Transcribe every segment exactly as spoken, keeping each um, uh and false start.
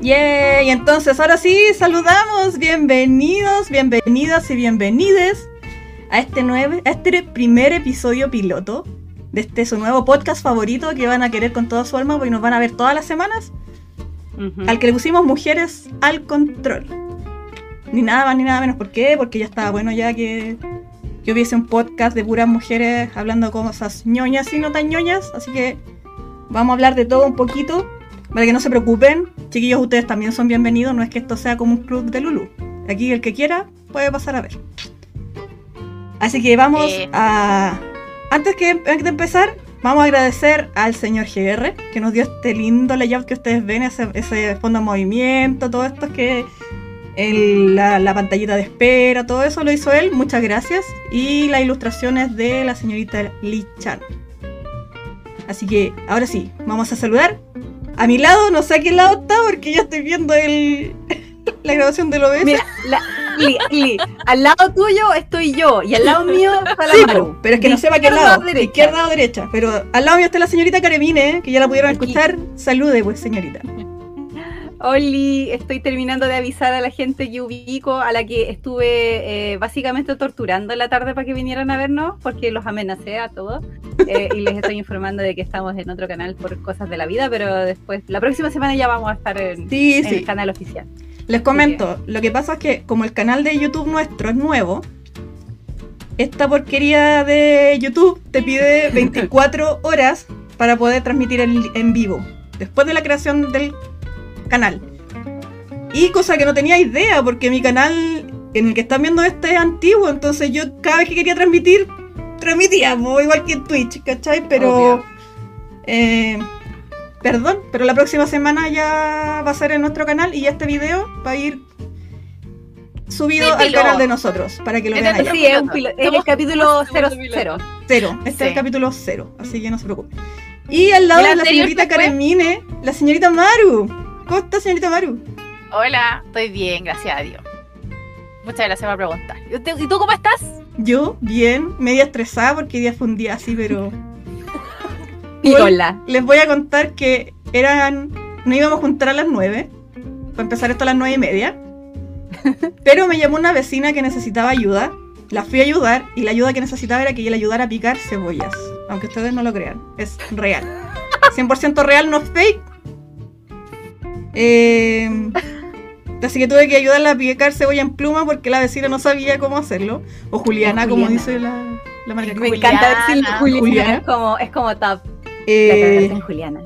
Yeah, y entonces ahora sí, saludamos, bienvenidos, bienvenidas y bienvenides a este, nueve, a este primer episodio piloto de este su nuevo podcast favorito que van a querer con toda su alma porque nos van a ver todas las semanas, uh-huh. al que le pusimos Mujeres al Control. Ni nada más ni nada menos. ¿Por qué? Porque ya estaba bueno ya que, que hubiese un podcast de puras mujeres hablando cosas ñoñas y no tan ñoñas, así que vamos a hablar de todo un poquito. Para que no se preocupen, chiquillos, ustedes también son bienvenidos, no es que esto sea como un club de Lulú. Aquí el que quiera puede pasar a ver. Así que vamos eh. a... Antes que de empezar, vamos a agradecer al señor G R, que nos dio este lindo layout que ustedes ven, ese, ese fondo en movimiento, todo esto que... El, la, la pantallita de espera, todo eso lo hizo él, muchas gracias. Y las ilustraciones de la señorita Lee Chan. Así que, ahora sí, vamos a saludar. A mi lado, no sé a qué lado está porque ya estoy viendo el la grabación del O B S. Mira, la, Li, Li, al lado tuyo estoy yo y al lado mío está la sí, Maru. Pero es que no sé para qué lado, de izquierda o derecha. Pero al lado mío está la señorita Caremine, que ya la pudieron escuchar. Salude, pues, señorita. Oli, estoy terminando de avisar a la gente que ubico, a la que estuve eh, básicamente torturando en la tarde para que vinieran a vernos, porque los amenacé a todos, eh, y les estoy informando de que estamos en otro canal por cosas de la vida, pero después, la próxima semana ya vamos a estar en, sí, en sí. el canal oficial. Les comento, lo que pasa es que como el canal de YouTube nuestro es nuevo, esta porquería de YouTube te pide veinticuatro horas para poder transmitir en, en vivo, después de la creación del canal. Y cosa que no tenía idea, porque mi canal en el que están viendo este es antiguo, entonces yo cada vez que quería transmitir, transmitíamos, igual que en Twitch, ¿cachai? Pero eh, perdón, pero la próxima semana ya va a ser en nuestro canal y este video va a ir subido sí, al canal de nosotros, para que lo vean allá. Sí, es, un pilo, es el capítulo cero. Cero, este sí. Es el capítulo cero, así que no se preocupen. Y al lado de la señorita Caremine, la señorita Maru. ¿Cómo está, señorita Maru? Hola, estoy bien, gracias a Dios. Muchas gracias por preguntar. ¿Y tú cómo estás? Yo, bien, media estresada porque hoy día fue un día así, pero... Hola. Les voy a contar que eran... Nos íbamos a juntar a las nueve, para empezar esto a las nueve y media. Pero me llamó una vecina que necesitaba ayuda. La fui a ayudar y la ayuda que necesitaba era que yo le ayudara a picar cebollas. Aunque ustedes no lo crean, es real. cien por ciento real, no fake. Eh, así que tuve que ayudarla a picar cebolla en pluma porque la vecina no sabía cómo hacerlo. O Juliana, Juliana. Como dice la, la Margarita. Me encanta decirle Juliana. Juliana. Es como, es como top. Eh, la Juliana.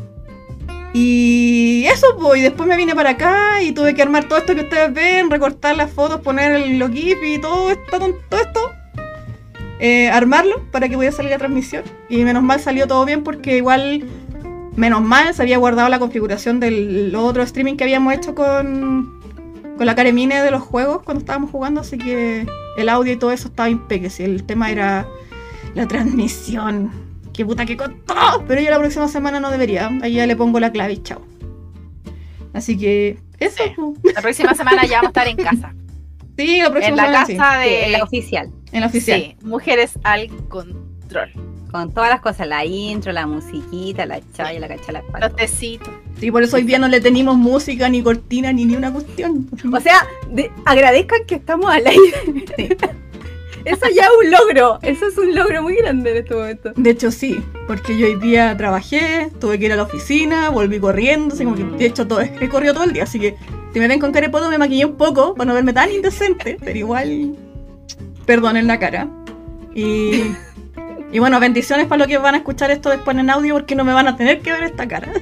Y eso, pues, y después me vine para acá y tuve que armar todo esto que ustedes ven, recortar las fotos, poner el logic y todo esto, todo esto. Eh, armarlo para que pudiera salir la transmisión. Y menos mal salió todo bien porque igual... Menos mal, se había guardado la configuración del otro streaming que habíamos hecho con, con la Caremine de los juegos cuando estábamos jugando, así que el audio y todo eso estaba impecable. Si el tema era la transmisión, qué puta que costó, pero yo la próxima semana no debería, ahí ya le pongo la clave y chao. Así que eso. Sí. La próxima semana ya vamos a estar en casa. Sí, la próxima en la semana casa sí. de en la oficial. En la oficial. Sí, Mujeres al Control. Con todas las cosas, la intro, la musiquita, la chaya, la cachala, los tecitos. Sí, por eso hoy día no le tenemos música, ni cortina, ni ni una cuestión. O sea, de, agradezcan que estamos al aire. Sí. Eso ya es un logro, eso es un logro muy grande en este momento. De hecho sí, porque yo hoy día trabajé, tuve que ir a la oficina, volví corriendo, así como que de hecho todo, he corrido todo el día, así que si me ven con carepoto me maquillé un poco para no verme tan indecente, pero igual perdonen la cara. Y... Y bueno, bendiciones para los que van a escuchar esto después en audio porque no me van a tener que ver esta cara.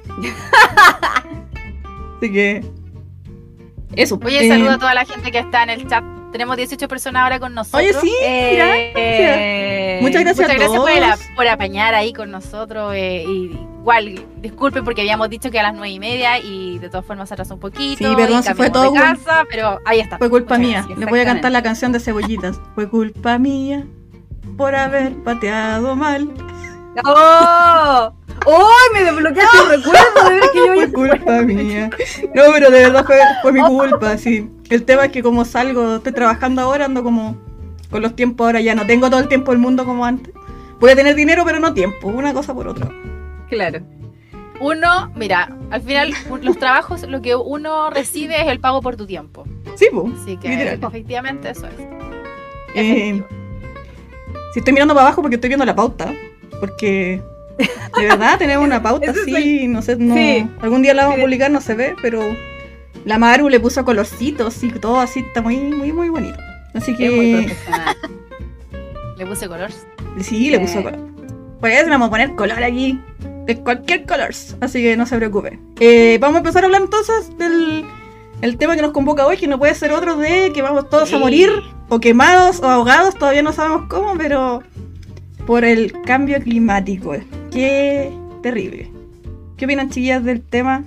Así que... Eso. Oye, eh... saludo a toda la gente que está en el chat. Tenemos dieciocho personas ahora con nosotros. Oye, sí, eh, mira. Eh, muchas gracias muchas a gracias todos. Por, la, por apañar ahí con nosotros. Eh, y igual, disculpen porque habíamos dicho que a las nueve y media y de todas formas se atrasó un poquito. Sí, perdón, se fue todo. De casa, pero ahí está. Fue culpa mía. Les voy a cantar la canción de Cebollitas. Fue culpa mía por haber pateado mal. ¡Oh! ¡Oh! Me desbloqueaste el recuerdo de ver que yo... Fue culpa mía. No, pero de verdad fue, fue mi culpa, sí. El tema es que como salgo, estoy trabajando ahora, ando como con los tiempos ahora, ya no tengo todo el tiempo del mundo como antes. Voy a tener dinero, pero no tiempo, una cosa por otra. Claro. uno, mira, al final los trabajos, lo que uno recibe es el pago por tu tiempo. Sí, pues. Así que literal. efectivamente eso es. Eh, si estoy mirando para abajo porque estoy viendo la pauta, porque de verdad tenemos una pauta Eso así, sí. no sé, no, Sí. algún día la vamos a Sí. publicar, no se ve, pero la Maru le puso colorcitos y todo así, está muy, muy, muy bonito. Así Es muy que profesional. Le puse color. sí, le Sí. puso color. Pues le vamos a poner color aquí, de cualquier color, así que no se preocupe. Eh, vamos a empezar a hablar entonces del el tema que nos convoca hoy, que no puede ser otro de que vamos todos a Sí. morir, o quemados, o ahogados, todavía no sabemos cómo, pero por el cambio climático. Qué terrible. ¿Qué opinan, chiquillas, del tema?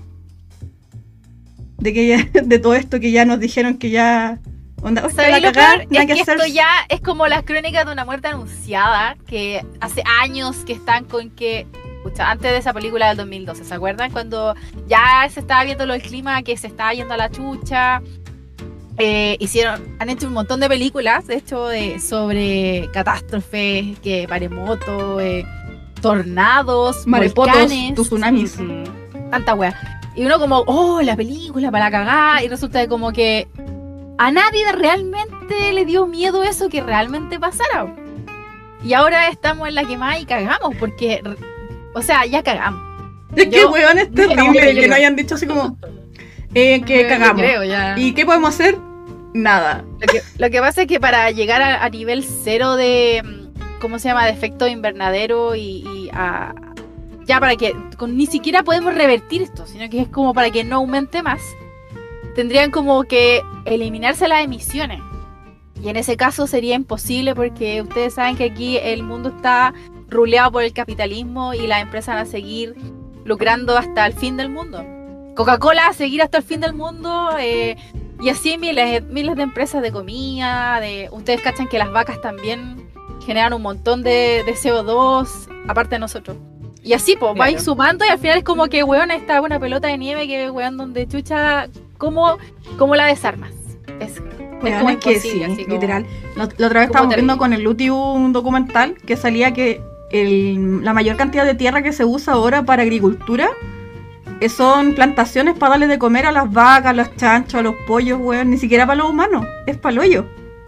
De que ya, de todo esto que ya nos dijeron que ya... Onda, hostia, ¿Sabéis la lo cagá, peor? nada Es que hacer. esto ya es como las crónicas de una muerte anunciada, que hace años que están con que... Escucha, antes de esa película del dos mil doce, ¿se acuerdan? Cuando ya se estaba viendo lo del clima, que se estaba yendo a la chucha. Eh, hicieron, han hecho un montón de películas, de hecho, de, sobre catástrofes, que maremoto, eh, tornados, Marepotos, volcanes, tsunamis. ujú, tanta wea. Y uno como, oh, la película para cagar, y resulta de como que a nadie realmente le dio miedo eso que realmente pasara. Y ahora estamos en la quemada y cagamos, porque, o sea, ya cagamos. Es que, Yo- weón, es yo terrible creo. que no hayan dicho así como... Eh, que Yo cagamos. creo, ya. ¿Y qué podemos hacer? Nada. Lo que, lo que pasa es que para llegar a, a nivel cero de, mm, ¿cómo se llama?, de efecto invernadero y, y a, ya para que, con, ni siquiera podemos revertir esto, sino que es como para que no aumente más, tendrían como que eliminarse las emisiones. Y en ese caso sería imposible porque ustedes saben que aquí el mundo está ruleado por el capitalismo y las empresas van a seguir lucrando hasta el fin del mundo. Coca-Cola a seguir hasta el fin del mundo, eh, y así miles, miles de empresas de comida, de ustedes cachan que las vacas también generan un montón de, de C O dos, aparte de nosotros. Y así, pues, Claro. vais sumando y al final es como que, weón, está una pelota de nieve que, weón, donde chucha, ¿cómo, cómo la desarmas? Es, es Weón, como es que imposible, sí, así como- literal. La, la otra vez como estábamos viendo terrible. con el Luti un documental que salía que el- la mayor cantidad de tierra que se usa ahora para agricultura eh, son plantaciones para darle de comer a las vacas, a los chanchos, a los pollos, weón. Ni siquiera para los humanos, es para el hoyo.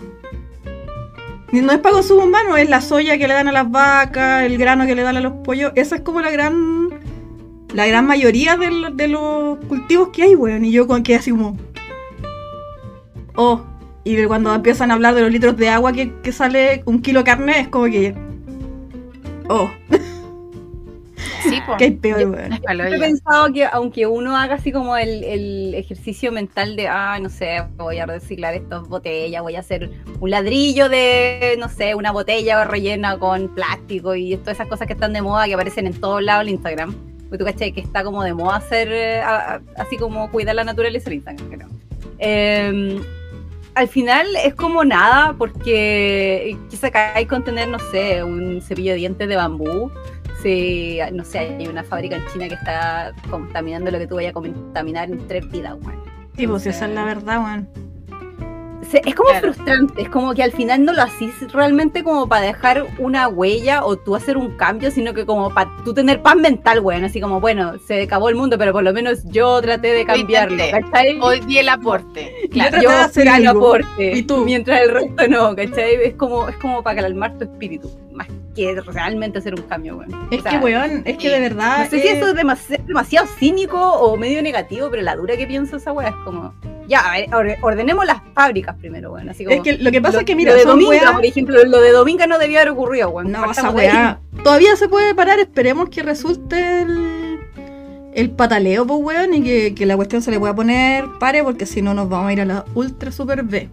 Ni- No es para consumo humano, es la soya que le dan a las vacas, el grano que le dan a los pollos. Esa es como la gran la gran mayoría de, lo- de los cultivos que hay, weón. Y yo con que así como... Oh, y de cuando empiezan a hablar de los litros de agua que, que sale un kilo de carne, es como que... Oh, Sí, po. que hay peor, Yo- weón. es palo Yo he ya. pensado que aunque uno haga así como el, el ejercicio mental de, ah, no sé, voy a reciclar estas botellas, voy a hacer un ladrillo de, no sé, una botella rellena con plástico y todas esas cosas que están de moda, que aparecen en todos lados en Instagram. Porque tú cachai que está como de moda hacer, eh, a- a- así como cuidar la naturaleza en Instagram, creo. Eh, al final es como nada, porque qué sacáis con tener, no sé, un cepillo de dientes de bambú. Sí, no sé, hay una fábrica en China que está contaminando lo que tú vayas a contaminar en tres vidas, weón. Sí, pues esa es la verdad, weón. Se- Es como Claro. frustrante, es como que al final no lo hacís realmente como para dejar una huella o tú hacer un cambio, sino que como para tú tener paz mental, weón. Así como, bueno, se acabó el mundo, pero por lo menos yo traté de cambiarlo, intenté. ¿cachai? Hoy di el aporte. Claro. traté de hacer fui un algo, aporte, y tú. mientras el resto no, ¿cachai? Es como, es como para calmar tu espíritu, más que realmente hacer un cambio, weón. Es O sea, que, weón, es que de verdad... no sé si eh, eso es demasiado, demasiado cínico o medio negativo, pero la dura que pienso esa weá es como, ya, a ver, or- ordenemos las fábricas primero, weón. Así como, Es que lo que pasa lo, es que, mira, lo de son Dominga, weas... por ejemplo, lo de Dominga no debía haber ocurrido, weón. No, esa Partamos de ahí. weá... Todavía se puede parar, esperemos que resulte el... El pataleo, pues, weón, y que, que la cuestión se le pueda poner pare, porque si no nos vamos a ir a la ultra super B.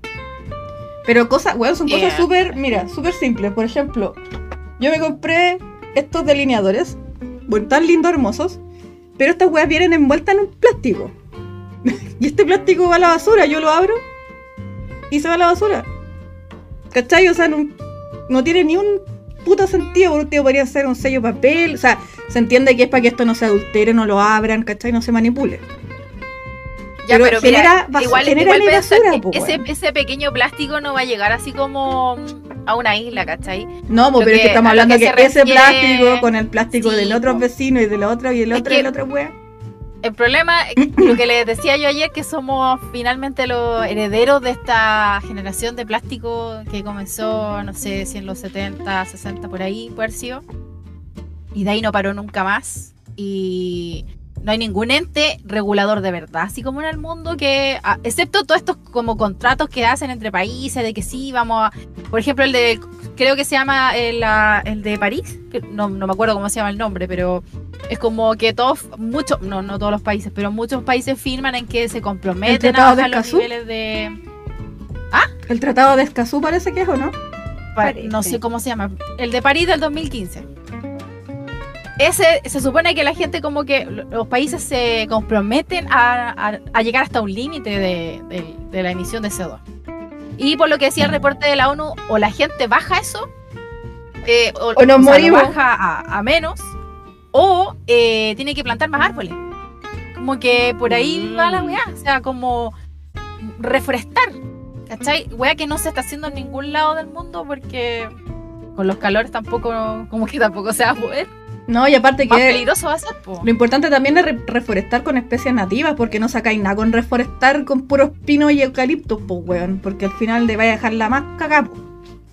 Pero cosas, weón, son cosas Yeah. súper, mira, súper simples. Por ejemplo, yo me compré estos delineadores, bueno, tan lindos, hermosos, pero estas weas vienen envueltas en un plástico. Y este plástico va a la basura, yo lo abro y se va a la basura. ¿Cachai? O sea, no, no tiene ni un puto sentido. Por último podría ser un sello de papel. O sea, se entiende que es para que esto no se adultere, no lo abran, ¿cachai? No se manipule. Ya, Pero pero, genera mira, bas- igual, genera igual basura, pensar- po, ese, weón. ese pequeño plástico no va a llegar así como a una isla, ¿cachai? No, pues, pero Lo es que que- estamos a lo hablando que que, se ese refiere- plástico con el plástico Sí, del otro po. vecino y del otro y el Es otro y que- el otro wea. El problema, lo que les decía yo ayer, que somos finalmente los herederos de esta generación de plástico que comenzó, no sé si en los setenta, sesenta, por ahí, puede haber sido. Y de ahí no paró nunca más. Y no hay ningún ente regulador de verdad, así como en el mundo, que, ah, excepto todos estos como contratos que hacen entre países, de que sí, vamos a... Por ejemplo, el de, creo que se llama el, ah, el de París, que no, no me acuerdo cómo se llama el nombre, pero... Es como que todos, muchos, no, no todos los países, pero muchos países firman en que se ¿El comprometen Tratado a de bajar los Escazú? niveles de... El tratado de Escazú parece que es, ¿o no? pa- Parece. no sé cómo se llama. El de París del dos mil quince. Ese, se supone que la gente como que lo- los países se comprometen a, a- a llegar hasta un límite de, de- de la emisión de C O dos. Y por lo que decía el reporte de la ONU, o la gente baja eso, eh, o, O nos o sea, lo morimos. baja a, a menos, o eh, tiene que plantar más árboles. Como que por ahí va la weá, o sea, como reforestar, ¿cachai? Weá que no se está haciendo en ningún lado del mundo porque con los calores tampoco, como que tampoco se va a poder. No, y aparte Más que peligroso va a ser, po. lo importante también es re- reforestar con especies nativas, porque no sacáis nada con reforestar con puros pinos y eucaliptos, pues weón, porque al final te vaya a dejar la más cagada, po.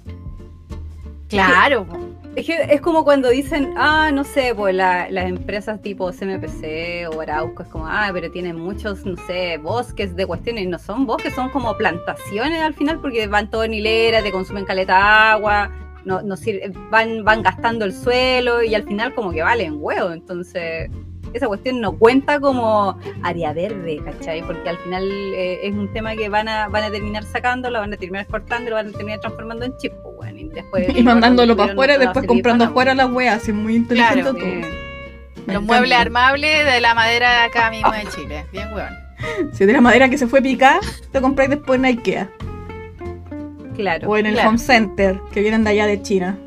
Claro, po. Es que es como cuando dicen, ah, no sé, pues la- las empresas tipo C M P C o Arauco, es como, ah, pero tienen muchos, no sé, bosques de cuestiones, y no son bosques, son como plantaciones al final, porque van todo en hilera, te consumen caleta de agua, no, no sir- van, van gastando el suelo y al final como que valen huevo, entonces esa cuestión no cuenta como área verde, ¿cachai? Porque al final eh, es un tema que van a, van a terminar sacando, lo van a terminar cortando, lo van a terminar transformando en chip, pues, bueno, y después... Y mandándolo para no afuera y va a después servir comprando para afuera las weas, así muy inteligente Claro, todo. eh, Me Los encanta. muebles armables de la madera de acá mismo de Chile. Bien, weón. Si de la madera que se fue picada, te compráis después en Ikea. Claro. O en el claro. Home Center, que vienen de allá de China.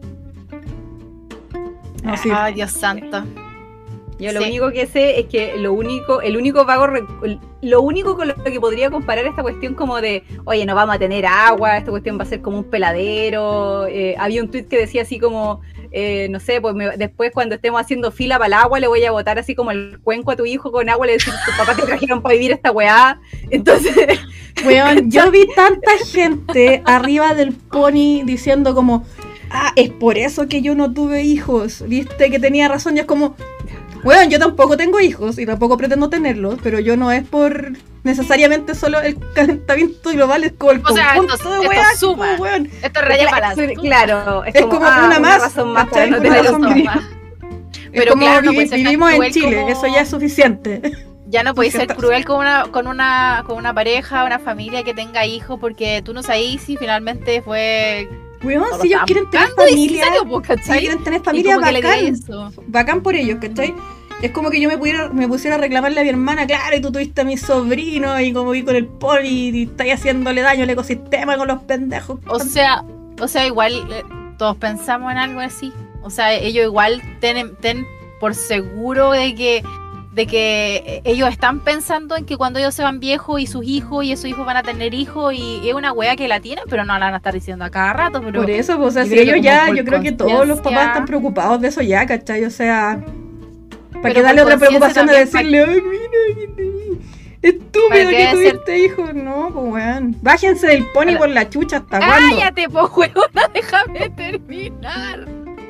No, sí. Ay, Dios santo. Yo lo Sí. único que sé es que lo único, el único vago, re- lo único con lo que podría comparar esta cuestión como de, oye, no vamos a tener agua, esta cuestión va a ser como un peladero. Eh, había un tweet que decía así como, eh, no sé, pues me- después cuando estemos haciendo fila para el agua le voy a botar así como el cuenco a tu hijo con agua y le decir, tus papás te trajeron para vivir esta weá. Entonces, Weón, yo vi tanta gente arriba del pony diciendo como, ah, es por eso que yo no tuve hijos. Viste que tenía razón, y es como, weón, yo tampoco tengo hijos y tampoco pretendo tenerlos, pero yo no es por necesariamente solo el calentamiento global, es como el O sea, conjunto esto- de esto weas, suma. como, weón. Esto raya claro, para la claro, es, Es como ah, una más, razón más ¿cachai? para no Una tener razón hijos. más. Pero es como claro, no vi- puede ser tan vivimos en cruel Chile, como- eso ya es suficiente. Ya no podéis ser Cierto. cruel con una, con una, con una pareja, una familia que tenga hijos, porque tú no sabes si finalmente fue. Weón, o si ellos estaban quieren tener buscando y sí familia, salió, pues, si ¿cachai? quieren tener Y familia, como que le bacán. digáis eso. Bacán por ellos, ¿cachai? Es como que yo me pudiera, me pusiera a reclamarle a mi hermana, claro, y tú tuviste a mi sobrino, y como vi con el pony, y estáis haciéndole daño al ecosistema con los pendejos. O sea, o sea, igual eh, todos pensamos en algo así. O sea, ellos igual ten, ten por seguro de que de que ellos están pensando en que cuando ellos se van viejos y sus hijos y esos hijos van a tener hijos y es una wea que la tienen, pero no la van a estar diciendo a cada rato. Pero Por eso, pues, o sea, yo si creo que ellos como ya, por yo creo que todos los papás conciencia- están preocupados de eso ya, ¿cachai? O sea, ¿para Pero qué darle por otra preocupación de conciencia decirle, ay, mira, que- estúpido ¿Para que qué tuviste hijos? No, pues, weón. Bájense del pony Para- por la chucha, ¿hasta cuándo? cállate, po huevona, déjame terminar.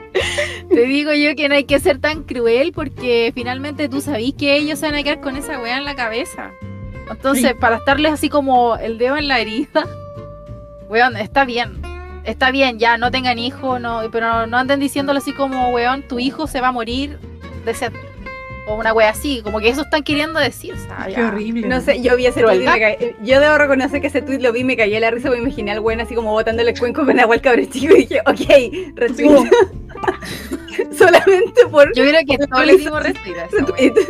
Te digo yo que no hay que ser tan cruel porque finalmente tú sabís que ellos se van a quedar con esa weá en la cabeza. Entonces, Sí. para estarles así como el dedo en la herida, weón, está bien. Está bien, ya, no tengan hijos, no, pero no anden diciéndolo así como, weón, tu hijo se va a morir de sed. O una wea así, como que eso están queriendo decir, ¿sabes? Qué horrible. No sé, yo vi ese tweet y Crueldad. me caí. Yo debo reconocer que ese tweet lo vi y me caí a la risa, me imaginé al güey así como botándole el cuenco con agua al cabrón chico y dije, ok, Así retweet. como, Solamente por Yo creo que todos le dimos respiro a esa ese wea. tweet.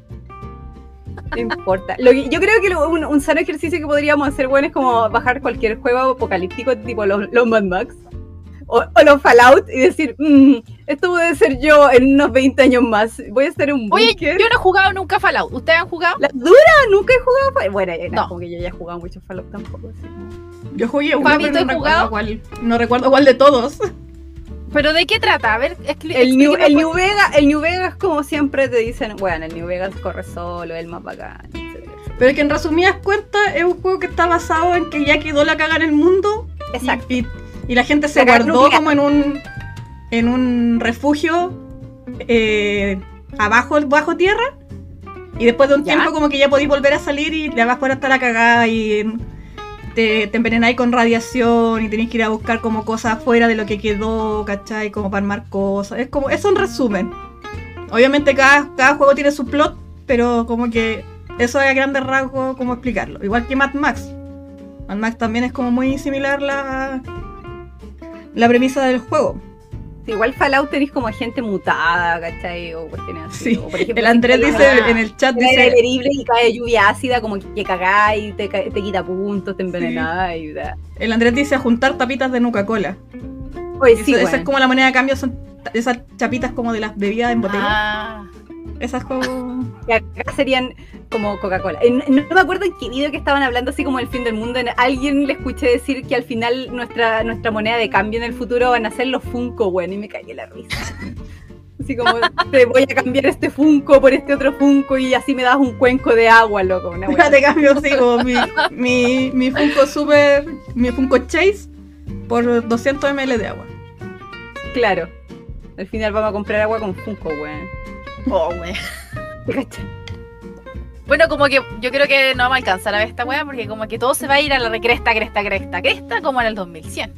No importa. Lo que- yo creo que lo- un, un sano ejercicio que podríamos hacer, bueno, es como bajar cualquier juego apocalíptico tipo los, los Mad Max. O, o los Fallout y decir, mmm, esto puede ser yo en unos veinte años más. Voy a estar en un Oye, búnker. yo no he jugado nunca Fallout. ¿Ustedes han jugado? La dura, nunca he jugado Fallout. Bueno, no, No. como que yo ya he jugado mucho Fallout tampoco. Así. Yo jugué uno, Fabi, pero ¿tú no has recuerdo jugado? cuál. No recuerdo cuál de todos. ¿Pero de qué trata? A ver, expli- El New, explíqueme, el pues. New Vegas, el New Vegas, como siempre te dicen, bueno, el New Vegas corre solo, es el más bacán, etcétera. Pero que en resumidas cuentas es un juego que está basado en que ya quedó la caga en el mundo. Exacto. Y, y, y la gente se La caga guardó nuclear. como en un en un refugio eh, abajo, bajo tierra. Y después de un ¿Ya? tiempo como que ya podéis volver a salir y de abajo está la cagada y te, te envenenáis con radiación y tenéis que ir a buscar como cosas afuera de lo que quedó, ¿cachai? Como para armar cosas. Es como, es un resumen. Obviamente cada, cada juego tiene su plot, pero como que eso es a grandes rasgos como explicarlo. Igual que Mad Max. Mad Max también es como muy similar la, la premisa del juego. Igual Fallout tenéis como gente mutada, ¿cachai? O cuestiones así. Sí, O, por ejemplo, el Andrés si dice cae- en el chat, cae dice... terrible y cae lluvia ácida, como que cagáis, te, ca- te quita puntos, te envenenáis. y da. El Andrés dice a juntar tapitas de Nuca-Cola. Oye, sí, Eso- esa bueno. es como la moneda de cambio, son ta- esas chapitas como de las bebidas en botella. Ah, Esas como... Y acá serían como Coca-Cola. En- No, me acuerdo en qué video que estaban hablando así como el fin del mundo. En- alguien le escuché decir que al final nuestra, nuestra moneda de cambio en el futuro van a ser los Funko, bueno, y me caí la risa. Así como, te voy a cambiar este Funko por este otro Funko y así me das un cuenco de agua, loco. Una Mira, wea. te cambio así como mi, mi, mi Funko Super, mi Funko Chase por doscientos mililitros de agua. Claro. Al final vamos a comprar agua con Funko, weón. oh, wey. ¿Te cachai? Bueno, como que yo creo que no vamos a alcanzar a ver esta weá porque como que todo se va a ir a la recresta, cresta, cresta, cresta, como en el dos mil cien.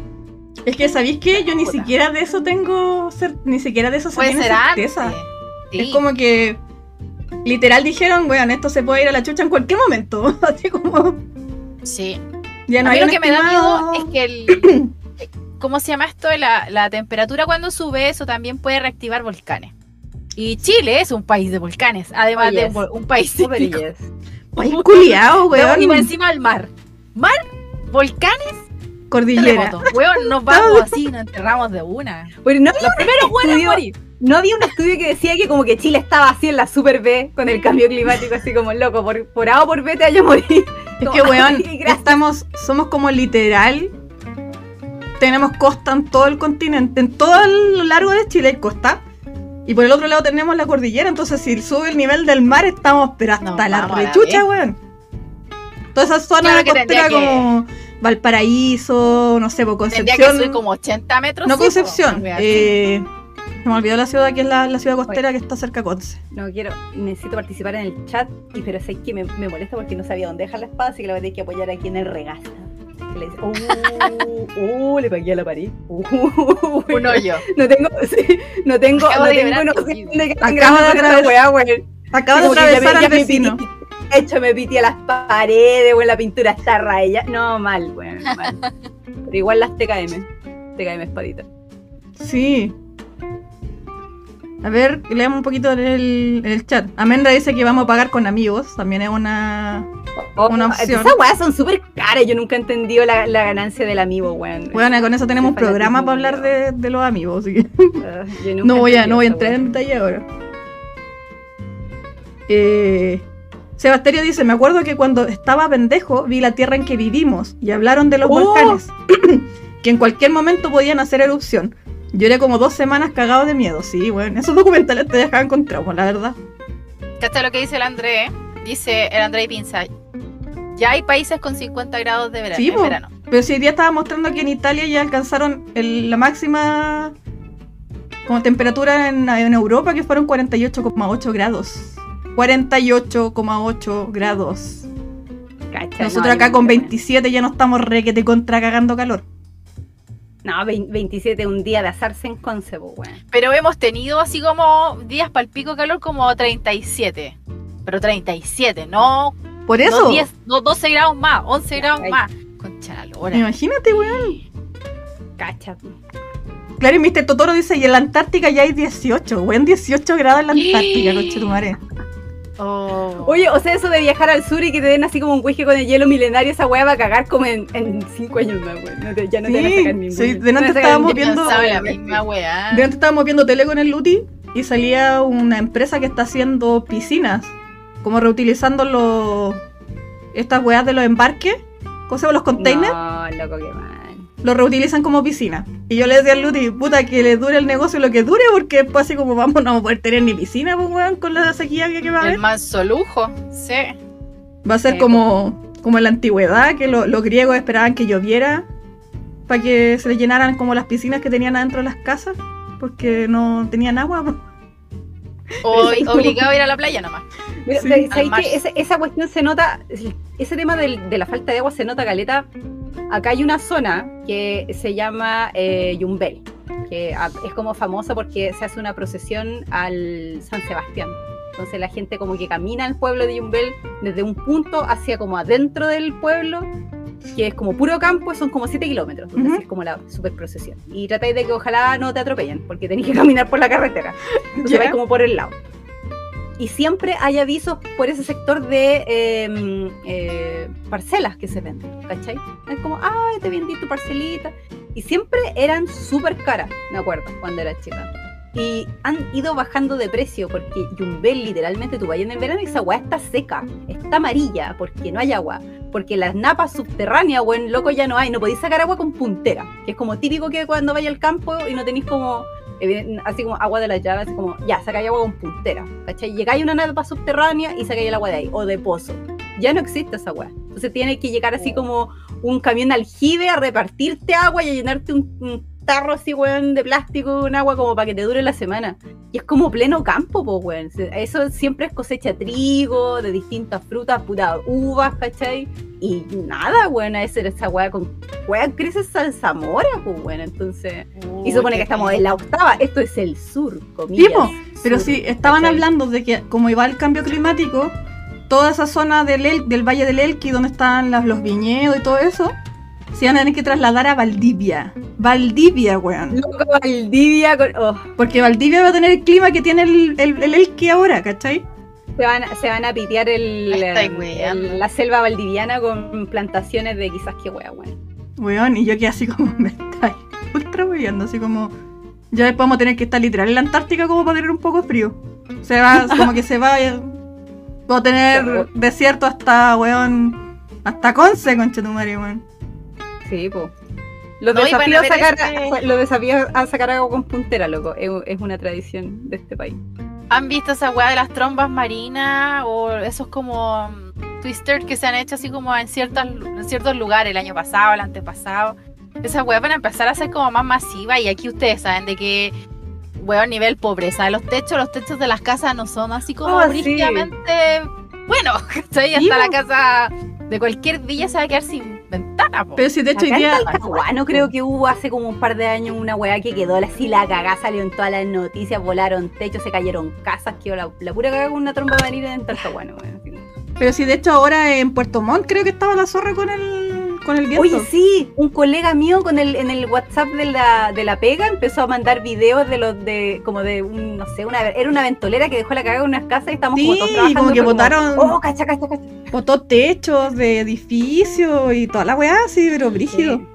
Es que, ¿sabéis qué? Yo ni Puta. siquiera de eso tengo... cer- ni siquiera de eso se Puede tiene ser antes. certeza. Sí. Es como que... Literal dijeron, weón, esto se puede ir a la chucha en cualquier momento. Así como... Sí. Ya no a mí hay lo un que me da estimado. miedo es que el... ¿Cómo se llama esto? La, la temperatura cuando sube, eso también puede reactivar volcanes. Y Chile es un país de volcanes, además Oh, de yes. un, un país Super sísmico. yes. Ay, culiao, weón. Y más encima al mar. Mar, volcanes, Cordillera. terremotos. Weón, nos vamos así, nos enterramos de una. Bueno, no había, Los primeros buenos estudio- morir. no había un estudio que decía que como que Chile estaba así en la Super B con el cambio climático, así como loco, por, por A o por B te vaya a morir. Es Como, que, weón, ay, gracias. estamos, somos como literal. Tenemos costa en todo el continente, en todo lo largo de Chile hay costa. Y por el otro lado tenemos la cordillera, entonces si sube el nivel del mar estamos, pero hasta Nos la vamos a la rechucha, vez. weón. Toda esa zona Claro que costera tendría que- como Valparaíso, no sé, por Tendría Concepción. que subir como ochenta metros. No sí, po, Concepción, una wea así. eh, se me olvidó la ciudad que es la, la ciudad costera que está cerca de Conce. No quiero, necesito participar en el chat, y pero sé que me, me molesta porque no sabía dónde dejar la espada, así que la voy a tener que apoyar aquí en el regazo. Que le dice, oh, oh, le pagué a la pared. Uh, Un hoyo. No tengo, sí, no tengo, Acabo no de tengo liberar noción tu de que tan Acabo de grande es esta atravesar- weá, weón. Acaba de Como que ya me- atravesar ya al me vecino. piti- Hecho, me piti a las paredes, weón, la pintura está raya. No, mal, weón, mal. Pero igual las T K M. T K M espadita. Sí. A ver, leamos un poquito en el, en el chat. Amendra dice que vamos a pagar con amigos. También es una... Oh, Una opción. Esas weas son súper caras. Yo nunca he entendido la, la ganancia del amigo, weón. Bueno, con eso tenemos un Fanatismo, programa para hablar de, weón. de los amigos. Así que Uh, yo nunca no he voy a, entendido no voy a esa entrar wea. en detalle ahora. Eh, Sebasterio dice, me acuerdo que cuando estaba pendejo vi la tierra en que vivimos y hablaron de los Oh. volcanes. Que en cualquier momento podían hacer erupción. Lloré como dos semanas cagado de miedo. Sí, bueno, esos documentales te dejaban con trauma, la verdad. ¿Cachai lo que dice el André? Dice el André Pinza. Ya hay países con cincuenta grados de verano. Sí, en po. verano. Pero si hoy día estaba mostrando que en Italia ya alcanzaron el- la máxima como temperatura en, en Europa, que fueron cuarenta y ocho coma ocho grados. cuarenta y ocho coma ocho grados. Cacha, Nosotros no, acá yo con nunca- veintisiete ya no estamos re que te contra cagando calor. No, vein- veintisiete, un día de azarse en Conce, po, weón. Pero hemos tenido así como días para el pico calor como treinta y siete. Pero treinta y siete, no, Por no, eso, diez, no doce grados más, once grados Ay. más. Concha la lora. imagínate, weón. Cacha. Claro, y mister Totoro dice, y en la Antártica ya hay dieciocho, weón, dieciocho grados en la Antártica, conchetumare. Oh. Oye, o sea, eso de viajar al sur y que te den así como un whisky con el hielo milenario, esa weá va a cagar como en, en cinco años más, weón. No te- ya no te van a sacar ningún. sí, no te delante van a sacar estábamos ningún- viendo- Sabe la misma weá. De antes estábamos viendo tele con el Luti y salía una empresa que está haciendo piscinas, como reutilizando los estas weas de los embarques, ¿cómo se llaman los containers? No, loco, qué mal. Los reutilizan como piscina. Y yo le decía al Luti, puta, que le dure el negocio lo que dure, porque después así como vamos, no vamos a poder tener ni piscina, pues weón, con la sequía que, que va a El haber. manso lujo, sí. Va a ser Sí, como, como en la antigüedad, que lo- los griegos esperaban que lloviera para que se les llenaran como las piscinas que tenían adentro de las casas, porque no tenían agua, pues. O Sí. obligado a ir a la playa nomás. Mira, Sí. ¿sabéis Al mar. qué? Ese- esa cuestión se nota, ese tema del- de la falta de agua se nota caleta. Acá hay una zona que se llama eh, Yumbel, que ah, es como famosa porque se hace una procesión al San Sebastián. Entonces la gente como que camina al pueblo de Yumbel desde un punto hacia como adentro del pueblo, que es como puro campo, son como siete kilómetros, donde Ujú. es como la super procesión. Y tratáis de que ojalá no te atropellen, porque tenéis que caminar por la carretera. Entonces Ya. vais como por el lado. Y siempre hay avisos por ese sector de eh, eh, parcelas que se venden, ¿cachai? Es como, ay, te vendí tu parcelita. Y siempre eran súper caras, me acuerdo, cuando era chica. Y han ido bajando de precio porque Yumbel, literalmente, tú vayas en el verano y esa weá está seca, está amarilla porque no hay agua. Porque las napas subterráneas, weón, loco, ya no hay. No podéis sacar agua con puntera, que es como típico que cuando vaya al campo y no tenéis como evident- así como agua de las llaves, así como, ya, sacáis agua con puntera, ¿cachai? Llegáis a una napa subterránea y sacáis el agua de ahí, o de pozo. Ya no existe esa agua. Entonces tiene que llegar así como un camión aljibe a repartirte agua y a llenarte un, un tarro así, weón, de plástico con agua como para que te dure la semana. Y es como pleno campo, pues, weón. Eso siempre es cosecha de trigo, de distintas frutas, putas uvas, ¿cachai? Y nada, weón, a hacer esa weá con... Weón, crece zarzamora, pues, weón, entonces... Uy, Y supone qué que estamos feo. en la octava, esto es el sur, comillas. Sí, po, pero sur, sí, estaban ¿cachai? hablando de que como iba el cambio climático, toda esa zona del, El- del Valle del Elqui, donde están las- los viñedos y todo eso, se iban a tener que trasladar a Valdivia. Valdivia, weón. Loco, Valdivia con... oh, Porque Valdivia va a tener el clima que tiene el, el, el Elqui ahora, ¿cachai? se, van, se van a pitear el, Me estáis el- weando. el- la selva valdiviana con plantaciones de quizás qué wea, weón. Weón, y yo quedé así como, me estáis ultra weyando, así como... Ya después vamos a tener que estar literal en la Antártica como para tener un poco de frío. Se va, como que se va... Vamos a tener desierto hasta, weón... Hasta Conce, conchetumare, weón. Sí, po. Los No, y van a desafíos, ver a sacar, este- los desafíos a sacar agua con puntera, loco. Es, es una tradición de este país. ¿Han visto esa weá de las trombas marinas o esos como mm, twisters que se han hecho así como en, ciertas, en ciertos lugares el año pasado, el antepasado? Esas weas van a empezar a ser como más masivas y aquí ustedes saben de que, weón, nivel pobreza de los techos, los techos de las casas no son así como Oh, sí. brígidamente buenos, ¿cachai? Sí, Hasta la po. casa de cualquier villa se va a quedar sin ventana, po. Pero si de hecho hoy Acá en día... Talcahuano creo que hubo hace como un par de años una weá que quedó así la cagá, salió en todas las noticias, volaron techos, se cayeron casas, quedó la, la pura cagá con una tromba marina en Talcahuano, weón. así como- Pero si de hecho ahora en Puerto Montt creo que estaba la zorra con el, con el viento. Oye, sí, un colega mío con el, en el WhatsApp de la, de la pega empezó a mandar videos de los de, como de un, no sé, una, era una ventolera que dejó la cagada en unas casas y estábamos Sí, como todos trabajando. como que fue botaron- oh, cacha, cacha, cacha. Botó techos de edificios y toda la weá así, pero brígido. Sí.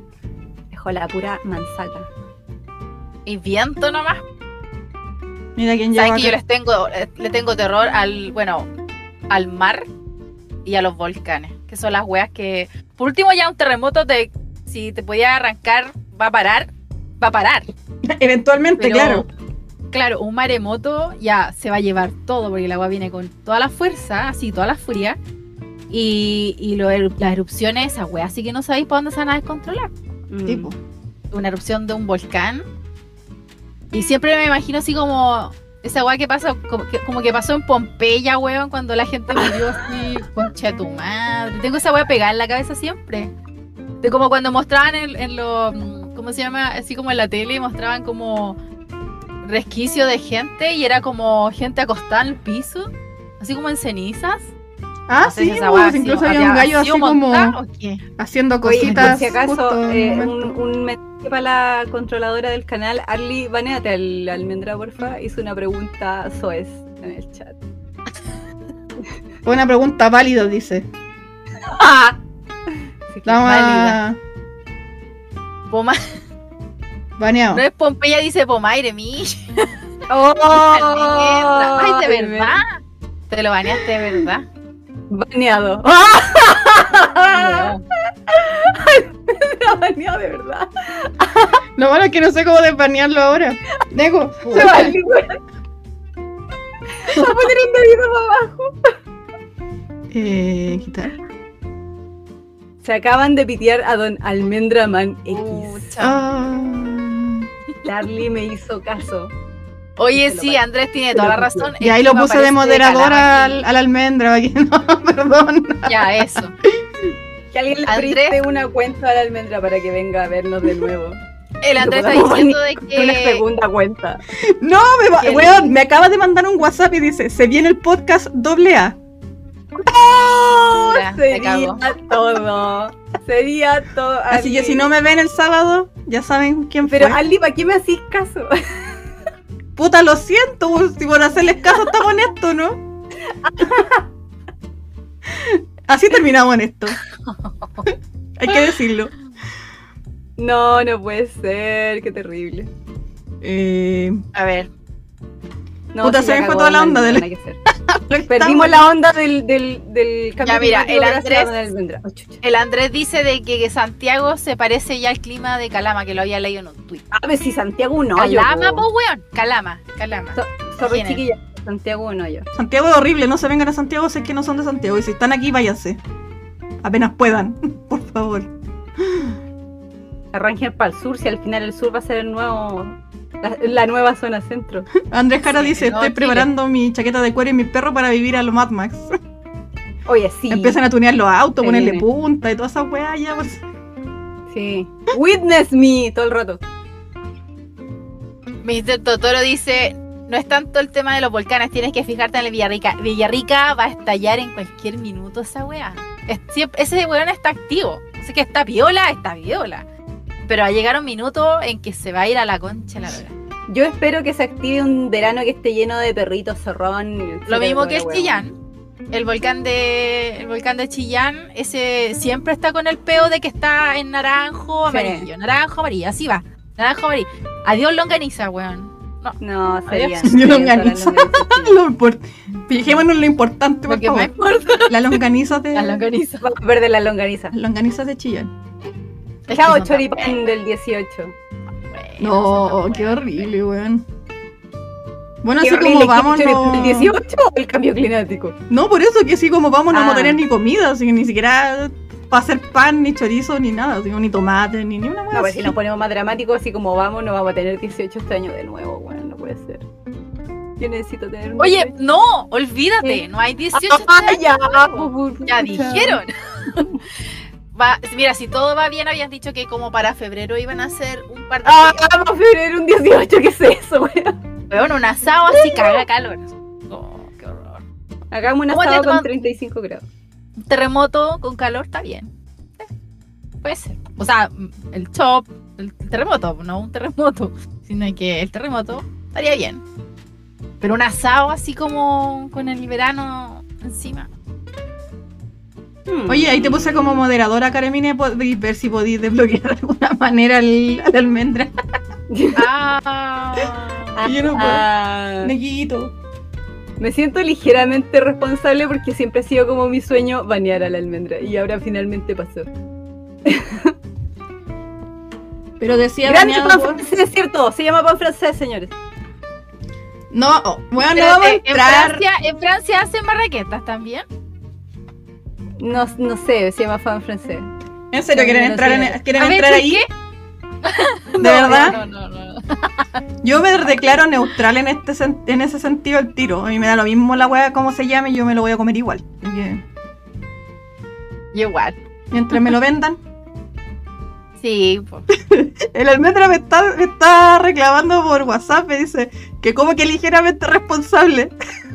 Dejó la pura manzaca. Y viento nomás. Mira quién Saben lleva que yo acá. les tengo, eh, le tengo terror al, bueno, al mar y a los volcanes, que son las weas que, por último ya un terremoto te, si te podía arrancar, va a parar, va a parar. Eventualmente, Pero, claro. claro, un maremoto ya se va a llevar todo, porque el agua viene con toda la fuerza, así, toda la furia. Y, y lo, las erupciones, esa wea, así que no sabéis para dónde se van a descontrolar. Mm. Tipo. Una erupción de un volcán. Y siempre me imagino así como esa weá que pasa, como que, como que pasó en Pompeya, weón, cuando la gente murió así, concha de tu madre. Tengo esa weá pegada en la cabeza siempre. De como cuando mostraban en, en lo, ¿cómo se llama? Así como en la tele, mostraban como resquicio de gente y era como gente acostada en el piso, así como en cenizas. Ah, No sé sí, si esa pues, weá ha sido- incluso había un había gallo así sido como montada, ¿o qué? haciendo Oye, cositas. por si acaso, justo en eh, el un, momento. un mensaje para la controladora del canal, Arly, banéate al almendra, porfa, hizo una pregunta soez en el chat. Buena pregunta, válido, dice. Sí, que Vamos válida. a... Poma... Baneado. No es Pompeya, dice Pomaire, mi. ¡Oh! Ay, de Ay, verdad. Te lo baneaste de verdad. Baneado. No. Era baneado de verdad. Lo malo es que no sé cómo desbanearlo ahora. Nego. Se va a poner un dedito para abajo. Eh, quitar. Se acaban de pitear a Don Almendraman X. Pucha. Ah. Charlie me hizo caso. Oye, Te lo sí, paso. Andrés tiene Te toda lo la paso. razón. Y ahí lo Encima puse de aparece moderador Calama al, aquí. al almendra. Para que no, perdón. Ya, eso. Que alguien le Andrés- preste una cuenta a la almendra para que venga a vernos de nuevo. El Andrés está Podemos diciendo de Una que... segunda cuenta. No, me, va- ¿Qué? weón, me acaba de mandar un WhatsApp y dice, se viene el podcast doble A. Mira, te Sería cago. todo. Sería todo. Así que Arly. si no me ven el sábado, ya saben quién fue. Pero Arly, ¿para qué me hacís caso? Puta, lo siento, por- si por hacerles caso estamos en esto, ¿no? Así terminamos en esto. Hay que decirlo. No, no puede ser. Qué terrible. Eh, A ver. No, Puta, sí, se ya me fue cagó toda la Don onda Almendra, de nada que hacer. estamos- Perdimos la onda del, del, del cambio Ya, mira, climático el gracias a Andrés- Don Almendra. Oh, chucha. El Andrés dice de que Santiago se parece ya al clima de Calama, que lo había leído en un tuit. A ver si Santiago un hoyo. Calama, po. po, weón. Calama, Calama. So- Sorry, ¿Quién es? chiquilla. Santiago un hoyo. Santiago es horrible, no se vengan a Santiago, sé que no son de Santiago. Y si están aquí, váyanse. Apenas puedan, por favor. Arranquen para el sur, si al final el sur va a ser el nuevo. La, la nueva zona centro. Andrés Jara Sí, dice, no, estoy Chile. preparando mi chaqueta de cuero y mi perro para vivir a lo Mad Max. Oye, sí. Empiezan a tunear los autos, Se ponerle viene. punta y todas esas weas ya. Pues. Sí. Witness me todo el rato. mister Totoro dice, no es tanto el tema de los volcanes, tienes que fijarte en el Villarrica. Villarrica va a estallar en cualquier minuto esa weá. Es- siempre- ese weón está activo. Así que está viola, está viola. Pero va a llegar un minuto en que se va a ir a la concha la lora. Yo espero que se active un verano que esté lleno de perritos zorrón. Lo mismo que el huevo. Chillán. El volcán de el volcán de Chillán, ese siempre está con el peo de que está en naranjo, Sí. amarillo, naranjo, amarillo, así va. Naranjo, amarillo. Adiós longaniza, weón. No, serían. Yo serían no todas me las analizo. longanizas. Lo import- Fijémonos en lo importante, por Lo que me favor. importa. Las longanizas de... La longaniza. Vamos a perder la longaniza. Las longanizas de Chillán. Es Chao, que son tan choripán del dieciocho. buenas, No, son tan qué buenas. horrible, weón. Bueno, Qué así horrible, como ¿qué vamos, choripán no... del dieciocho o el cambio climático? No, por eso que así como vamos no vamos a Ah. tener ni comida, así que ni siquiera para hacer pan, ni chorizo, ni nada, así, ni tomate, ni, ni una No, hueá pues así. si nos ponemos más dramáticos, así como vamos, no vamos a tener dieciocho este año de nuevo, bueno, no puede ser. Yo necesito tener un Oye, dieciocho. no, olvídate, Sí. no hay dieciocho. Ah, este ya, año. pues, Ya pucha. dijeron. Va, mira, si todo va bien, habían dicho que como para febrero iban a hacer un par de Ah, días. vamos a febrero un dieciocho, ¿qué es eso, weón? Weón, un asado así caga calor. Oh, qué horror. Hagamos un ¿Cómo te asado con toman? treinta y cinco grados. Un terremoto con calor está bien. Sí, puede ser. O sea, el chop, el terremoto, no un terremoto, sino que el terremoto estaría bien. Pero un asado así como con el verano encima. Hmm. Oye, ahí te puse como moderadora, Caremine, y ver si podéis desbloquear de alguna manera al, a la almendra. Ah. Yo no puedo. Ah, Neguito. me siento ligeramente responsable porque siempre ha sido como mi sueño banear a la almendra y ahora finalmente pasó. Pero decía Grande bañado pan por- francés, es cierto, se llama pan francés, señores. No, oh, bueno, no vamos a Espérate, en, entrar. Francia, en Francia hacen marraquetas también. No, no sé, se llama pan francés. ¿En serio No, quieren no, no entrar, sé. en, ¿quieren A ver, entrar ¿por ahí? qué? ¿De verdad? No, no, no, no. Yo me declaro neutral en este sen- en ese sentido el tiro. A mí me da lo mismo la wea como se llame, yo me lo voy a comer igual. Así que, Yo igual. mientras me lo vendan. Sí, po. El almendra me está, me está reclamando por WhatsApp, me dice que como que ligeramente responsable.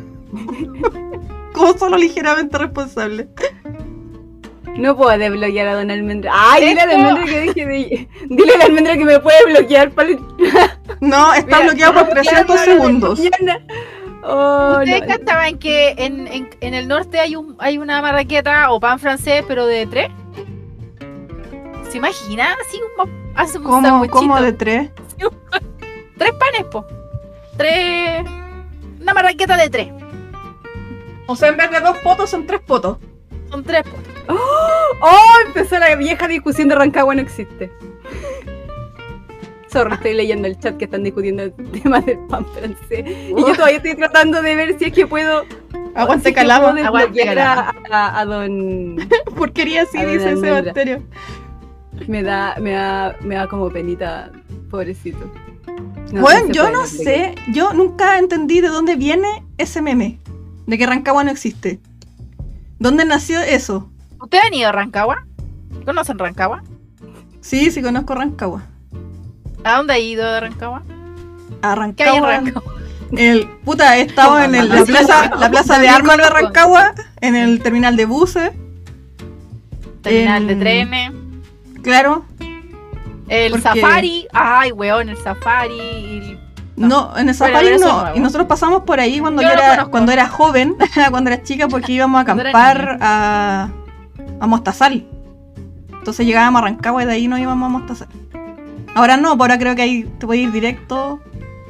Como solo ligeramente responsable. No puedo desbloquear a Don Almendra. Ay, dile a la Esto- almendra que dije de... Dile a la almendra que me puede bloquear. Pal... No, está Mira, bloqueado por bloquear trescientos ahora de segundos. mañana. Oh, ¿Ustedes no. cachaban que en, en, en el norte hay un hay una marraqueta o pan francés, pero de tres? ¿Se imagina? Así un, hace un ¿Cómo, sandwichito. ¿Cómo de tres? Tres panes, po. Tres... Una marraqueta de tres. O sea, en vez de dos potos, son tres potos. Son tres, po. ¡Oh! Empezó la vieja discusión de Rancagua no existe. Sorry, estoy leyendo el chat que están discutiendo el tema del pan francés. Y yo todavía estoy tratando de ver si es que puedo... Aguante si es que calama. puedo Aguante desbloquear a, calama. a, a don... Porquería sí, A ver, dice almendra. Sebastián. Me da, me da, me da como penita, pobrecito. No, Bueno, se yo puede no explicar. sé, yo nunca entendí de dónde viene ese meme, de que Rancagua no existe. ¿Dónde nació eso? ¿Ustedes han ido a Rancagua? ¿Conocen Rancagua? Sí, sí conozco Rancagua. ¿A dónde ha ido de Rancagua? A ¿Qué hay en Rancagua. Rancagua? El, puta, he estado en el- la Sí, plaza, no, la plaza de también armas de conozco. Rancagua, en el terminal de buses, Terminal de En- trenes. claro. El Porque- safari. Ay, weón, el safari. y- No, en el Bueno, safari pero eso es no. nuevo. Y nosotros pasamos por ahí cuando Yo yo lo era, conozco. cuando era joven, cuando era chica, porque íbamos a Cuando era acampar niña. a, a Mostazal. Entonces llegábamos a Rancagua y de ahí nos íbamos a Mostazal. Ahora no, pues ahora creo que ahí te puedes ir directo.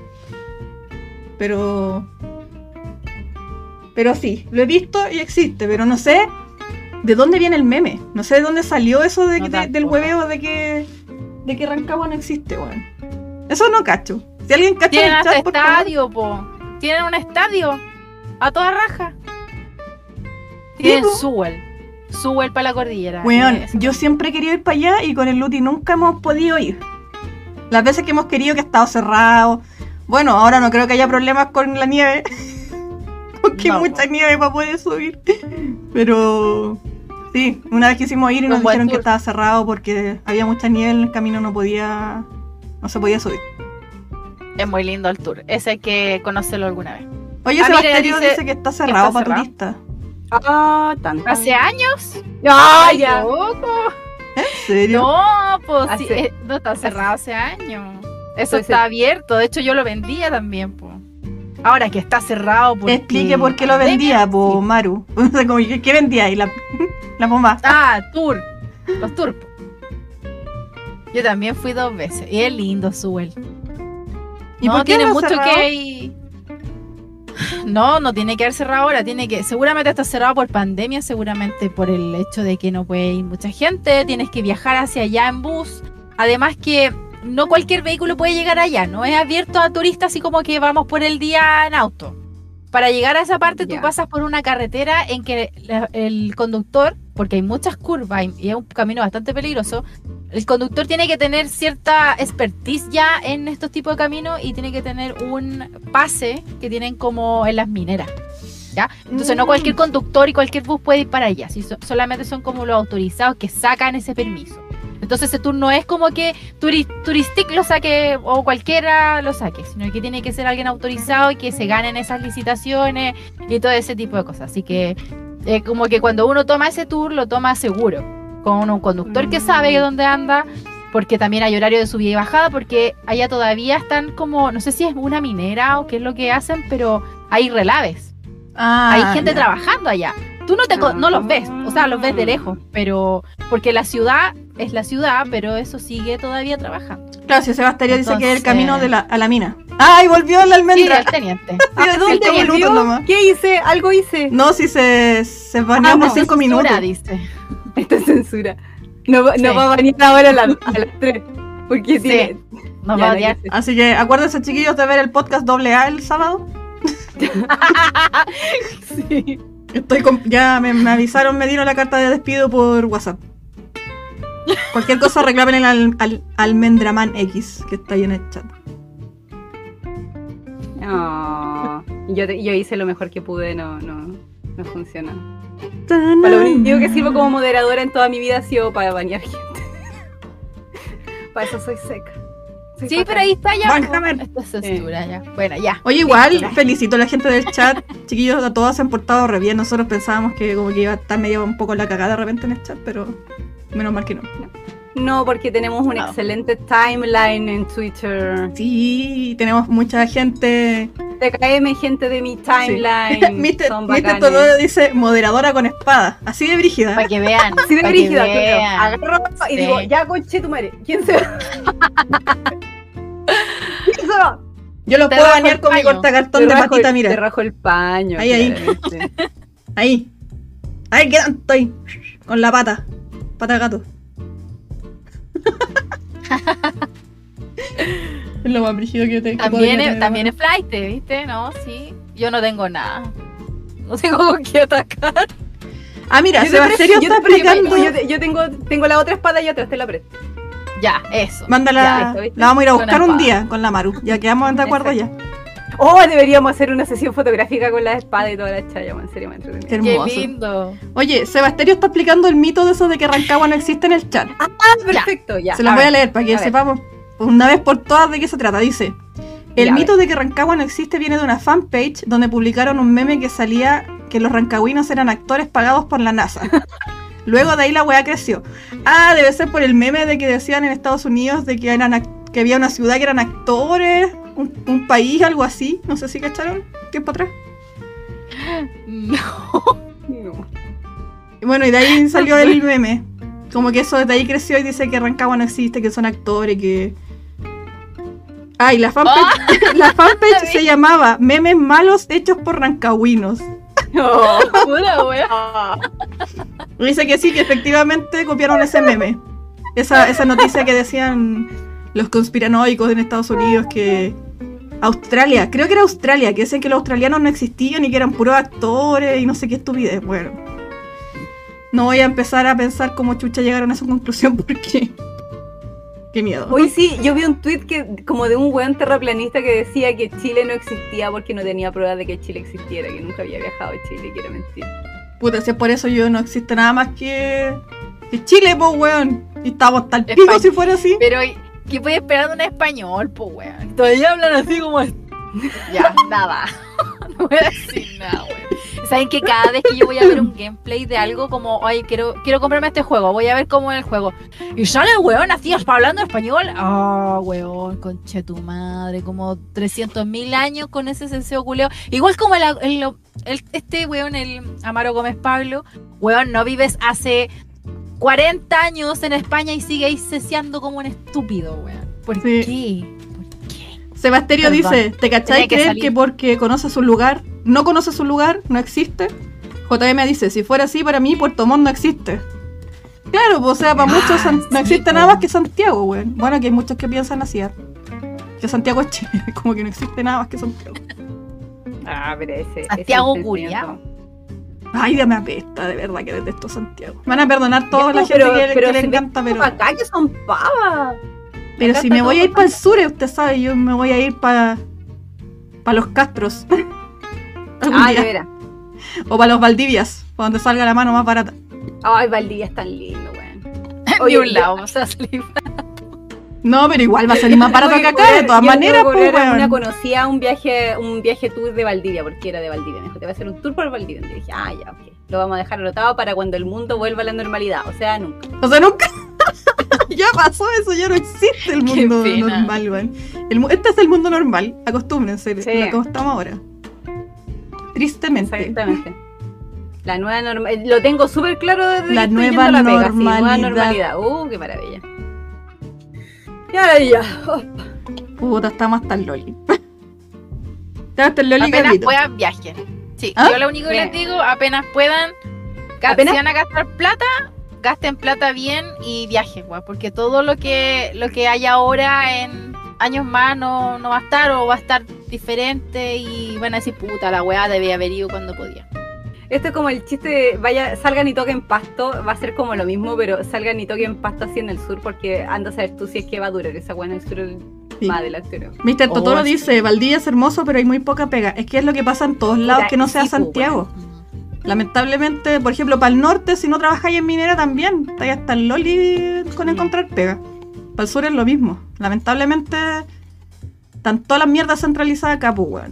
Pero. Pero sí, lo he visto y existe, pero no sé de dónde viene el meme. No sé de dónde salió eso de, No que- de- del tampoco. hueveo de que. de que Rancagua no existe, weón. Eso no cacho. Si alguien cacha Tienen el hasta chat, por favor. estadio, po. Tienen un estadio. A toda raja. Tienen po. Sewell. Sewell para la cordillera. Weón, Eso. yo siempre he querido ir para allá y con el Luti nunca hemos podido ir. Las veces que hemos querido que ha estado cerrado. Bueno, ahora no creo que haya problemas con la nieve. Porque hay No, mucha po. nieve para poder subir. Pero sí, una vez quisimos ir y nos Un buen dijeron que tour. estaba cerrado porque había mucha nieve en el camino, no podía. No se podía subir. Es muy lindo el tour. Ese hay que conocerlo alguna vez. Oye, Ah, mira, Sebastián dice, dice que está cerrado está para cerrado. turistas. Ah, tan, tan. ¿Hace años? ¡Ah, ya! loco. ¿En serio? No, pues sí, Hace- eh, no está cerrado hace años. Eso Entonces- está abierto. De hecho, yo lo vendía también, pues. Ahora que está cerrado, porque... Explique por qué lo vendía, po, Maru. O sea, como, ¿qué qué vendía ahí? La, la bomba. Ah, tour. Los tours. po. Yo también fui dos veces. Y es lindo, Sewell. ¿Y no por qué tiene lo mucho cerrado? que ir. No, no tiene que haber cerrado ahora, tiene que, seguramente está cerrado por pandemia, seguramente por el hecho de que no puede ir mucha gente, tienes que viajar hacia allá en bus, además que no cualquier vehículo puede llegar allá, no es abierto a turistas así como que vamos por el día en auto. Para llegar a esa parte Ya. tú pasas por una carretera en que la- el conductor, porque hay muchas curvas y- y es un camino bastante peligroso, el conductor tiene que tener cierta expertise ya en estos tipos de caminos y tiene que tener un pase que tienen como en las mineras. ¿Ya? Entonces no Mm. cualquier conductor y cualquier bus puede ir para allá, si so- solamente son como los autorizados que sacan ese permiso. Entonces ese tour no es como que Turi- Turistic lo saque o cualquiera lo saque, sino que tiene que ser alguien autorizado y que se ganen esas licitaciones y todo ese tipo de cosas. Así que eh, como que cuando uno toma ese tour lo toma seguro, con un conductor que sabe Mm. dónde anda, porque también hay horario de subida y bajada, porque allá todavía están como, no sé si es una minera o qué es lo que hacen, pero hay relaves. Ah, Hay gente ya. trabajando allá. Tú no, te, co- no los ves, o sea, los ves de lejos, pero porque la ciudad es la ciudad, pero eso sigue todavía trabajando. Claro, si Sebastián dice que es el Entonces- camino de la, a la mina. ¡Ay, volvió la Sí, almendra! el teniente. Sí, de ¿Dónde cinco minutos volvió? nomás. ¿Qué hice? Algo hice. No, si se, se baneó Ah, por no, cinco Censura, minutos. dice. Esta es censura. No, va- no Sí. va a venir ahora a, la- a las tres. Porque Sí. tiene. Nos Ya, va a no hay odiar. que hacer. Así que acuérdense, chiquillos, de ver el podcast doble A el sábado. Sí. Estoy con- ya me, me avisaron, me dieron la carta de despido por WhatsApp. Cualquier cosa reclamen al, al Almendraman X, que está ahí en el chat. No. Yo, te- yo hice lo mejor que pude, no, no, no funciona. Para lo único que sirvo como moderadora en toda mi vida ha sido para bañar gente. Para eso soy seca. Soy Sí, fatal. pero ahí está ya. Bájame. Esto es censura, ya. Bueno, ya. Oye, igual, Listo. felicito a la gente del chat. Chiquillos, a todos se han portado re bien. Nosotros pensábamos que como que iba a estar medio un poco la cagada de repente en el chat, pero menos mal que no. No, porque tenemos un No. excelente timeline en Twitter. Sí, tenemos mucha gente. T K M, gente de mi timeline. Mister Son Mister bacanes. Totoro dice moderadora con espada. Así de brígida. Para que vean. Así de pa' que brígida, claro. vean. Agarro y Sí. digo, ya conche tu madre. ¿Quién se va? ¿Quién se va? Yo lo Te puedo rajo bañar el con mi paño. cortacartón Te de rajo patita, el- Te mira. rajo el paño. Ahí, ahí. claramente. Ahí. Ahí, ¿qué tanto ahí? Con la pata. Pata de gato. Es lo más brígido que te que También, podría es, tener, también ¿no? es flight, ¿viste? No, sí. Yo no tengo nada. No tengo con qué atacar. Ah, mira, Yo te Sebasterio presto- yo está te presto- explicando. Yo, te- yo tengo, tengo la otra espada y atrás te la presto. Ya, eso. Mándala, Ya, listo, ¿viste? la vamos a ir a Con buscar un espada. día con la Maru. Ya quedamos de acuerdo ya. Oh, deberíamos hacer una sesión fotográfica con la espada y toda la chaya, man. En serio, me entretenido. Qué Qué hermoso. lindo. Oye, Sebasterio está explicando el mito de eso de que Rancagua no existe en el chat. Ah, perfecto, ya. Se los voy a leer para que a ver. sepamos una vez por todas de qué se trata. Dice: el Ya, a mito de que Rancagua no existe viene de una fanpage donde publicaron un meme que salía que los rancagüinos eran actores pagados por la NASA. Luego de ahí la weá creció. Ah, debe ser por el meme de que decían en Estados Unidos de que, eran ac- que había una ciudad que eran actores, un, un país, algo así. No sé si cacharon tiempo atrás. No. No. Y bueno, y de ahí salió el meme. Como que eso desde ahí creció y dice que Rancagua no existe, que son actores, que... Ah, y la fanpage, la fanpage se llamaba Memes malos hechos por rancagüinos. No. Pura wea. Dice que sí, que efectivamente copiaron ese meme. Esa, esa noticia que decían los conspiranoicos en Estados Unidos que... Australia, creo que era Australia, que decían que los australianos no existían y que eran puros actores y no sé qué estupidez. Bueno, no voy a empezar a pensar cómo chucha llegaron a esa conclusión porque... Qué miedo. Hoy sí, yo vi un tweet que, como de un weón terraplanista que decía que Chile no existía porque no tenía pruebas de que Chile existiera, que nunca había viajado a Chile, que era mentira. Puta, si es por eso yo no existe nada más que... que Chile, po, weón. Y estamos tal pico España. si fuera así. Pero, ¿qué voy a esperar de un español, po, weón? Todavía hablan así como... Ya, nada. No voy a decir nada, weón. Saben que cada vez que yo voy a ver un gameplay de algo como, ay, quiero, quiero comprarme este juego, voy a ver cómo es el juego. Y sale, weón, así, hablando español. Ah, weón, conche tu madre, como trescientos mil años con ese senseo culeo. Igual como el, el, el- este weón, el Amaro Gómez Pablo, weón, no vives hace cuarenta años en España y sigues ceseando como un estúpido, weón. ¿Por Sí. qué? Sebasterio Perdón. dice, ¿te cachai Tenía que creer salir. que porque conoces un lugar, no conoces un lugar, no existe? J M dice, si fuera así, para mí Puerto Montt no existe. Claro, pues, o sea, para Ah, muchos San- no sí, existe po. nada más que Santiago, weón. Bueno, que hay muchos que piensan así, ¿eh? Que Santiago es Chile, como que no existe nada más que Santiago. Ah, pero ese... Santiago ese culiao. Ay, ya me apesta, de verdad que detesto Santiago. Me van a perdonar toda Ya, la pues, gente pero- que, pero que le se ve encanta, pero... Acá que son pavas. Pero Acá si está me voy todo a ir para el sur, usted sabe, yo me voy a ir para para los Castros. Algún Ah, día. de veras. O para los Valdivias, para donde salga la mano más barata. Ay, Valdivia es tan lindo, weón. De Oye, un yo- lado, vamos a salir. No, pero igual va a salir más barato Tengo que que acá, de cobrar- todas yo maneras, tengo que pues, cobrar a una weón. conocida un viaje, un viaje tour de Valdivia, porque era de Valdivia. Me dijo, te va a hacer un tour por Valdivia. Y dije, ah, ya, ok. Lo vamos a dejar anotado para cuando el mundo vuelva a la normalidad. O sea, nunca. O sea, nunca. Ya pasó eso, ya no existe el Qué mundo pena. normal, weón. El mu- Este es el mundo normal, acostúmbrense, Sí. lo que estamos ahora. Tristemente. Exactamente. La nueva normalidad. Lo tengo súper claro desde La que estoy nueva yendo a la pega, sí, nueva normalidad. normalidad. Uh, qué maravilla. Ya, ya. Oh, Puta, estamos hasta el loli. Ya hasta el loli Apenas Carlito. puedan, viajen. Sí, ¿Ah? yo lo único que Bien. les digo, apenas puedan, ga- Apenas- si van a gastar plata, gasten plata bien y viajen, weón, porque todo lo que lo que hay ahora en años más no, no va a estar o va a estar diferente y van a decir, puta, la weá debía haber ido cuando podía. Esto es como el chiste de vaya, salgan y toquen pasto, va a ser como lo mismo, pero salgan y toquen pasto así en el sur, porque anda a saber tú si es que va a durar esa weá en el sur el Sí. más delante, creo. mister Oh, Totoro sí. dice, Valdivia es hermoso, pero hay muy poca pega. Es que es lo que pasa en todos lados, Puta, que no sí, sea pues, Santiago. Lamentablemente, por ejemplo, para el norte, si no trabajáis en minera también, estáis hasta el loli con Mm. encontrar pega. Para el sur es lo mismo. Lamentablemente, están todas las mierdas centralizadas acá, pues, weón.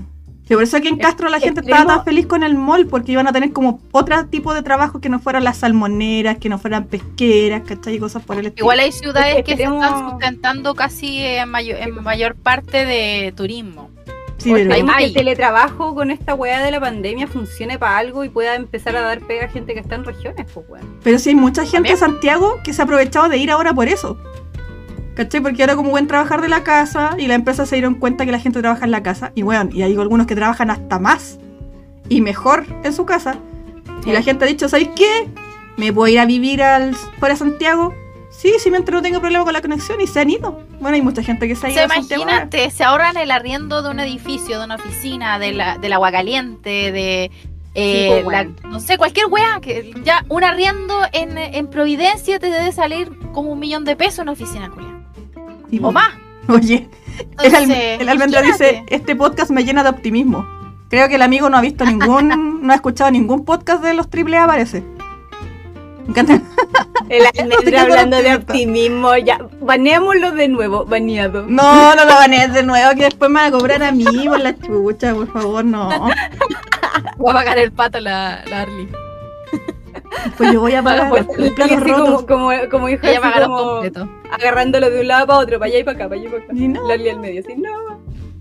Sí, por eso aquí en Castro la gente estaba tan feliz con el mall, porque iban a tener como otro tipo de trabajo que no fueran las salmoneras, que no fueran pesqueras, ¿cachai? Y cosas por el estilo. Igual hay ciudades que Esperemos... se están sustentando casi en mayor, en mayor parte de turismo. Sí, pero... Hay que el teletrabajo con esta weá de la pandemia funcione para algo y pueda empezar a dar pega a gente que está en regiones, pues weón. Pero sí hay mucha gente de Santiago que se ha aprovechado de ir ahora por eso. ¿Cachai? Porque ahora como pueden trabajar de la casa y la empresa se dieron cuenta que la gente trabaja en la casa. Y bueno, y hay algunos que trabajan hasta más y mejor en su casa. Sí. Y la gente ha dicho, ¿sabes qué? ¿Me puedo ir a vivir al fuera de Santiago? Sí, sí, mientras no tengo problema con la conexión, y se han ido. Bueno, hay mucha gente que se ha ido. O sea, imagínate, ahora. Se ahorran el arriendo de un edificio, de una oficina, de la, del agua caliente, de... Eh, sí, pues, bueno. la, no sé, cualquier weá, que ya un arriendo en, en Providencia te debe salir como un millón de pesos en oficina, Julián. Sí, o más. Oye, Entonces, el, al, el Almendra dice, este podcast me llena de optimismo. Creo que el amigo no ha visto ningún, no ha escuchado ningún podcast de los triple A, parece. Me encanta. El Almendra hablando de optimismo, ya, baneémoslo de nuevo, baneado. No, no lo banees de nuevo, que después me van a cobrar a mí por la chucha, por favor, no. Voy a pagar el pato la, la Arly. Pues yo voy a pagar pues, el plato roto. Como, como, como hijo ella paga como completo. Agarrándolo de un lado para otro, para allá y para acá, para allá y para acá. ¿Y no? La Arly al medio, así, no.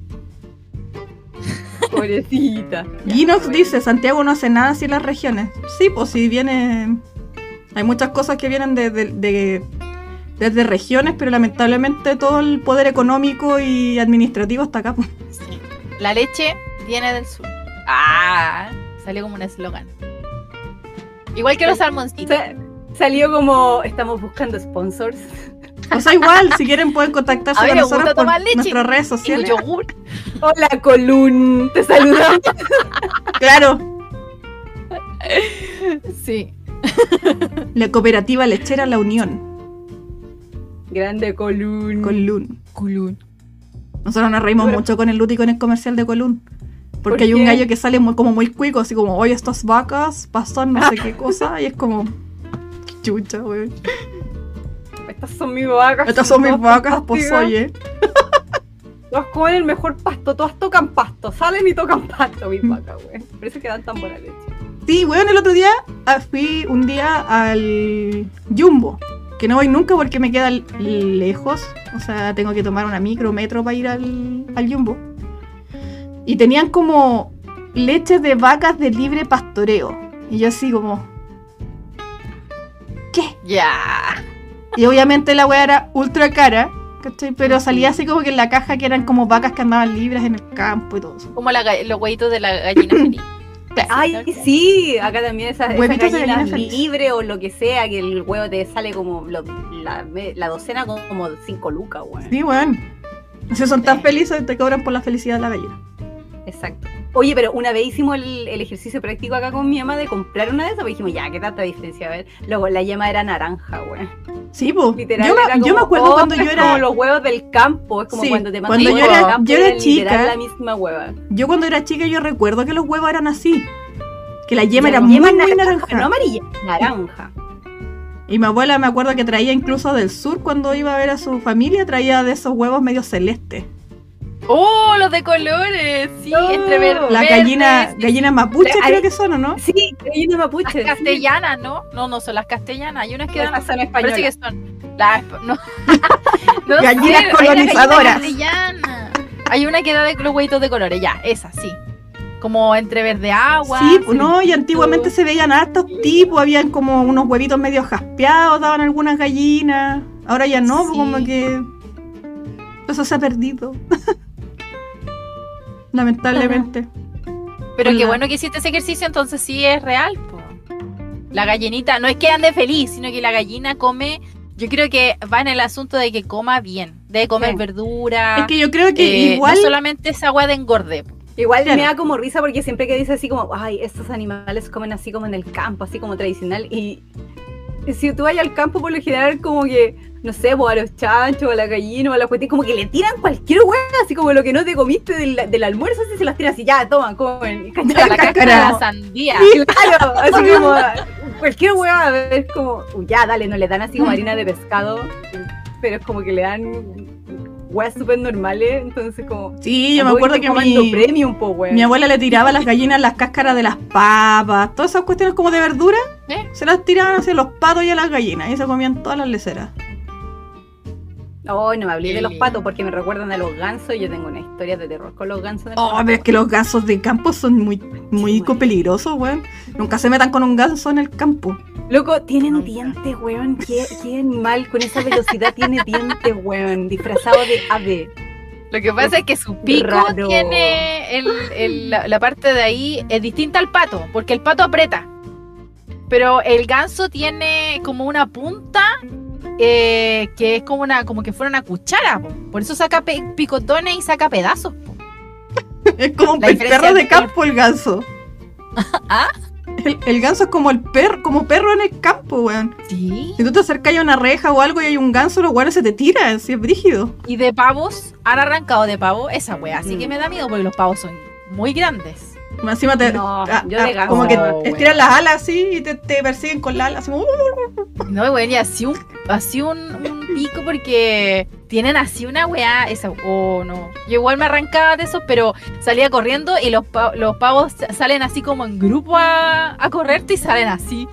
Pobrecita. Ginox dice, Santiago no hace nada sin las regiones. Sí, pues si viene... Hay muchas cosas que vienen de, de, de, desde regiones, pero lamentablemente todo el poder económico y administrativo está acá. Sí. La leche viene del sur. Ah, salió como un eslogan. Igual que los salmoncitos. Salió como, estamos buscando sponsors. O sea, igual, si quieren pueden contactarse ver, con nosotros por leche, nuestras redes sociales. Yogur. Hola, Colún, te saludamos. Claro. Sí. La cooperativa lechera La Unión. Grande Colún. Colún. Colún. Nosotros nos reímos Pero... mucho con el Luti con el comercial de Colún. Porque ¿Por hay qué? un gallo que sale muy, como muy cuico, así como, oye, estas vacas pasan no sé qué cosa, y es como, qué chucha, güey. Estas son mis vacas. Estas son mis vacas, pues oye. Todas comen el mejor pasto, todas tocan pasto, salen y tocan pasto mis vacas, güey. Por eso que dan tan buena leche. Sí, weón, el otro día fui un día al Jumbo, que no voy nunca porque me queda lejos, o sea, tengo que tomar una micro, metro para ir al, al Jumbo. Y tenían como leche de vacas de libre pastoreo. Y yo así como... ¿Qué? Ya. Yeah. Y obviamente la weá era ultra cara, ¿cachai? Pero salía así como que en la caja que eran como vacas que andaban libres en el campo y todo eso. Como la, los huevitos de la gallina feliz. Ay, sí, acá también esas, esas Huevitos de gallinas gallina libre o lo que sea, que el huevo te sale como lo, la, la docena como, como cinco lucas, weón. Sí, weón. Si son tan felices, te cobran por la felicidad de la gallina. Exacto. Oye, pero una vez hicimos el, el ejercicio práctico acá con mi mamá de comprar una de esas, pues dijimos, ya, ¿qué tanta diferencia? A ver, luego la yema era naranja, güey. Sí, pues. Literal, yo, era me, como, yo me acuerdo oh, cuando yo era... como los huevos del campo, es como sí, cuando te mandan cuando yo huevos era, del campo, yo era era chica, la misma hueva. Yo cuando era chica yo recuerdo que los huevos eran así. Que la yema ya, era la muy, yema muy naranja. naranja. No amarilla, naranja. Y mi abuela me acuerdo que traía incluso del sur, cuando iba a ver a su familia, traía de esos huevos medio celestes. ¡Oh, los de colores! Sí, oh, entre verde. La gallina, sí, gallina mapuche la, creo que son, ¿o no? Sí, gallina mapuche. Las castellanas, ¿no? No, no son las castellanas. Hay unas que dan... son españolas. Parece que son... Las, no. no gallinas sé, colonizadoras. Hay una, hay una que da de los huevitos de colores, ya, esa, sí. Como entre verde agua. Sí, pues no, y antiguamente se veían hartos tipos, habían como unos huevitos medio jaspeados, daban algunas gallinas. Ahora ya no, sí. Como que eso se ha perdido. Lamentablemente. Pero Hola. qué bueno que hiciste ese ejercicio, entonces sí es real, po. La gallinita, no es que ande feliz, sino que la gallina come, yo creo que va en el asunto de que coma bien, de comer sí. verdura. Es que yo creo que eh, igual... No solamente esa agua de engorde, po. Igual claro. Me da como risa porque siempre que dice así como, ay, estos animales comen así como en el campo, así como tradicional, y si tú vas al campo por lo general como que, no sé, pues a los chanchos, a la gallina, o a la cuestión, como que le tiran cualquier hueá, así como lo que no te comiste del, del almuerzo, así se las tiran así, ya, toman, comen, y la, la cáscara de la sandía. Claro, así como, cualquier hueá, es como, uh, ya, dale, no le dan así como harina de pescado, pero es como que le dan weas súper normales, entonces como... Sí, yo me acuerdo que mi, premium, po, mi abuela le tiraba a las gallinas las cáscaras de las papas, todas esas cuestiones como de verdura, ¿Eh? se las tiraban hacia los patos y a las gallinas, y se comían todas las leceras. Oh, no me hablé de los patos porque me recuerdan a los gansos y yo tengo una historia de terror con los gansos. Oh, pero es que los gansos de campo son muy, muy sí, peligrosos, weón. Nunca se metan con un ganso en el campo. Loco, tienen dientes, weón. ¿Qué, qué animal con esa velocidad tiene dientes, weón? Disfrazado de ave. Lo que pasa es, es que su pico raro. tiene el, el, la, la parte de ahí es distinta al pato, porque el pato aprieta. Pero el ganso tiene como una punta eh, que es como una como que fuera una cuchara, po. Por eso saca pe- picotones y saca pedazos. Po. Es como un perro de campo el ganso. ¿Ah? El, el ganso es como el perro, como perro en el campo, weón. Sí. Si tú te acercas a una reja o algo y hay un ganso, los weones se te tiran, si es brígido. Y de pavos, han arrancado de pavo esa wea, así mm. que me da miedo porque los pavos son muy grandes. Encima te, no, a, yo de a, como no, que bueno. estiran las alas así y te, te persiguen con las alas así como... No, güey, y así un, así un, un pico porque tienen así una weá, esa, oh no. Yo igual me arrancaba de eso, pero salía corriendo y los, pa- los pavos salen así como en grupo a, a correrte y salen así.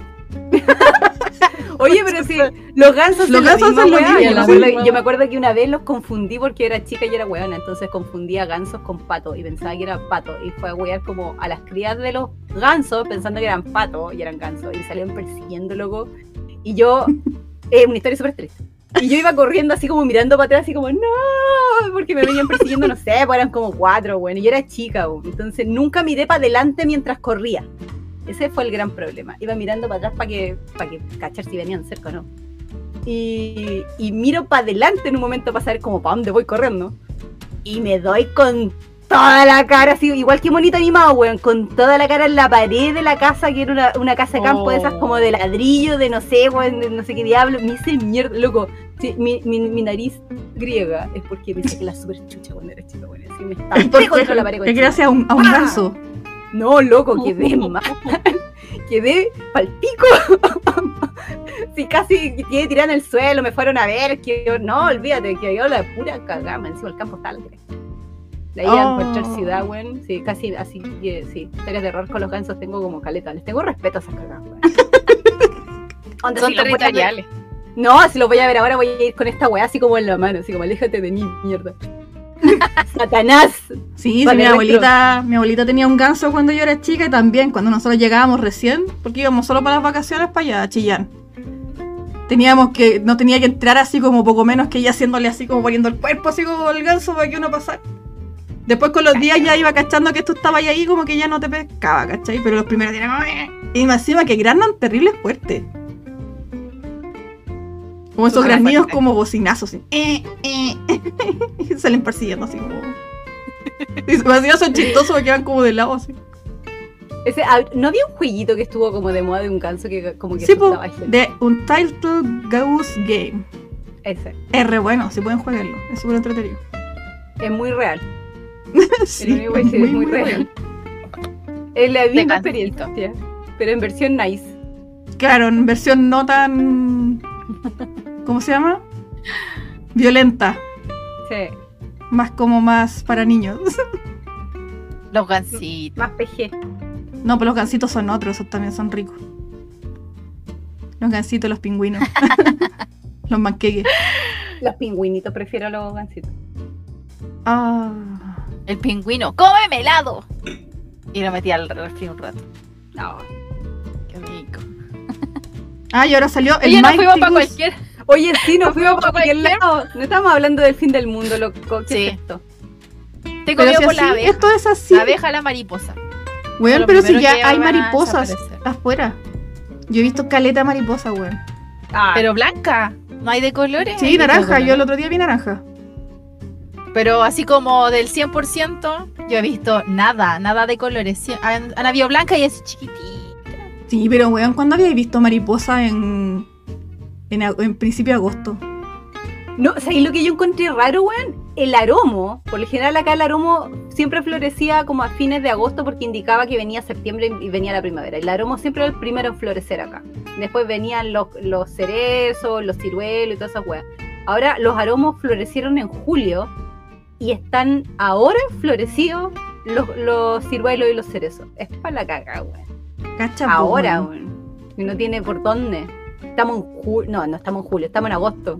Oye, pero sí, los gansos los gansos son lo mismo. Yo, sí. yo me acuerdo que una vez los confundí porque era chica y era weona, entonces confundía gansos con patos y pensaba que era pato y fue a wear como a las crías de los gansos pensando que eran patos y eran gansos y salieron persiguiendo, loco. Y yo, es eh, una historia súper triste. Y yo iba corriendo así como mirando para atrás, así como, no, porque me venían persiguiendo, no sé, pues eran como cuatro, bueno, y yo era chica, bueno. Entonces nunca miré para adelante mientras corría. Ese fue el gran problema. Iba mirando para atrás para que, para que cachar si venían cerca o no. Y, y miro para adelante en un momento para saber como para dónde voy corriendo. Y me doy con toda la cara, así, igual que monito animado, weón, con toda la cara en la pared de la casa, que era una, una casa de campo oh. de esas como de ladrillo, de no sé, weón, de no sé qué diablo. Me hice mierda, loco. Sí, mi, mi, mi nariz griega es porque me saqué la super chucha cuando era chica, weón. Así me estampé contra la pared. Es gracias a un, a un ¡Ah! ganso. No, loco, quedé mal. Quedé pal pico. Sí, casi quedé tirada en el suelo, me fueron a ver. Que yo, no, olvídate, que yo la pura cagama. Encima el campo está alegre. La idea oh. de encontrar ciudad, weón. Sí, casi así, sí. Historias de error con los gansos tengo como caleta. Les tengo respeto a esas cagadas, weón. Son si territoriales. No, si los voy a ver ahora voy a ir con esta weá así como en la mano, así como aléjate de mí, mierda. Satanás. Sí, sí mi abuelita, mi abuelita tenía un ganso cuando yo era chica y también cuando nosotros llegábamos recién, porque íbamos solo para las vacaciones para allá, a Chillán. Teníamos que, no tenía que entrar así como poco menos que ella haciéndole así como poniendo el cuerpo así como el ganso para que uno pasara. Después con los días ya iba cachando que tú estabas ahí como que ya no te pescaba, ¿cachai? Pero los primeros días como... Y más encima que granan terribles fuertes. Como esos granidos como bocinazos, así. Eh, eh. Y salen persiguiendo así como... Y encima son chistosos porque van como de lado así. Ese, ¿no había un jueguito que estuvo como de moda de un ganso que como que sí, po, de Untitled Goose Game. Ese. Es re bueno, si pueden jugarlo, es súper entretenido. Es muy real. Sí, es muy, muy, muy real. real. Es la misma experiencia, pero en versión nice. Claro, en versión no tan... ¿Cómo se llama? Violenta. Sí. Más como más para niños. Los gansitos. Más P G. No, pero los gansitos son otros, esos también son ricos. Los gansitos, los pingüinos. Los manqueques. Los pingüinitos, prefiero los gansitos. Ah. El pingüino, ¡cómeme helado! Y lo metí al refri un rato. No. Qué rico. Ah, y ahora salió el Oye, Mighty nos fuimos para Goose. cualquier... Oye, sí, nos fuimos para cualquier lado. No estamos hablando del fin del mundo, loco. ¿Qué sí. es esto? Te comió si por así, la abeja. Esto es así. La abeja, la mariposa. Weón, pero si ya hay mariposas afuera. Yo he visto caleta de mariposa, weón. Ah. Pero blanca, no hay de colores. Sí, naranja, yo el otro día vi naranja. Pero así como del cien por ciento, yo he visto nada, nada de colores. Han, han habido blanca y es chiquitita. Sí, pero weón, ¿cuándo habíais visto mariposa en, en, en principio de agosto? No, ¿sabes lo que yo encontré raro, weón? El aromo. Por lo general acá el aromo siempre florecía como a fines de agosto porque indicaba que venía septiembre y venía la primavera. El aromo siempre era el primero en florecer acá. Después venían los, los cerezos, los ciruelos y todas esas weas. Ahora los aromos florecieron en julio y están ahora florecidos los, los ciruelos y los cerezos. Es para la caga, weón. Cacha, Ahora, po, weón. Y no tiene por dónde. Estamos en julio. No, no estamos en julio, estamos en agosto.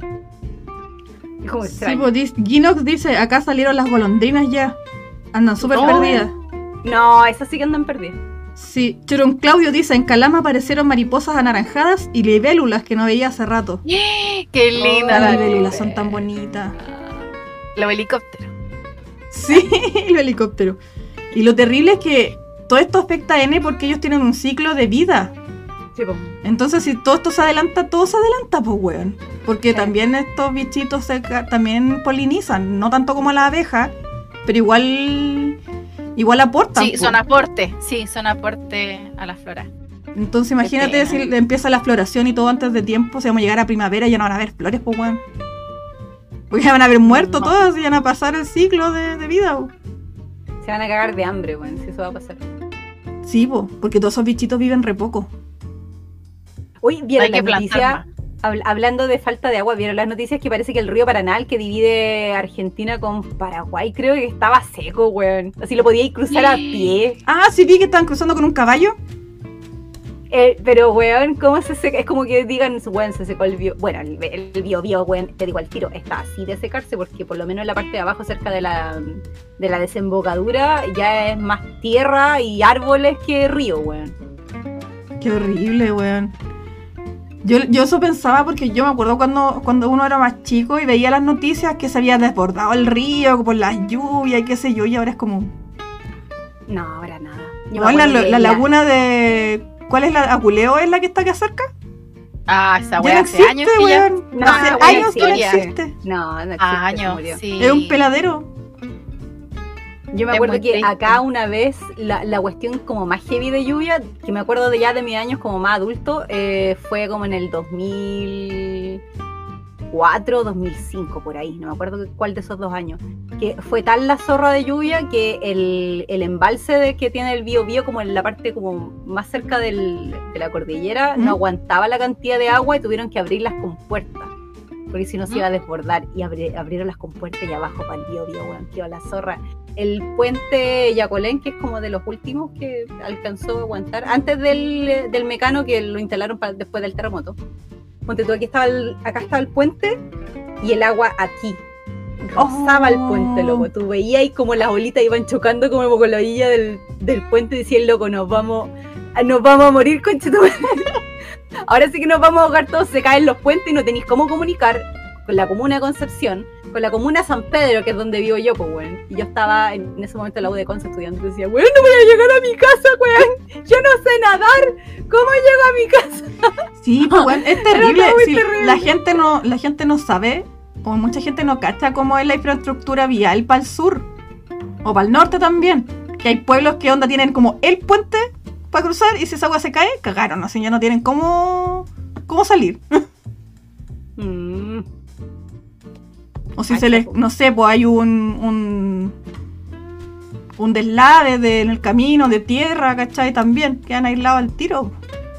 Es como Sí, extraño. pues dis- Ginox dice, acá salieron las golondrinas ya. Andan súper Oh. perdidas. No, esas sí que andan perdidas. Sí, Churón Claudio dice, en Calama aparecieron mariposas anaranjadas y libélulas que no veía hace rato. Qué linda Las la libélulas son tan bonitas. Los helicópteros. Sí, el helicóptero. Y lo terrible es que todo esto afecta a N porque ellos tienen un ciclo de vida. Sí, pues. Entonces, si todo esto se adelanta, todo se adelanta, pues, weón. Porque Sí. también estos bichitos se, ca- también polinizan, no tanto como las abejas, pero igual igual aportan. Sí, po. son aporte. Sí, son aporte a la flora. Entonces, imagínate Qué si pena. empieza la floración y todo antes de tiempo, si vamos a llegar a primavera y ya no van a haber flores, pues, weón. Porque ya van a haber muerto No. todas y ya van a pasar el ciclo de, de vida, po. Se van a cagar de hambre, weón, si eso va a pasar. Sí, po, porque todos esos bichitos viven re poco. Hoy vieron Hay que las plantar noticias, más. habl- hablando de falta de agua, vieron las noticias que parece que el río Paraná, el que divide Argentina con Paraguay, creo que estaba seco, weón. Así lo podíais cruzar a pie. Ah, sí vi que estaban cruzando con un caballo. Eh, pero, weón, ¿cómo se seca? Es como que digan, weón, se secó el bio. Bueno, el, el bio, bio, weón, te digo al tiro, está así de secarse porque por lo menos en la parte de abajo, cerca de la, de la desembocadura, ya es más tierra y árboles que río, weón. Qué horrible, weón. Yo, yo eso pensaba porque yo me acuerdo cuando, cuando uno era más chico y veía las noticias que se había desbordado el río por las lluvias y qué sé yo, y ahora es como... No, ahora nada. Yo me Igual la, acuerdo que la la- laguna de... ¿Cuál es la? ¿Aculeo es la que está acá cerca? Ah, esa Ya wea no hace existe, años que ya. weón. No, Hace esa wea años que no historia. existe. No, no existe, Ah, se años, murió. sí. Es un peladero. Yo me Es acuerdo muy que triste. acá una vez la, la cuestión como más heavy de lluvia, que me acuerdo de ya de mis años como más adulto, eh, fue como en el dos mil cuatro, dos mil cinco, por ahí, no me acuerdo cuál de esos dos años, que fue tal la zorra de lluvia que el, el embalse de, que tiene el Biobío como en la parte como más cerca del, de la cordillera, ¿Mm? no aguantaba la cantidad de agua y tuvieron que abrir las compuertas. Porque si no se ¿Mm? iba a desbordar y abri- abrieron las compuertas y abajo para el Biobío, weón, que iba la zorra. El puente Yacolén, que es como de los últimos que alcanzó a aguantar, antes del, del Mecano que lo instalaron pa- después del terremoto. Ponte tú, aquí estaba el, acá estaba el puente y el agua aquí. Rozaba Oh. el puente, loco. Tú veías y como las bolitas iban chocando como con la orilla del, del puente y decía el loco, nos vamos, nos vamos a morir, conchetumare. Ahora sí que nos vamos a ahogar todos, se caen los puentes y no tenéis cómo comunicar con la comuna de Concepción, con la comuna San Pedro, que es donde vivo yo, pues, weón. Y yo estaba en, en ese momento en la U de Conce estudiando y decía, weón, no voy a llegar a mi casa, weón. Yo no sé nadar. ¿Cómo llego a mi casa? Sí, pues, weón, es terrible. Era muy Sí, terrible. La gente no, la gente no sabe, o mucha gente no cacha cómo es la infraestructura vial para el sur. O para el norte también. Que hay pueblos que onda tienen como el puente para cruzar y si esa agua se cae, cagaron, así ya no tienen cómo, cómo salir. Mm, O si Ay, se les, capo. no sé, pues hay un, un, un deslave de- en el camino de tierra, ¿cachai? También, quedan aislados al tiro.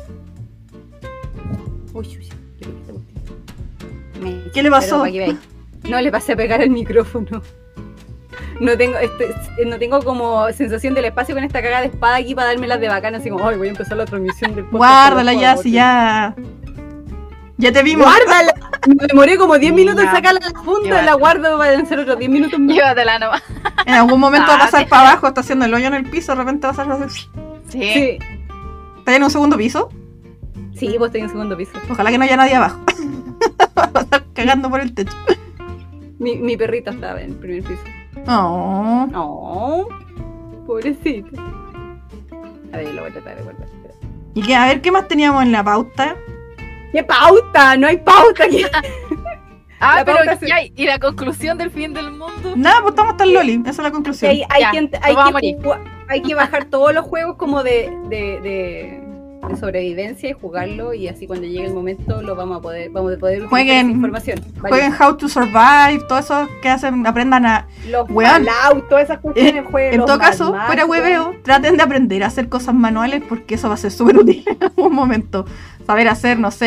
Uy, uy, ¿qué le pasa a usted? Me- ¿Qué le pasó? pero pa' que veáis. No le pasé a pegar el micrófono. No tengo, este, no tengo como sensación del espacio con esta caga de espada aquí para darme las de bacana, así como, ay, voy a empezar la transmisión del podcast. Guárdala por ya, favor". si ya... Ya te vimos. ¡Guárdala! Me demoré como diez minutos en Ya. sacarla de la funda, Llévala. la guardo para hacer otros diez minutos más. Llévatela nomás. En algún momento va a Ah, pasar deja- para abajo, está haciendo el hoyo en el piso, de repente va a pasar así. Sí. Sí, ¿Está en un segundo piso? sí, vos estoy en segundo piso. Ojalá que no haya nadie abajo. Va a estar cagando por el techo. Mi, mi perrita estaba en el primer piso. Oh. No, pobrecito. A ver, lo voy a tratar de guardar. espera. Y que, a ver, ¿qué más teníamos en la pauta? ¡Qué pauta! No hay pauta aquí. Ah, La pero pauta se- ya, ¿y la conclusión del fin del mundo? Nada, pues estamos tan loli, esa es la conclusión. Hay, hay Ya, que, nos hay, vamos a que, morir. ju- hay que bajar todos los juegos como de, de, de, de sobrevivencia y jugarlo y así cuando llegue el momento lo vamos a poder, vamos a poder utilizar Jueguen- esa información. Vale. Jueguen How to Survive, todo eso que hacen, aprendan a... Los Weón. Fallout, todas esas cuestiones, jueguen En los todo caso, Mad Max, fuera hueveo, traten de aprender a hacer cosas manuales porque eso va a ser súper útil en algún momento. Saber hacer, no sé,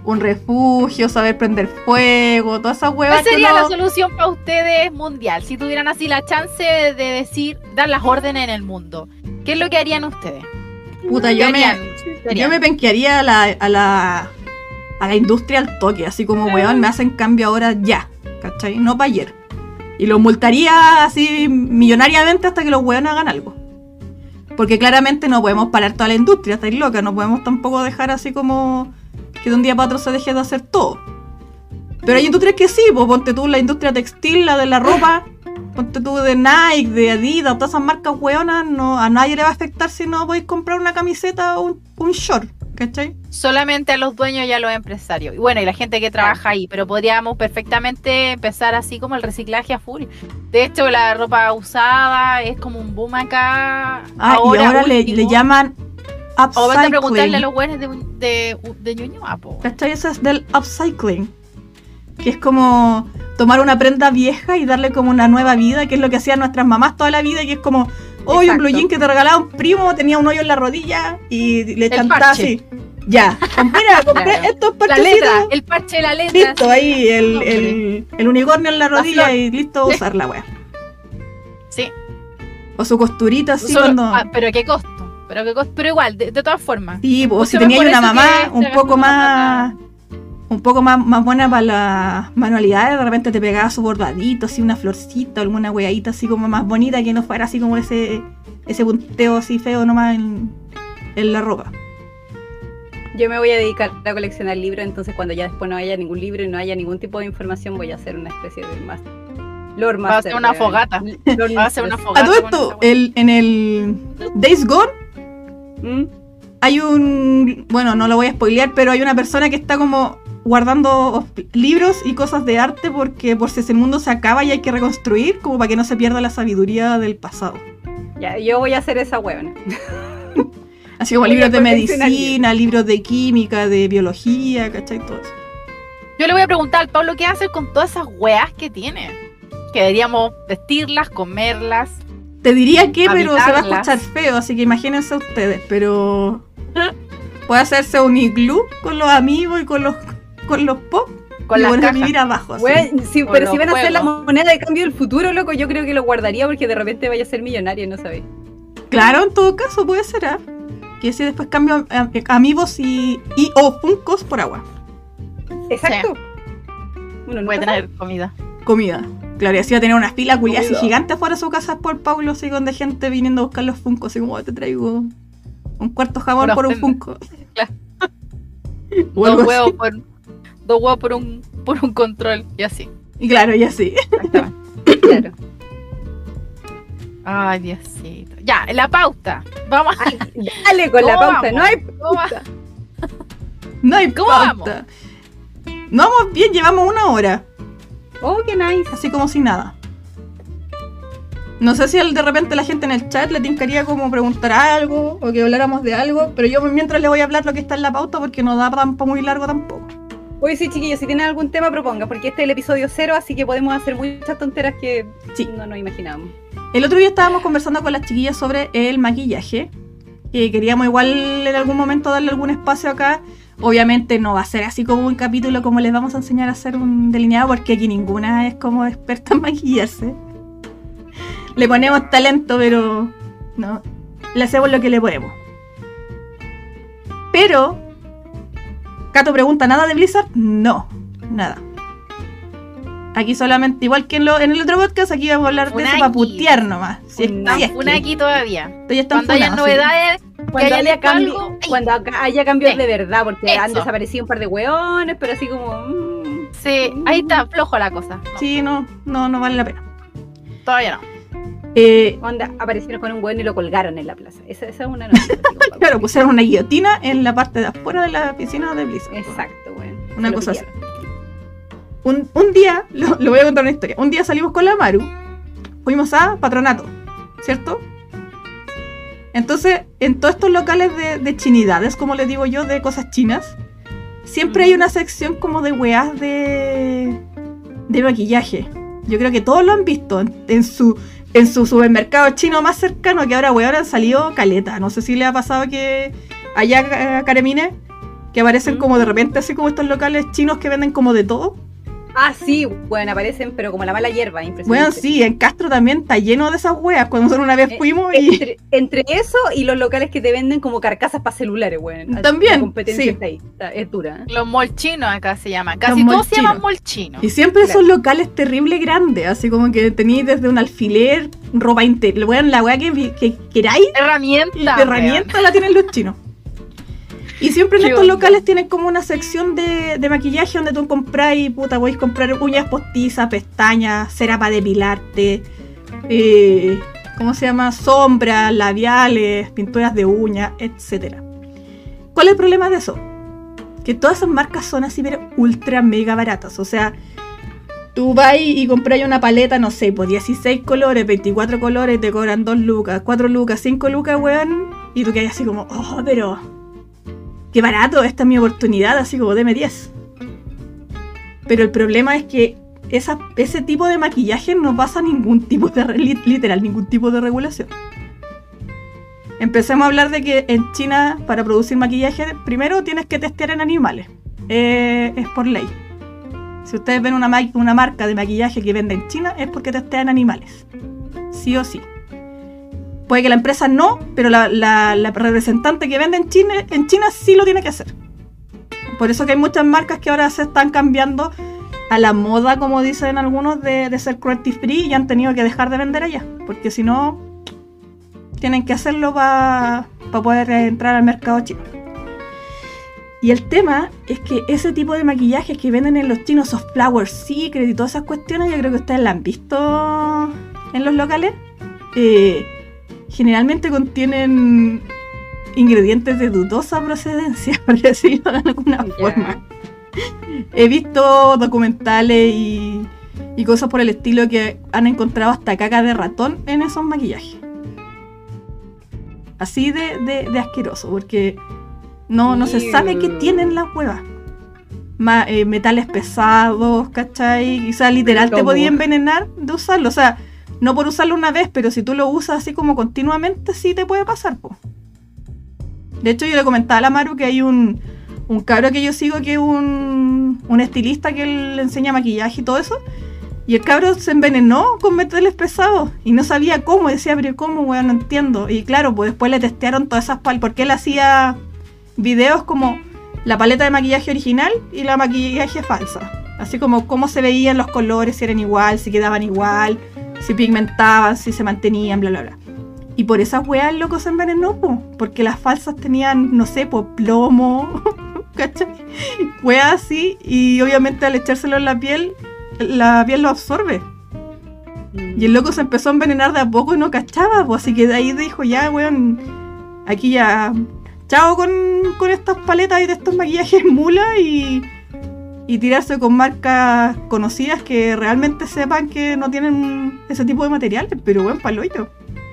un refugio, saber prender fuego, todas esas huevas. ¿Cuál sería que la no... solución para ustedes mundial? Si tuvieran así la chance de decir, dar las órdenes en el mundo, ¿qué es lo que harían ustedes? Puta, yo me, yo me penquearía a la, a la a la industria al toque, así como, weón, me hacen cambio ahora ya, ¿cachai? No para ayer. Y los multaría así millonariamente hasta que los weones hagan algo. Porque claramente no podemos parar toda la industria, estáis locas, no podemos tampoco dejar así como que de un día para otro se deje de hacer todo. Pero hay industrias que sí, pues ponte tú la industria textil, la de la ropa, ponte tú de Nike, de Adidas, todas esas marcas weonas, no, a nadie le va a afectar si no podéis comprar una camiseta o un, un short, ¿cachai? Solamente a los dueños y a los empresarios. Y bueno, y la gente que trabaja ahí, pero podríamos perfectamente empezar así como el reciclaje a full. De hecho, la ropa usada es como un boom acá. Ah, ahora, y ahora le, le llaman upcycling. O van a preguntarle a los buenos de, de, de Ñuñoa, po. ¿Cachai? Eso es del upcycling. Que es como tomar una prenda vieja y darle como una nueva vida, que es lo que hacían nuestras mamás toda la vida, y que es como, hoy un blue jean que te regalaba un primo, tenía un hoyo en la rodilla y le chantaba así. Ya, mira, compré claro. estos parchecitos. La letra, el parche de la letra. Listo, ahí el, el, el unicornio en la rodilla la y listo a usar la wea. Sí. O su costurita así Solo, cuando... ah, pero qué costo. Pero, qué costo, pero igual, de, de todas formas. Sí, pues si tenía una mamá un poco más... un poco más, más buena para las manualidades, de repente te pegaba su bordadito, así una florcita, alguna weadita así como más bonita, que no fuera así como ese ese punteo así feo nomás en, en la ropa. Yo me voy a dedicar a coleccionar libros, entonces cuando ya después no haya ningún libro y no haya ningún tipo de información, voy a hacer una especie de master. Lord Master. Va a hacer una fogata. Va a hacer una fogata. A todo esto, el, en el Days Gone ¿Mm? hay un... Bueno, no lo voy a spoilear, pero hay una persona que está como guardando libros y cosas de arte porque por si ese mundo se acaba y hay que reconstruir, como para que no se pierda la sabiduría del pasado. Ya, yo voy a hacer esa huevona. Así como voy libros de medicina, libros de química, de biología, ¿cachai? Todo eso. Yo le voy a preguntar al Pablo qué hacer con todas esas weas que tiene. Que deberíamos vestirlas, comerlas. Te diría que, pero se va a escuchar feo, así que imagínense ustedes, pero... Puede hacerse un iglú con los amigos y con los con los pop con y las bueno, cajas. Vivir abajo. Bueno, sí, pero si van juegos. a hacer la moneda de cambio del futuro, loco, yo creo que lo guardaría porque de repente vaya a ser millonario, no sabéis. Claro, en todo caso puede ser, ¿eh? Que si después cambio eh, amigos y, y o funcos por agua. Exacto. Sí. Bueno, no puede pasa. tener comida. Comida. Claro, y así va a tener una fila culiada así gigante afuera de su casa por Paulo, así con de gente viniendo a buscar los funcos, así como te traigo un cuarto jabón por, por un funko. Claro. Dos huevos por, dos huevos por un por un control y así. Y claro, y así. Claro. Ay, Diosito. Ya, la pauta. Vamos a... Dale con la pauta. Vamos? No hay pauta. No hay ¿Cómo pauta. vamos? No vamos bien, llevamos una hora. Oh, qué nice. Así como si nada. No sé si de repente la gente en el chat le tincaría como preguntar algo o que habláramos de algo, pero yo mientras le voy a hablar lo que está en la pauta porque no da para muy largo tampoco. Oye, sí, chiquillos, si tienen algún tema proponga, porque este es el episodio cero, así que podemos hacer muchas tonteras que sí. no nos imaginábamos. El otro día estábamos conversando con las chiquillas sobre el maquillaje, que queríamos igual en algún momento darle algún espacio acá. Obviamente no va a ser así como un capítulo como les vamos a enseñar a hacer un delineado, porque aquí ninguna es como experta en maquillarse. Le ponemos talento, pero no, le hacemos lo que le podemos. Pero Cato pregunta, ¿nada de Blizzard? No, nada. Aquí solamente, igual que en, lo, en el otro podcast, aquí vamos a hablar de eso para putear nomás. Si es, no, si es una que, aquí todavía. Ya están cuando haya funados, novedades, sí. Cuando que haya haya, cambio, algo, cuando haya cambios sí. de verdad, porque Eso. han desaparecido un par de hueones, pero así como... Mmm, sí, ahí está flojo la cosa. No, Sí, no, no, no vale la pena. todavía no. Eh, onda, aparecieron con un hueón y lo colgaron en la plaza. Esa, esa es una noticia. claro, pusieron una guillotina en la parte de afuera de la piscina de Blizzard. Exacto, bueno. Una cosa así. Un, un día, lo, lo voy a contar una historia. Un día salimos con la Maru, fuimos a Patronato, ¿cierto? Entonces, en todos estos locales de, de chinidades, como les digo yo, de cosas chinas, siempre mm. hay una sección como de weás de, de maquillaje. Yo creo que todos lo han visto en, en su en su supermercado chino más cercano, que ahora weón han salido caleta. No sé si le ha pasado que allá, Caremine, que aparecen ¿Mm? como de repente, así como estos locales chinos que venden como de todo. Ah, sí, bueno, aparecen, pero como la mala hierba, Bueno, impresionante. sí, en Castro también está lleno de esas weas. Cuando nosotros una vez Eh, fuimos y... Entre, entre eso y los locales que te venden como carcasas para celulares, weón. También, La competencia sí. está ahí, está- es dura. ¿eh? Los mall chinos acá se llaman. Casi Los mall todos se llaman chinos. mall chinos. Y siempre Claro. son locales terrible grandes, así como que tenéis desde un alfiler, ropa interior, weón, la wea que, que queráis, Herramienta. y de herramienta la tienen los chinos. Y siempre en ¿Qué estos onda? locales tienen como una sección de, de maquillaje donde tú compráis, puta, podéis comprar uñas postizas, pestañas, cera para depilarte, eh, ¿cómo se llama? Sombras, labiales, pinturas de uñas, etcétera. ¿Cuál es el problema de eso? Que todas esas marcas son así, pero ultra mega baratas. O sea, tú vas y compras una paleta, no sé, pues dieciséis colores, veinticuatro colores, te cobran dos lucas, cuatro lucas, cinco lucas, weón. Y tú quedas así como, oh, pero qué barato, esta es mi oportunidad, así como deme diez. Pero el problema es que esa, ese tipo de maquillaje no pasa ningún tipo de, re- li- literal, ningún tipo de regulación. Empecemos a hablar de que en China, para producir maquillaje, primero tienes que testear en animales. Eh, es por ley. Si ustedes ven una, ma- una marca de maquillaje que vende en China, es porque testean animales. Sí o sí. Puede que la empresa no, pero la, la- la representante que vende en China, en China sí lo tiene que hacer. Por eso que hay muchas marcas que ahora se están cambiando a la moda, como dicen algunos, de, de ser cruelty free y han tenido que dejar de vender allá. Porque si no, tienen que hacerlo para pa poder entrar al mercado chino. Y el tema es que ese tipo de maquillajes que venden en los chinos, esos Flower Secret y todas esas cuestiones, yo creo que ustedes la han visto en los locales. Eh, generalmente contienen ingredientes de dudosa procedencia, por decirlo de alguna Ya. forma. He visto documentales y, y cosas por el estilo que han encontrado hasta caca de ratón en esos maquillajes. Así de, de, de asqueroso, porque no, no se sabe qué tienen las huevas. Ma- eh, metales pesados, ¿cachai? Quizás literal te ¿Cómo? podía envenenar de usarlo. O sea, no por usarlo una vez, pero si tú lo usas así como continuamente, sí te puede pasar, po. De hecho, yo le comentaba a la Maru que hay un, un cabro que yo sigo que es un, un estilista que él le enseña maquillaje y todo eso. Y el cabro se envenenó con metales pesados y no sabía cómo. Decía, pero ¿cómo, weón? No entiendo. Y claro, pues después le testearon todas esas paletas, porque él hacía videos como la paleta de maquillaje original y la maquillaje falsa. Así como cómo se veían los colores, si eran igual, si quedaban igual, si pigmentaban, si se mantenían, bla, bla, bla. Y por esas weas el loco se envenenó, po, porque las falsas tenían, no sé, pues plomo, ¿cachai? Weas así, y obviamente al echárselo en la piel, la piel lo absorbe. Y el loco se empezó a envenenar de a poco y no cachaba, pues así que de ahí dijo, ya, weón, aquí ya, chao con, con estas paletas y de estos maquillajes mula y, y tirarse con marcas conocidas que realmente sepan que no tienen ese tipo de materiales, pero weón, pa'l hoyo.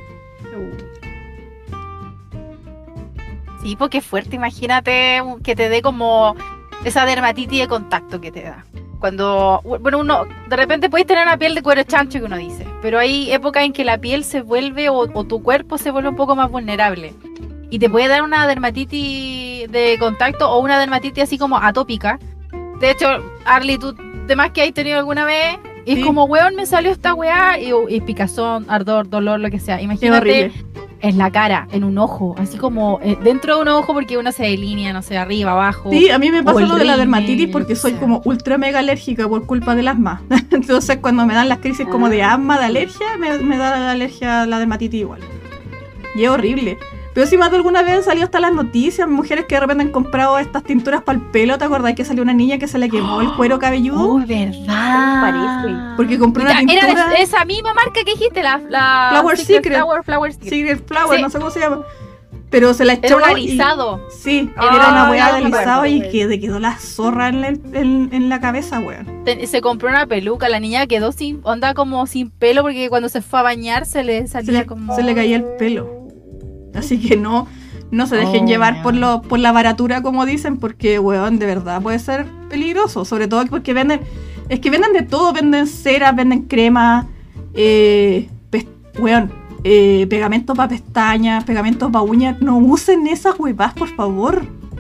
Sí, porque es fuerte, imagínate que te dé como esa dermatitis de contacto que te da. Cuando, bueno, uno, de repente puedes tener una piel de cuero chancho que uno dice, pero hay épocas en que la piel se vuelve o, o tu cuerpo se vuelve un poco más vulnerable. Y te puede dar una dermatitis de contacto o una dermatitis así como atópica. De hecho, Arly, tú, de más que has tenido alguna vez, y Sí. es como, weón, me salió esta weá, y, y picazón, ardor, dolor, lo que sea. Qué Imagínate horrible. en la cara, en un ojo, así como eh, dentro de un ojo porque uno se delinea, no sé, arriba, abajo. Sí, a mí me o pasa el lo de la rímel, dermatitis lo porque que soy sea. como ultra mega alérgica por culpa del asma. Entonces cuando me dan las crisis como de asma, de alergia, me, me da la alergia a la dermatitis igual. Y es horrible. Pero si más de alguna vez han salido hasta las noticias, mujeres que de repente han comprado estas tinturas para el pelo. ¿Te acordás que salió una niña que se le quemó el cuero cabelludo? Oh, verdad. Parece. Porque compró una Ya, tintura... era de esa misma marca que dijiste, la, la Flower Secret. Flower, Flower Secret. Secret Flower, Sí. no sé cómo se llama. Pero se la echó Era un y- alisado. Sí, Ah, era una ya weá me de alisado acuerdo, y güey. que le quedó la zorra en, el- en- en la cabeza, weón. Te- Se compró una peluca, la niña quedó sin, onda como sin pelo porque cuando se fue a bañar se le Se salía le, como... se le caía el pelo. Así que no, no se dejen Oh, llevar ya. por lo, por la baratura, como dicen, porque, weón, de verdad puede ser peligroso. Sobre todo porque venden, es que venden de todo, venden ceras, venden crema, eh, pes- weón, eh, pegamento para pestañas, pegamento para uñas. No usen esas huevas, por favor.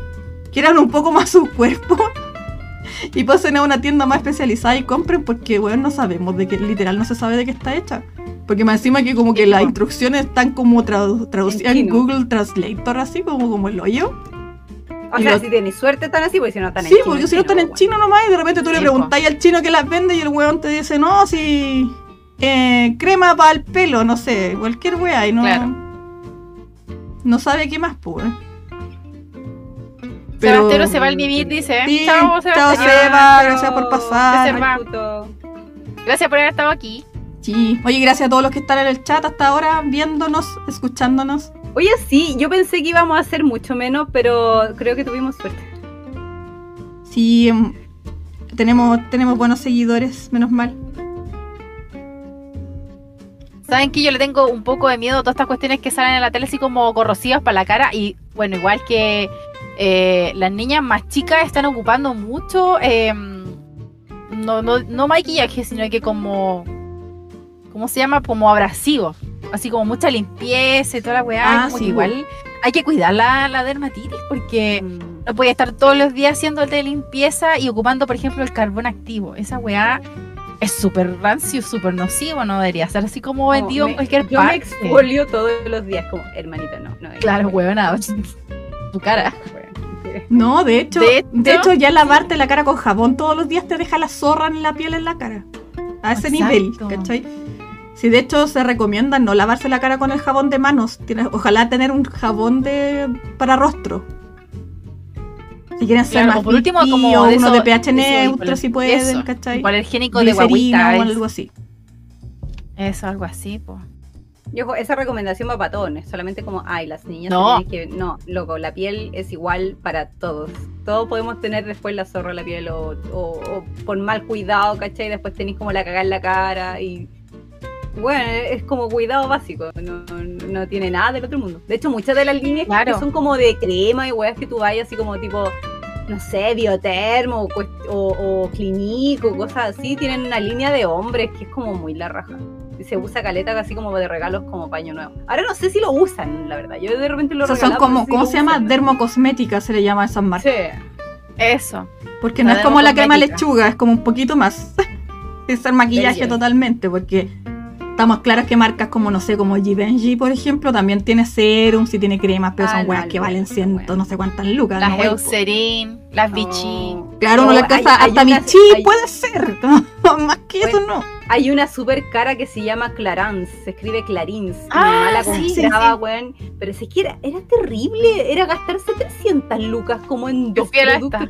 quieran un poco más su cuerpo y pasen a una tienda más especializada y compren porque, weón, no sabemos de qué, literal no se sabe de qué está hecha. Porque más encima que como que las instrucciones están como tradu- traducidas en, en Google Translator, así como, como el hoyo. O y sea, lo... si tenés suerte están así, porque si no están en sí, chino. Sí, porque si no están en bueno. chino nomás y de repente tú sí, le preguntáis al chino que las vende y el weón te dice, no, si eh, crema para el pelo, no sé, cualquier weá y no, claro. no sabe qué más, pues. Pero... Sebastero se va al vivir, dice. Sí, chao, chao, Sebastero. Seba, gracias por pasar. Gracias por haber estado aquí. Sí, oye, gracias a todos los que están en el chat hasta ahora, viéndonos, escuchándonos. Oye, sí, yo pensé que íbamos a hacer mucho menos, pero creo que tuvimos suerte. Sí, um, tenemos, tenemos buenos seguidores, menos mal. Saben que yo le tengo un poco de miedo a todas estas cuestiones que salen en la tele así como corrosivas para la cara y bueno, igual que eh, las niñas más chicas están ocupando mucho eh, no, no, no maquillaje, sino que como ¿cómo se llama? Como abrasivos, así como mucha limpieza y toda la weá, Ah, como sí, que igual hay que cuidar la, la dermatitis porque mm. no puede estar todos los días haciendo el de limpieza y ocupando, por ejemplo, el carbón activo. Esa weá es súper rancio, súper nocivo, no debería ser así como vendido en cualquier yo parte. Yo me exfolio todos los días, como, hermanita, no. no claro, huevona, tu cara. No, de hecho, de hecho, de hecho, ya lavarte la cara con jabón todos los días te deja la zorra en la piel en la cara. A ese exacto. nivel, ¿cachai? Sí, de hecho se recomienda no lavarse la cara con el jabón de manos. Tienes, ojalá tener un jabón de para rostro. Si quieren ser claro, más por último, pipí, como o de uno eso, de pH neutro eso, si pueden, eso, ¿cachai? Hipoalergénico de Glicerina guaguita. o algo así. Eso, algo así, pues. Y ojo, esa recomendación va para todos, no es solamente como, ay, las niñas no. que... No, loco, la piel es igual para todos. Todos podemos tener después la zorra en la piel o, o, o por mal cuidado, ¿cachai? Después tenéis como la cagada en la cara y... Bueno, es como cuidado básico, no, no tiene nada del otro mundo. De hecho, muchas de las líneas claro. que son como de crema y weas que tú vayas así como tipo, no sé, Biotermo o, o, o Clinique o cosas así, tienen una línea de hombres que es como muy la raja. Y se usa caleta así como de regalos como paño nuevo. Ahora no sé si lo usan, la verdad. Yo de repente lo O sea, regalaba, son como, sí ¿cómo lo se llama? usan. Dermocosmética se le llama a esas marcas. Sí. Eso. Porque no La es como la crema dermocosmética. lechuga, es como un poquito más. Es el maquillaje Bella. totalmente, porque estamos claros que marcas como, no sé, como Givenchy, por ejemplo, también tiene serums y tiene cremas, pero Ah, son weas no, que no, valen no, ciento, bueno. no sé cuántas lucas. Las ¿no, wey? Eucerin, las Vichy. Oh. Claro, uno Oh, le alcanza hay- hay hasta una- Vichy, hay- puede ser. Más que eso no. Hay una super cara que se llama Clarins, se escribe Clarins. y Ah, mi mamá la sí, compraba, sí, weón. Pero es que era, era terrible, era gastarse trescientas lucas como en dos fiel a productos.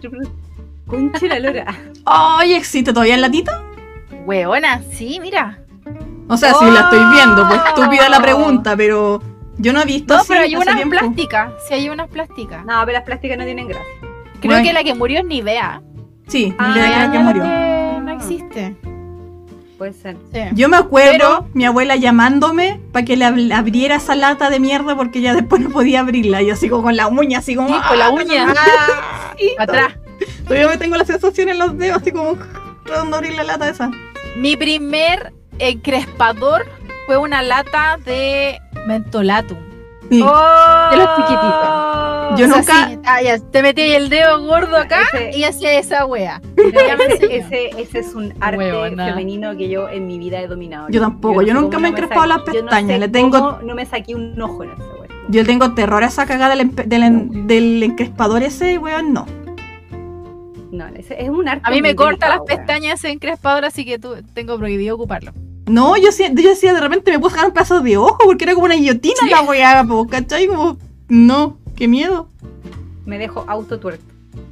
Concha la lora. Ay, ¿existe todavía en latita? Hueona, sí, mira. O sea, sí la estoy viendo, pues estúpida la pregunta, pero yo no he visto No, así pero hay hace unas tiempo. plásticas. Sí, hay unas plásticas. No, pero las plásticas no tienen gracia. Creo Bueno. que la que murió es Nivea. Sí, Ah, ni idea ya, que ya, murió. Que no existe. Puede ser. Sí. Yo me acuerdo Pero- mi abuela llamándome para que le ab- abriera esa lata de mierda porque ya después no podía abrirla. Y así como con la uña, así como... Sí, con la ¡ah! uña. Sí, Atrás. todavía me tengo la sensación en los dedos, así como tratando de abrir la lata esa. Mi primer encrespador fue una lata de mentolatum. Sí. ¡Oh! De los chiquititos. Yo O sea, nunca- sí, ah, ya, te metí el dedo gordo acá Ese- y hacía esa wea. Mira, Ya me ese, enseñó. ese, ese es un arte Huevona. femenino que yo en mi vida he dominado. Yo tampoco, yo no sé nunca cómo me he no encrespado sa- las yo no sé pestañas, le tengo- cómo no me saqué un ojo en ese weón. Yo tengo terror a esa cagada del, empe- del, en- del encrespador ese, weón, no. No, ese es un arte. A mí me muy corta las delicado, weón. pestañas ese encrespador, así que tú, tengo prohibido ocuparlo. No, yo, sí- yo decía, de repente me puedo sacar un pedazo de ojo porque era como una guillotina la weá, po, ¿cachai? Como, no, qué miedo. Me dejo autotuerto.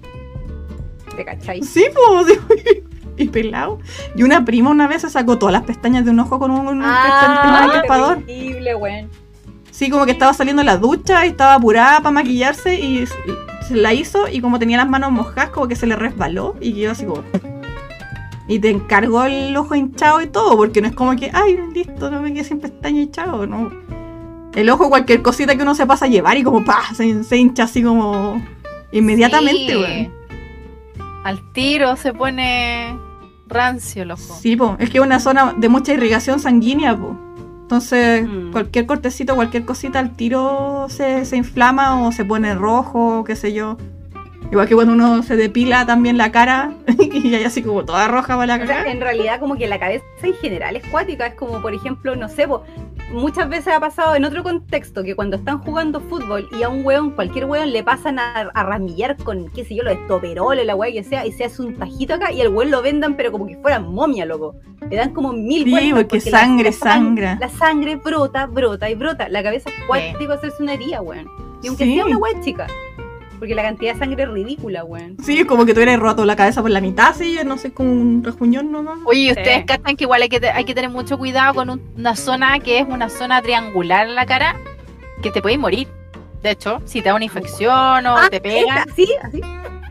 ¿Te cachai? Sí, pues, y pelado. Y una prima una vez se sacó todas las pestañas de un ojo con un, un Ah, encrespador. terrible, weón. Sí, como que estaba saliendo de la ducha y estaba apurada para maquillarse y s- se la hizo y como tenía las manos mojadas como que se le resbaló y quedó así como... Y te encargó el ojo hinchado y todo, porque no es como que, ay, listo, no me quedé sin pestaña hinchado, no. El ojo, cualquier cosita que uno se pasa a llevar y como, pa, se, se hincha así como inmediatamente, Sí. weón. Al tiro se pone rancio el ojo. Sí, po, es que es una zona de mucha irrigación sanguínea, po. Entonces, Mm. cualquier cortecito, cualquier cosita al tiro se, se inflama o se pone rojo, qué sé yo. Igual que cuando uno se depila también la cara y hay así como toda roja para la O sea, cara. en realidad como que la cabeza en general es cuática, es como por ejemplo, no sé, po, muchas veces ha pasado en otro contexto que cuando están jugando fútbol y a un weón, cualquier weón le pasan a, a ramillar con, qué sé yo, los estoperoles, la weá que sea, y se hace un tajito acá y el weón lo vendan pero como que fuera momia, loco. Le dan como mil Sí, vueltas porque la- sangre, la, sang- sangra. La sangre brota, brota y brota. La cabeza es cuática hacerse una herida, weón. Y aunque Sí. sea una weá chica. Porque la cantidad de sangre es ridícula, weón. Sí, es como que tuvieras roto la cabeza por la mitad, sí, no sé, como un rejuñón nomás. Oye, Sí. ustedes cachan que igual hay que, te- hay que tener mucho cuidado con un- una zona que es una zona triangular en la cara, que te puedes morir. De hecho, si te da una infección o te pega, esta, ¿sí? ¿Así?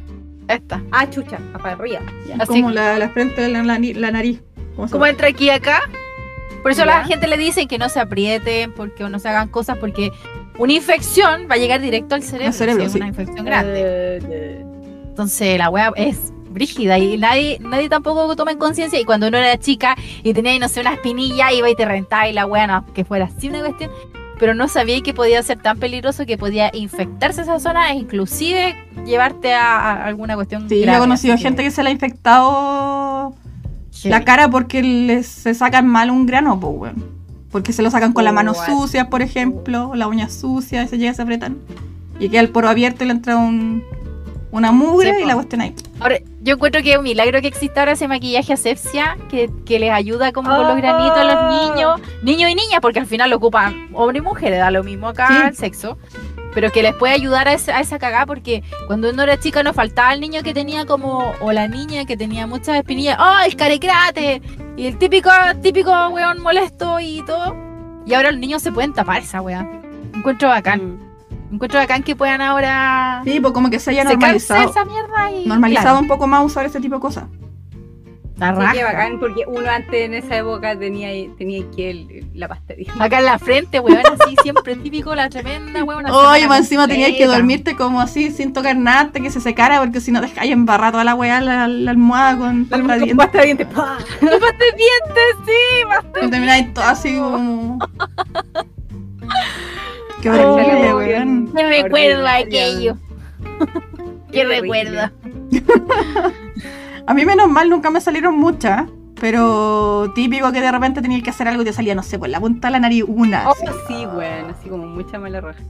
esta. Ah, chucha, para arriba. Ya. Así Como la, la frente de la, la, la nariz. ¿Cómo se como llama? entra aquí y acá. Por eso a Ya. la gente le dicen que no se aprieten, porque o no se hagan cosas, porque una infección va a llegar directo al cerebro. Al cerebro, si es sí. una infección grande. Eh, eh. Entonces la wea es brígida y nadie, nadie tampoco toma en conciencia. Y cuando uno era chica y tenía, no sé, una espinilla, iba y te rentaba y la wea no, que fuera así una cuestión. Pero no sabía que podía ser tan peligroso que podía infectarse esa zona e inclusive llevarte a, a alguna cuestión Sí, yo grave. he conocido Así que- gente que se le ha infectado Heavy. la cara porque les, se sacan mal un grano, pues, weón. Porque se lo sacan con las manos What? sucias, por ejemplo, o las uñas sucias, y se llega, se apretan. Y queda el poro abierto y le entra un, una mugre Sí, y po. la cuestión ahí. Ahora, yo encuentro que es un milagro que exista ahora ese maquillaje asepsia que, que les ayuda como con los granitos a los niños, niños y niñas, porque al final lo ocupan hombres y mujeres, da lo mismo acá Sí. el sexo, pero que les puede ayudar a esa, a esa cagada, porque cuando uno era chica nos faltaba el niño que tenía como, o la niña que tenía muchas espinillas, ¡oh, el carecrate! Y el típico, típico weón molesto y todo. Y ahora los niños se pueden tapar esa weá. Encuentro bacán. Mm. Encuentro bacán que puedan ahora Sí, pues como que se haya secarse normalizado. esa mierda y... Normalizado claro, un poco más usar ese tipo de cosas. la Sí, raja. qué bacán, porque uno antes en esa época tenía, tenía que el- la pastilla. Acá en la frente, weón, así siempre típico, la tremenda, weón. una Oye, semana más encima tenías que completa. dormirte como así, sin tocar nada, hasta que se secara, porque si no te caes embarrada toda la weá, la, la almohada con Con pasta de dientes. pasta de dientes, ¡pah! ¡No pasta de dientes, sí! ¡Pasta Y de termináis todo así como... Qué Oh, horrible, qué weón. ¡Qué recuerdo Ordinaria. aquello! ¡Qué Qué recuerdo! A mí menos mal nunca me salieron muchas, pero típico que de repente tenías que hacer algo y te salía, no sé, por la punta de la nariz una. Oh, así. sí, weón, así como mucha mala raja.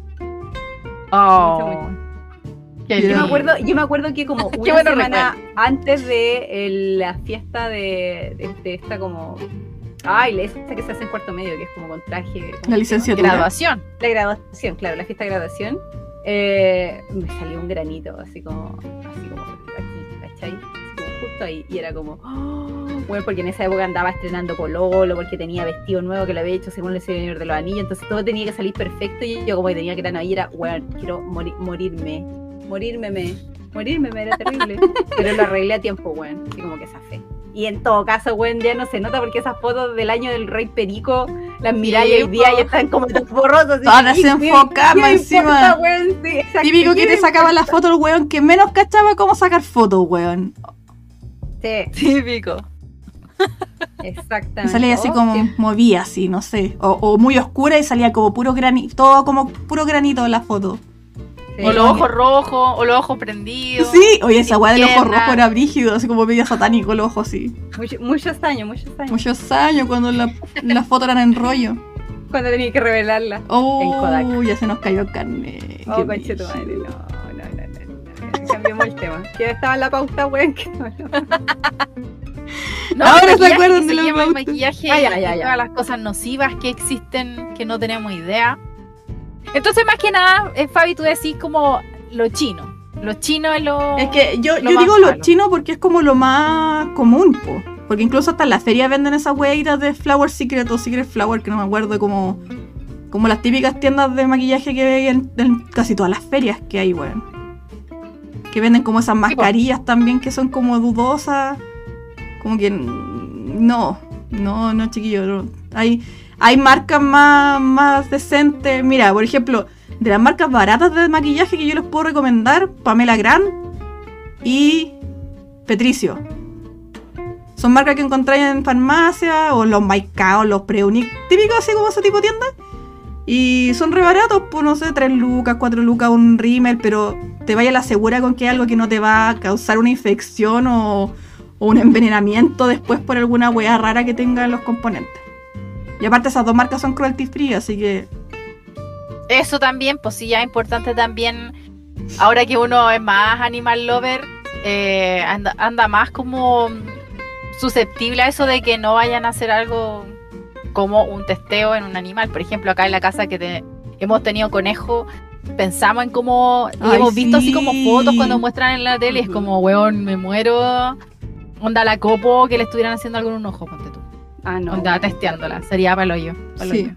¡Oh! Mucho, Qué Yo Yo me lindo. acuerdo, yo me acuerdo que como Qué una bueno semana antes de el- la fiesta de, de, de esta como... Ay, la esa que se hace en cuarto medio, que es como con traje... ¿cómo se La llama? licenciatura. Graduación. La graduación, claro, la fiesta de graduación. eh, me salió un granito, así como, así como aquí, ¿cachai? Así como justo ahí. Y era como, oh, bueno, porque en esa época andaba estrenando pololo, porque tenía vestido nuevo que lo había hecho según el Señor de los Anillos, entonces todo tenía que salir perfecto. Y yo, como que tenía grano ahí, era, bueno, quiero mori- morirme, morirme, me, morirme, me era terrible. Pero lo arreglé a tiempo, weón, así como que zafé. Y en todo caso, weón, ya no se nota porque esas fotos del año del Rey Perico, las miráis Sí, hoy día po. y están como todas borrosas. Todas y- y- desenfocadas ¿qué más me encima. importa, weón? Sí, exacto. Típico que ¿Qué te me sacaba la importa? foto el weón que menos cachaba cómo sacar fotos, weón. Sí, Típico. exactamente. Y salía así Oh, como qué- movía así, no sé. O, o muy oscura y salía como puro granito, todo como puro granito en la foto. sí. O los ojos rojos, o los ojos prendidos. Sí, oye, esa weá del ojo Izquierda. rojo era brígido, así como medio satánico el ojo así. Mucho- muchos años, muchos años. Muchos años cuando la- las fotos eran en rollo. Cuando tenía que revelarla. Oh, Kodak. ya se nos cayó el carnet. Oh, Qué conche tu madre, brígido. no, no, no, no, no. Cambiemos el tema. Que estaba en la pauta, weón. Que no, no. No, Ahora el se maquillaje acuerdan que de se los llama el autos. maquillaje Ah, ya, y ya, ya. todas las cosas nocivas que existen que no tenemos idea. Entonces, más que nada, eh, Fabi, tú decís como lo chino. Lo chino es lo... Es que yo, lo yo más digo lo malo. chino porque es como lo más común, po. Porque incluso hasta en la feria venden esas weitas de Flower Secret o Secret Flower, que no me acuerdo, como, como las típicas tiendas de maquillaje que hay en, en casi todas las ferias que hay, weón. Que venden como esas mascarillas también que son como dudosas. Como que mm, no, no, no, chiquillo. No. Hay, hay marcas más, más decentes. Mira, por ejemplo, de las marcas baratas de maquillaje que yo les puedo recomendar, Pamela Gran y Petricio. Son marcas que encontráis en farmacia o los Maicao, los Preunic, típicos así como ese tipo de tiendas. Y son re baratos, pues no sé, tres lucas, cuatro lucas un rímel, pero te vaya a la segura con que es algo que no te va a causar una infección o, o un envenenamiento después por alguna weá rara que tengan los componentes. Y aparte esas dos marcas son cruelty free, así que... Eso también, pues sí, ya es importante también, ahora que uno es más animal lover, eh, anda, anda más como susceptible a eso de que no vayan a hacer algo como un testeo en un animal. Por ejemplo, acá en la casa que te, hemos tenido conejo, pensamos en cómo, y Ay, hemos visto sí. así como fotos cuando muestran en la tele, es como, weón, me muero, onda la copo que le estuvieran haciendo algo en un ojo, ponte tú. Ah, no. Onda testeándola, sería para el hoyo. Sí.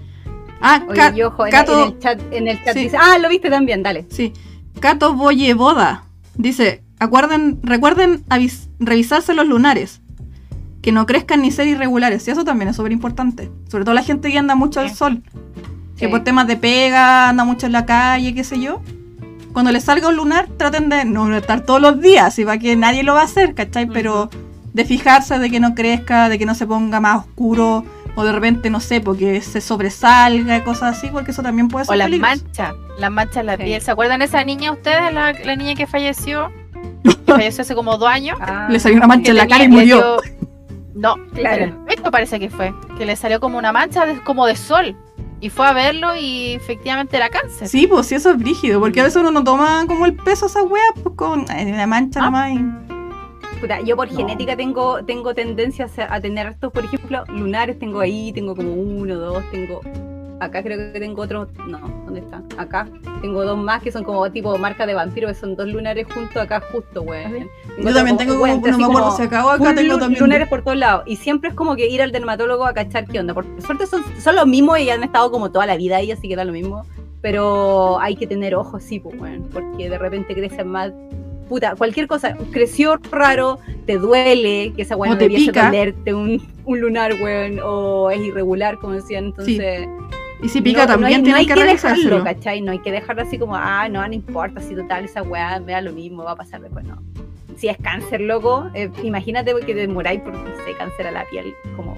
Ah, Oye, Ca- y ojo, en, Cato... en el chat, en el chat Sí. dice, ah, lo viste también, dale. Sí. Cato Boyeboda dice, acuerden, recuerden avis- revisarse los lunares. Que no crezcan ni ser irregulares. Y eso también es súper importante. Sobre todo la gente que anda mucho al Sí. sol. Que Sí. por temas de pega, anda mucho en la calle, qué sé yo. Cuando les salga un lunar, traten de no estar todos los días, y para que nadie lo va a hacer, ¿cachai? Ujú. Pero de fijarse de que no crezca, de que no se ponga más oscuro, o de repente, no sé, porque se sobresalga, cosas así, porque eso también puede ser O las peligroso. manchas, las manchas en la Sí. piel. ¿Se acuerdan de esa niña ustedes? La, la niña que falleció. Que falleció hace como dos años. Ah, Le salió una mancha Que en la tenía- cara y le murió. dio- No, Claro. claro. Esto parece que fue. Que le salió como una mancha de, como de sol. Y fue a verlo y efectivamente era cáncer. Sí, pues sí, eso es brígido, porque a veces uno no toma como el peso a esa wea, pues con ay, una mancha Ah. nomás. y- puta, yo por No. genética tengo, tengo tendencia a, a tener estos, por ejemplo, lunares tengo ahí, tengo como uno, dos, tengo... Acá creo que tengo otro, no, ¿dónde está? Acá tengo dos más que son como tipo marca de vampiro, que son dos lunares juntos acá justo, güey. Yo también tengo como, no me acuerdo si acá o acá tengo también. lunares por todos lados. Y siempre es como que ir al dermatólogo a cachar qué onda. Por suerte son, son los mismos y han estado como toda la vida ahí, así que da lo mismo. Pero hay que tener ojos, sí, pues, bueno, porque de repente crecen más. Puta, cualquier cosa, creció raro, te duele, que esa weón O no te debiese pica. dolerte un, un lunar, weón, o es irregular, como decían, entonces... Y si pica no, también no tienen hay, que no hay que revisárselo. dejarlo, ¿cachai? No hay que dejarlo así como, ah, no, no importa, si total esa weá me da lo mismo, va a pasar después, no. Si es cáncer, loco, eh, imagínate que te demoráis por, no sé, cáncer a la piel, como...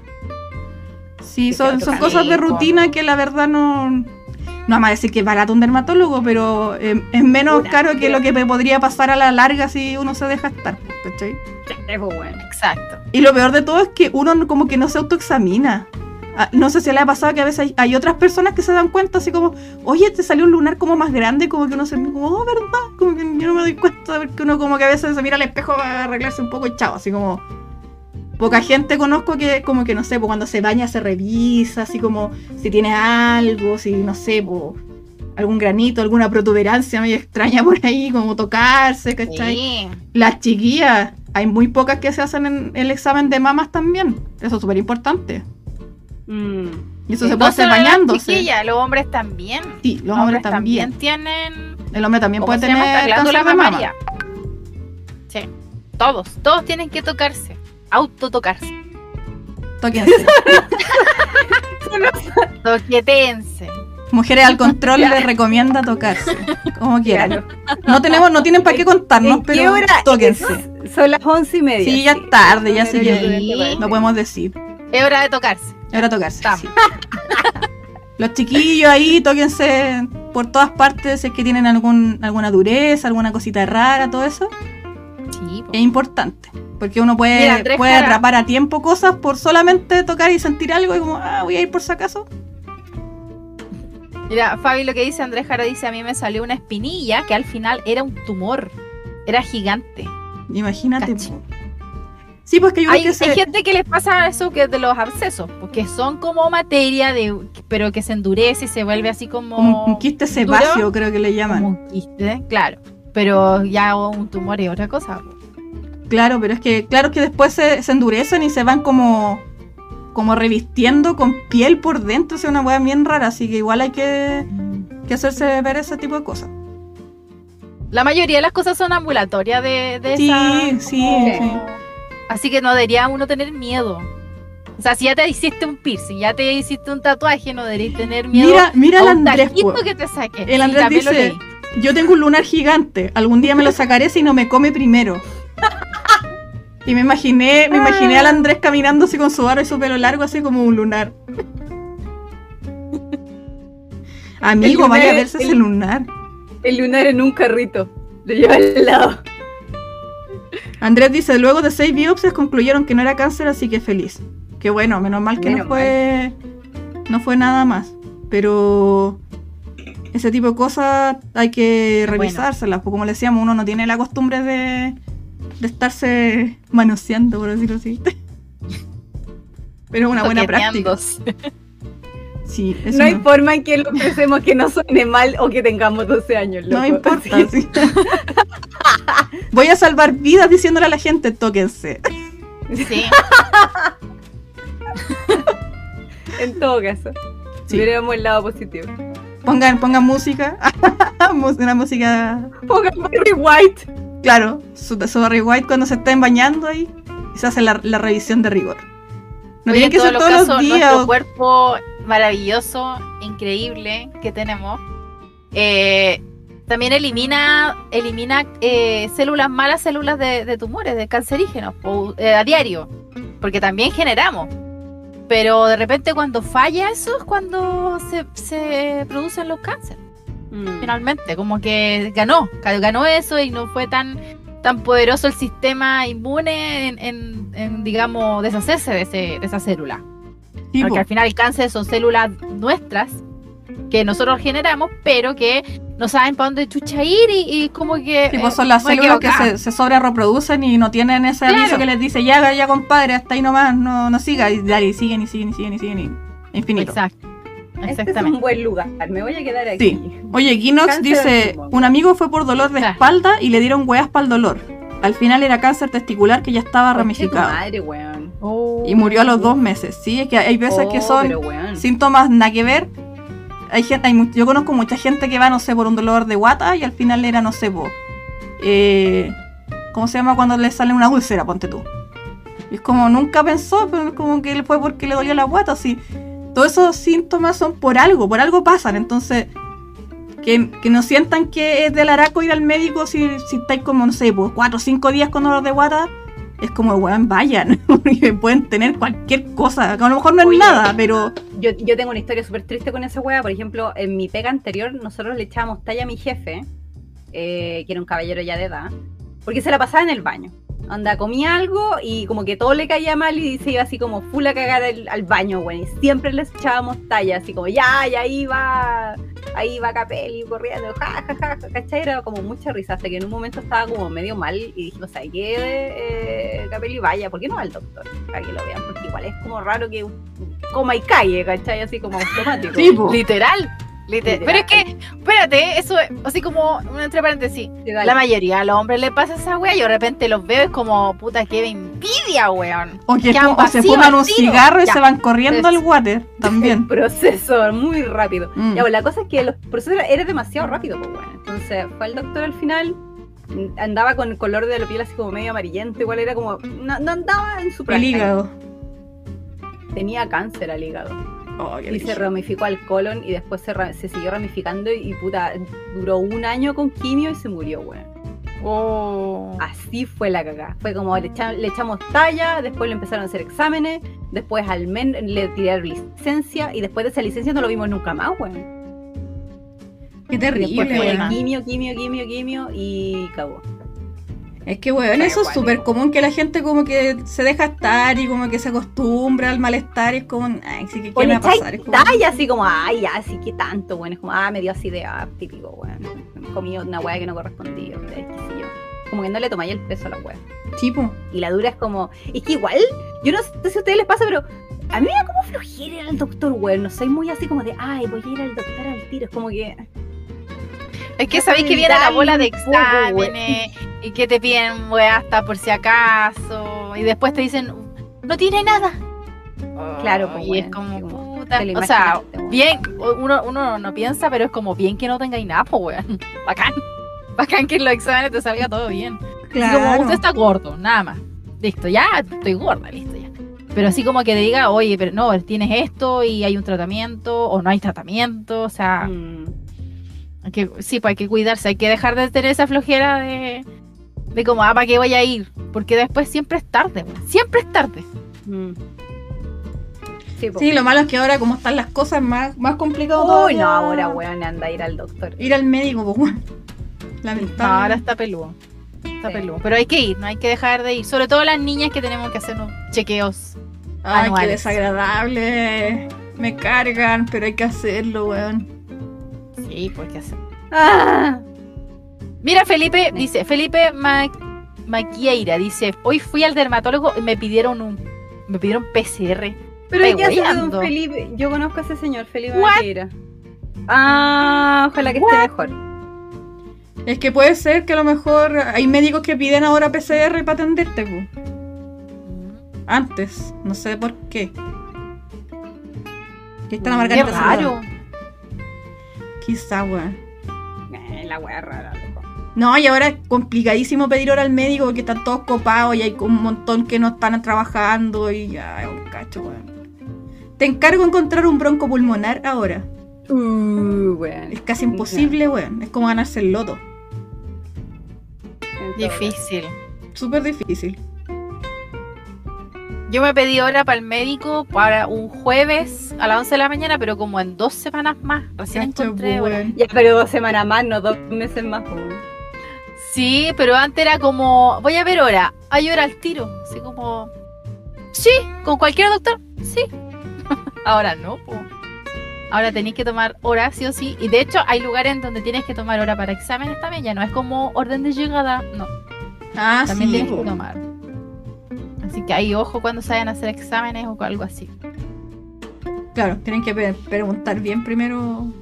Sí, que son, sea son otro cosas de camino. rutina que la verdad no... No vamos a decir que es barato un dermatólogo, pero eh, es menos Puta, caro que pero- lo que me podría pasar a la larga si uno se deja estar, ¿cachai? Es bueno. Exacto. Y lo peor de todo es que uno no- como que no se autoexamina. Ah, no sé si le ha pasado que a veces hay, hay otras personas que se dan cuenta así como, oye, te salió un lunar como más grande, como que uno se como, oh, verdad, como que yo no me doy cuenta, porque uno como que a veces se mira al espejo para arreglarse un poco y chao, así como... Poca gente conozco que como que no sé, pues cuando se baña se revisa, así como si tiene algo, si no sé, pues algún granito, alguna protuberancia medio extraña por ahí, como tocarse, ¿cachai? Sí. Las chiquillas, hay muy pocas que se hacen en el examen de mamas también, eso es súper importante. Mm. Y eso Sí, se no puede hacer solo las bañándose. chiquillas, los hombres también. Sí, los hombres también. tienen. El hombre también ¿Cómo puede se llama esta tener glándula cáncer de mama. mamaria? Sí. Todos, todos tienen que tocarse. Autotocarse. Tóquense. Toquetense. Mujeres al control les recomienda tocarse, como quieran. No tenemos, no tienen para qué contarnos, ¿En qué pero hora tóquense. es? Son las once y media. Sí, ya es tarde, ya Sí, sé que Sí. no podemos decir. Es hora de tocarse. Ahora tocarse. Estamos. Sí. Los chiquillos ahí, tóquense por todas partes, si es que tienen algún, alguna dureza, alguna cosita rara, todo eso. Sí, po. Es importante. Porque uno puede, Mira, Andrés puede Jara. atrapar a tiempo cosas por solamente tocar y sentir algo y como, ah, voy a ir por si acaso. Mira, Fabi, lo que dice Andrés Jara dice, a mí me salió una espinilla que al final era un tumor. Era gigante. Imagínate. Cachi. po. Sí, pues que yo Hay, creo que se... hay gente que les pasa eso que de los abscesos, porque son como materia, de, pero que se endurece y se vuelve así como... como un quiste duro, sebáceo, creo que le llaman. como un quiste, claro. Pero ya un tumor es otra cosa. po. Claro, pero es que, claro que después se, se endurecen y se van como, como revistiendo con piel por dentro, o sea, una hueá bien rara, así que igual hay que, que hacerse ver ese tipo de cosas. La mayoría de las cosas son ambulatorias de, de Sí, esa, sí, como- sí. Así que no debería uno tener miedo. O sea, si ya te hiciste un piercing, ya te hiciste un tatuaje, no deberías tener miedo Mira, mira a al un Andrés, tajito po. que te saque. El Sí, Andrés también lo dice, leí. yo tengo un lunar gigante, algún día me lo sacaré si no me come primero. Y me imaginé, me imaginé al Andrés caminando así con su barba y su pelo largo, así como un lunar. Amigo, El lunar vaya a es- verse ese el- lunar. El lunar en un carrito. Lo lleva al lado. Andrés dice, luego de seis biopsias concluyeron que no era cáncer, así que feliz. Qué bueno, menos mal que Menos no fue no fue nada más. Pero ese tipo de cosas hay que Bueno. revisárselas, porque como le decíamos, uno no tiene la costumbre de, de estarse manoseando, por decirlo así. Pero es una buena práctica. Toqueteándose. Sí, eso No hay no, forma en que lo pensemos que no suene mal o que tengamos doce años, loco. no importa. Así- Sí. Voy a salvar vidas diciéndole a la gente, tóquense. Sí. En todo caso. Sí. Veremos el lado positivo. Pongan, pongan música. Una música, Pongan Barry White. claro, su, su Barry White cuando se estén bañando ahí y se hace la, la revisión de rigor. No Oye, tienen que en ser todos todos los los casos, días. nuestro o- cuerpo maravilloso, increíble que tenemos, eh, también elimina elimina eh, células malas, células de, de tumores, de cancerígenos, o, eh, a diario, porque también generamos. Pero de repente cuando falla eso es cuando se, se producen los cánceres. Mm. Finalmente, como que ganó, ganó eso y no fue tan tan poderoso el sistema inmune en, en, en, digamos, deshacerse de, ese, de esa célula. Sí, Porque po. al final el cáncer son células nuestras que nosotros generamos, pero que no saben para dónde chucha ir y, y como que... Sí, pues eh, son las me células que equivoco. se, se sobre reproducen y no tienen ese Claro. aviso que les dice, ya, ya compadre, hasta ahí nomás, no, no siga. Y dale, y siguen y siguen y siguen y siguen y infinito. Exacto. Este es Exactamente. un buen lugar. Me voy a quedar aquí. Sí. Oye, Ginox Cáncer dice, último. un amigo fue por dolor de Ah. espalda y le dieron hueas para el dolor. Al final era cáncer testicular que ya estaba Conche tu ramificado. madre, weón. Oh. Y murió a los dos meses. Sí, es que hay veces que Oh, son pero, weón. síntomas nada que ver. Hay gente, hay, mu- yo conozco mucha gente que va, no sé, por un dolor de guata y al final era, no sé, po, eh, ¿cómo se llama cuando le sale una úlcera? Ponte tú. Y es como, nunca pensó, pero es como que fue porque le dolió la guata, así. Todos esos síntomas son por algo, por algo pasan. Entonces, que, que no sientan que es del araco ir al médico si, si estáis como, no sé, pues cuatro o cinco días con dolor de guata. Es como, weón, vayan, porque pueden tener cualquier cosa, que a lo mejor no es Oye. nada, pero... Yo, yo tengo una historia súper triste con esa wea. Por ejemplo, en mi pega anterior, nosotros le echábamos talla a mi jefe, eh, que era un caballero ya de edad, porque se la pasaba en el baño. Onda, comía algo y como que todo le caía mal y se iba así como full a cagar al, al baño, güey. Y siempre les echábamos talla, así como, ya, ya ahí va, ahí va Capelli corriendo, ja, ja, ja, ja, ¿cachai? Era como mucha risa, hasta que en un momento estaba como medio mal y dijimos, o sea, que eh, Capelli vaya, ¿por qué no va al doctor? Para que lo vean, porque igual es como raro que coma y calle, ¿cachai? Así como automático. Sí, po. Literal. Literal. Literal. Pero es que, espérate, eso, así como, entre paréntesis, Sí, dale. la mayoría a los hombres les pasa esa wea, yo de repente los veo, es como, puta, que envidia, weón. O que Quedan fu- o se vacíos fuman un al tiro. cigarro y Ya. se van corriendo Es- al water El también. proceso muy rápido. Mm. Ya, pues, la cosa es que los procesos era- era demasiado rápido, pues bueno. Entonces fue al doctor al final, mm, andaba con el color de la piel así como medio amarillento, igual era como, no, no andaba en su El prime time. hígado. Tenía cáncer al hígado. Oh, qué Y se brillo. ramificó al colon y después se, ra- se siguió ramificando y puta, duró un año con quimio y se murió, weón. Oh. Así fue la cagada. Fue como le, echa- le echamos talla, después le empezaron a hacer exámenes, después al men le tiraron licencia y después de esa licencia no lo vimos nunca más, weón. Qué Y después terrible, fue weón. quimio, quimio, quimio, quimio y cagó. Es que, weón, Fue eso es acuático. súper común que la gente como que se deja estar y como que se acostumbra al malestar y es como, ay, sí que O qué le me va a echáis pasar. Es como, talla así como, ay, ya, sí, qué tanto, bueno. Es como, ah, me dio así de, ah, típico, weón. Comí una weá que no correspondía, qué sé yo. Como que no le tomáis el peso a la weá. tipo, Y la dura es como, es que igual, yo no sé si a ustedes les pasa, pero a mí me da como flojera ir al doctor, weón. No soy muy así como de, ay, voy a ir al doctor al tiro. Es como que, Es que sabéis que viene la bola de Dale un poco, exámenes y que te piden weá hasta por si acaso y después te dicen, no tiene nada. Claro, pues, y es weón, como, sí, como, puta, te lo o sea, imaginaste, weón. bien, uno, uno no piensa, pero es como bien que no tengáis nada, pues, weón. Bacán. Bacán que en los exámenes te salga todo bien. Así como, claro. usted está gordo, nada más. Listo, ya estoy gorda, listo, ya. Pero así como que te diga, oye, pero no, tienes esto y hay un tratamiento, o no hay tratamiento, o sea, Mm. hay que, sí, pues hay que cuidarse, hay que dejar de tener esa flojera de, de como, ah, ¿para qué voy a ir? Porque después siempre es tarde, weón. Siempre es tarde. Mm. Sí, po. Sí, lo malo es que ahora como están las cosas es más, más complicado Uy, todavía no, ahora, weón, anda a ir al doctor. ir al médico, pues, weón. No, Lamentable. ahora está peludo. Está Sí. peludo. Pero hay que ir, no hay que dejar de ir. Sobre todo las niñas que tenemos que hacer unos chequeos. Ay, qué anuales. desagradable. Me cargan, pero hay que hacerlo, weón. Sí, pues qué hacer. Ah, Mira, Felipe, dice, Felipe Ma- Maquieira, dice, hoy fui al dermatólogo y me pidieron un, me pidieron P C R. pero hay Estoy que hacer de weyando. don Felipe. Yo conozco a ese señor, Felipe What? Maqueira. Ah, ojalá que esté mejor. Es que puede ser que a lo mejor hay médicos que piden ahora P C R para atenderte, pues. Antes, no sé por qué. Que están amargando Qué la raro. salud. Quizá, weón. Eh, la wea rara, loco. No, y ahora es complicadísimo pedir hora al médico porque están todos copados y hay un montón que no están trabajando y ya es un cacho, weón. Te encargo encontrar un bronco pulmonar ahora. Uh, weón. Es casi imposible, weón. Es como ganarse el loto. Difícil. Súper difícil. Yo me pedí hora para el médico para un jueves a las once de la mañana, pero como en dos semanas más. Recién Cacho, encontré hora. weón. Ya, pero dos semanas más, no dos meses más. weón. Sí, pero antes era como, voy a ver hora. Hay hora al tiro. Así como, sí, con cualquier doctor, sí. Ahora no, po. Ahora tenéis que tomar hora, sí o sí. Y de hecho, hay lugares en donde tienes que tomar hora para exámenes también. Ya no es como orden de llegada, no. Ah, También sí, tienes po. que tomar. Así que ahí ojo cuando se vayan a hacer exámenes o algo así. Claro, tienen que pe- preguntar bien primero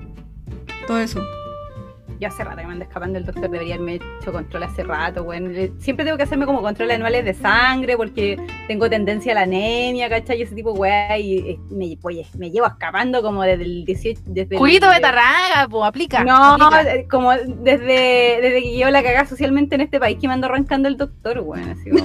todo eso. Yo hace rato que me ando escapando del doctor, debería haberme hecho control hace rato, weón. Le- Siempre tengo que hacerme como controles anuales de sangre porque tengo tendencia a la anemia, ¿cachai? Y ese tipo de weá, y eh, me, oye, me llevo escapando como desde el dieciocho... Desde el- Juguito de de- tarraga, pues aplica. No, aplica. eh, como desde, desde que yo la cagá socialmente en este país que me ando arrancando el doctor, weón, así como...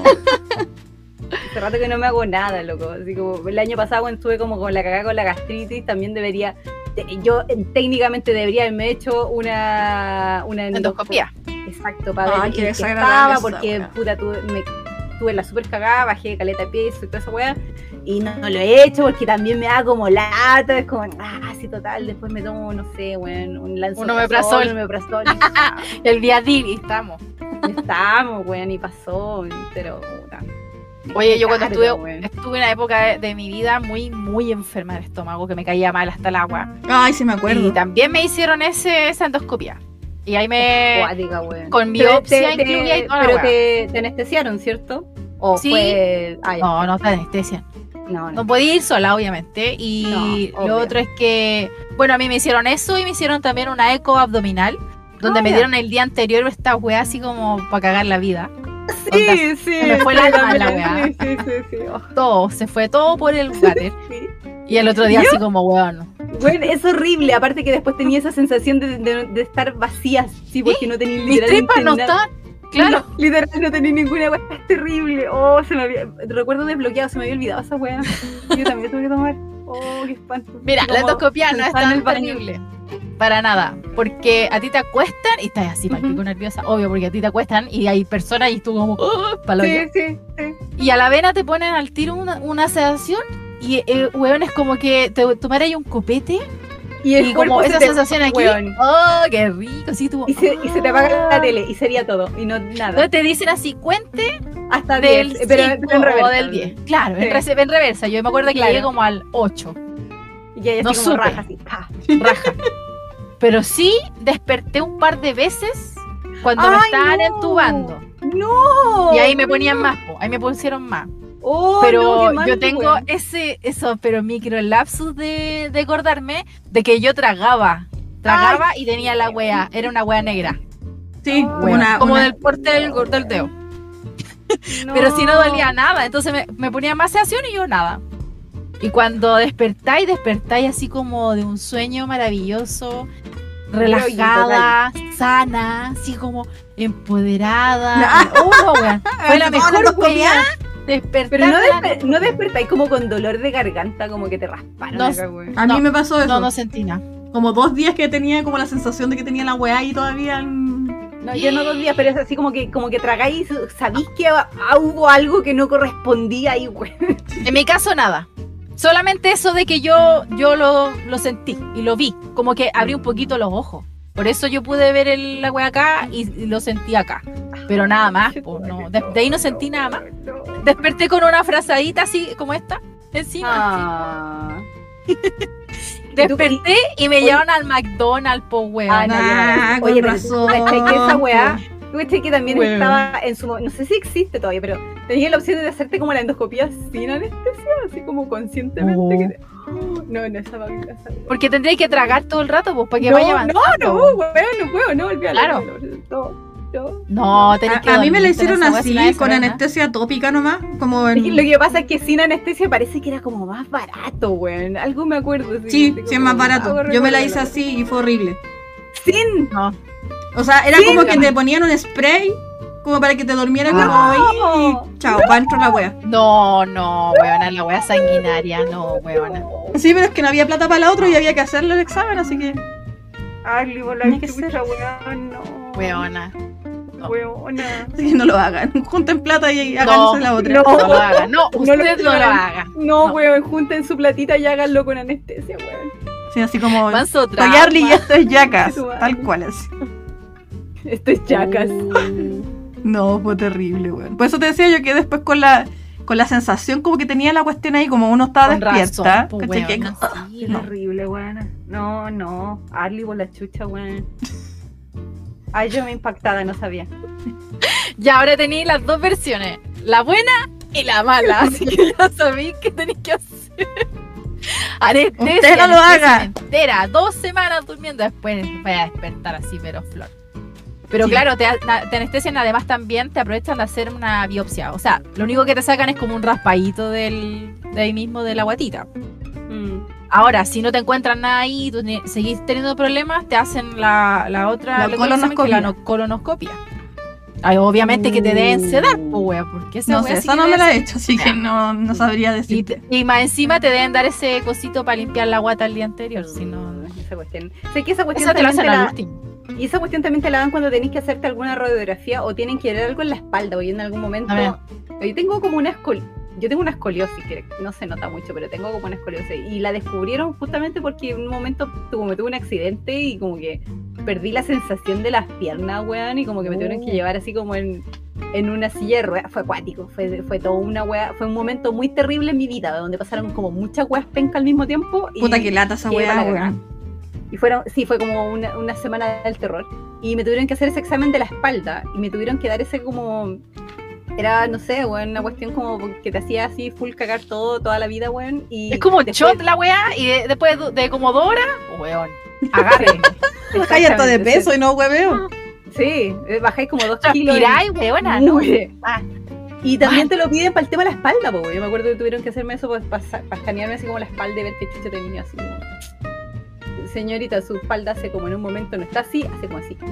Hace rato que no me hago nada, loco. Así como el año pasado cuando estuve como con la cagada con la gastritis, también debería... te- Yo eh, técnicamente debería haberme hecho una... una Endoscopía. Exacto, para Ay, ver qué qué desagradable estaba, esa porque wea. puta, tuve, me, tuve la super cagada, bajé caleta de peso y toda esa weá, y no, no lo he hecho porque también me da como lata, es como, ah, sí, total, después me tomo, no sé, weón, un lanzoprazol, Un omeprazol. un omeprazol, y ah, El Viadil, y estamos. ya estamos, weón, y pasó, pero puta. Oye, yo cuando Carga, estuve, weón. estuve en una época de, de mi vida muy, muy enferma del estómago, que me caía mal hasta el agua. Ay, sí me acuerdo. Y también me hicieron ese, esa endoscopia. Y ahí me... Cuática, weón. con Pero biopsia te- te- incluida y toda la Pero weá. te, te anestesiaron, ¿cierto? O Sí. fue... Ah, ya. No, no te anestesian. no, no. No podía ir sola, obviamente. Y No, obvio. lo otro es que, bueno, a mí me hicieron eso y me hicieron también una eco abdominal, donde Ah, me ya. dieron el día anterior esta weá así como para cagar la vida. Onda, Sí, sí. me fue la sí, mala, también, weá. Sí, sí, sí, sí. Oh, Todo, se fue todo por el water. sí. Y el otro día así como, weón. Bueno, es horrible, aparte que después tenía esa sensación de, de- de estar vacías, sí, porque no tenía Mis literalmente tripas no nada. están. Claro. No, literal no tenía ninguna weá, es terrible. Oh, se me había, recuerdo desbloqueado, se me había olvidado esa weá. Yo también tuve que tomar. Oh, qué espanto. Mira, Así la como endoscopia no es sentada en tan el baño. terrible. Para nada. Porque a ti te acuestan y estás así, palpico Ujú. nerviosa. Obvio, porque a ti te acuestan y hay personas y tú como, ¡oh! Palo Sí, yo. sí, sí. Y a la vena te ponen al tiro una, una sedación y el weón es como que te tomaras un copete Y el y como cuerpo se esa te- sensación aquí, weón. ¡oh, qué rico! Así tú, Y se, y se te apaga ¡ah! la tele y sería todo. Y no nada. No te dicen así, cuente Hasta del diez. Pero, cinco pero en reversa. o del diez. Claro, Sí. en, rece- en reversa. Yo me acuerdo que Claro. llegué como al ocho. Y ya así No como supe. raja así. pa. Raja. Pero sí desperté un par de veces cuando me ¡Ay, estaban no! entubando. ¡No! Y ahí me ponían más, po, ahí me pusieron más. Oh, Pero no, qué mal, yo tengo weón. ese, eso, pero micro lapsus de, de acordarme de que yo tragaba. Tragaba y tenía la wea, era una wea negra. Sí, Oh, como una, como una- del porte del, del dedo. No. Pero si no dolía nada, entonces me, me ponía más sedación y yo nada. Y cuando despertáis, despertáis así como de un sueño maravilloso, relajada, sana, así como empoderada. Oh, no, weón. Fue la No, mejor no, no weá. Despertar. Pero no, de la- desper- no despertáis como con dolor de garganta, como que te rasparon No, acá, weón. A No, mí me pasó eso. No, no sentí nada. Como dos días que tenía como la sensación de que tenía la weá ahí todavía en... No, yo no dos días, pero es así como que, como que tragáis, sabéis que ah, hubo algo que no correspondía ahí, weón. En mi caso, nada. Solamente eso de que yo, yo lo, lo sentí y lo vi, como que abrí un poquito los ojos. Por eso yo pude ver el, la wea acá y, y lo sentí acá. Pero nada más, pues, no. De, de ahí no sentí nada más. Desperté con una frazadita así como esta, encima. Ah. Desperté y me llevaron al McDonald's, po, weón. Ah, no, yo no la- Ah, Oye, con pero razón. ¿cachai que esa weá? Tú cachai que también Weón. estaba en su mo- no sé si existe todavía, pero tenía la opción de hacerte como la endoscopía sin anestesia, así como conscientemente. Oh. Que te- Oh, no, no, esa mamita, esa weá. Porque tendría que tragar todo el rato, pues, para que No, vaya no, avanzando. no, weón, no puedo, no, olvídalo. Claro. olvídalo, No, no. No, tenés que A, a mí me la dormirte en hicieron esa wea así, sin nadie con saber nada. anestesia tópica nomás, como Es que en... lo que pasa es que sin anestesia parece que era como más barato, weón. Algo me acuerdo. Sí, así sí, es como- más barato. algo Yo me la recuerdo, hice así y fue horrible. Sin. No. O sea, era Sí, como que dígame. te ponían un spray como para que te durmiera como No. ahí y chao, pa' dentro la wea. No, no, weona, la wea sanguinaria, no, weona. Sí, pero es que no había plata para la otra y había que hacerle el examen, así que... Ay, le la Tiene que chucha, weón, no. Weona. No. Weona. Así que no lo hagan. Junten plata y No, háganse la otra. no. No lo haga, no, No usted lo no lo hagan. haga. No, No. weón, junten su platita y háganlo con anestesia, weón. Sí, así como... Manso Soy trauma. Arly y esto es Jackass. Su madre. Tal cual así. Esto es chacas. Uh, No, fue terrible, weón. Por eso te decía yo que después con la con la sensación como que tenía la cuestión ahí, como uno estaba Con despierta. razón, po, ¿cachai? Que- weona, sí, Qué no. horrible, weón. No, no. Arly por la chucha, weón. Ay, yo me impactada, no sabía. Ya ahora tenéis las dos versiones, la buena y la mala, así que ya sabéis qué tenéis que hacer. Anestesia, Usted no lo anestesia haga. entera, dos semanas durmiendo, después vaya a despertar así, pero flor. Pero Sí. claro, te, te anestesian, además también te aprovechan de hacer una biopsia. O sea, lo único que te sacan es como un raspadito del, de ahí mismo de la guatita. Mm. Ahora, si no te encuentran nada ahí y tú ne- seguís teniendo problemas, te hacen la, la otra La el otro examen, que es colonoscopia. la no- colonoscopia. Ay, obviamente que te deben sedar, pues, wea, porque esa No wea sé, sí esa que no me debe la he ser- hecho, así que no, no sabría Y, decir. te- y más encima te deben dar ese cosito para limpiar la guata el día anterior, si no... Esa cuestión. Sé que esa cuestión Eso te lo también hacen te al la- último. Y esa cuestión también te la dan cuando tenés que hacerte alguna radiografía o tienen que ver algo en la espalda. O yo en algún momento. A ver. Yo tengo como una escol Yo tengo una escoliosis, que no se nota mucho, pero tengo como una escoliosis. Y la descubrieron justamente porque en un momento como tuve un accidente y como que perdí la sensación de las piernas, weón. Y como que me tuvieron que Oh. llevar así como en, en una silla de ruedas. Fue acuático. Fue, fue todo una wea. Fue un momento muy terrible en mi vida, donde pasaron como muchas weas penca al mismo tiempo. Y Puta que lata esa quedé weá, para la cagada. weón. Y fueron, sí, fue como una, una semana del terror. Y me tuvieron que hacer ese examen de la espalda. Y me tuvieron que dar ese como... Era, no sé, weón, una cuestión como que te hacía así full cagar todo, toda la vida, weón. Y Es como después- shot la weá y de- después de, de como dos horas, weón, agarre. Bajáis harto de Exactamente, peso y no hueveo. Sí, eh, bajáis como dos kilos. Transpiráis, weona, ¿no? Muy- Ah, Y también te lo piden para el tema de la espalda, po, yo me acuerdo que tuvieron que hacerme eso para, para, escanearme así como la espalda y ver qué chucha tenía así como... Señorita, su espalda hace como en un momento no está así, hace como así.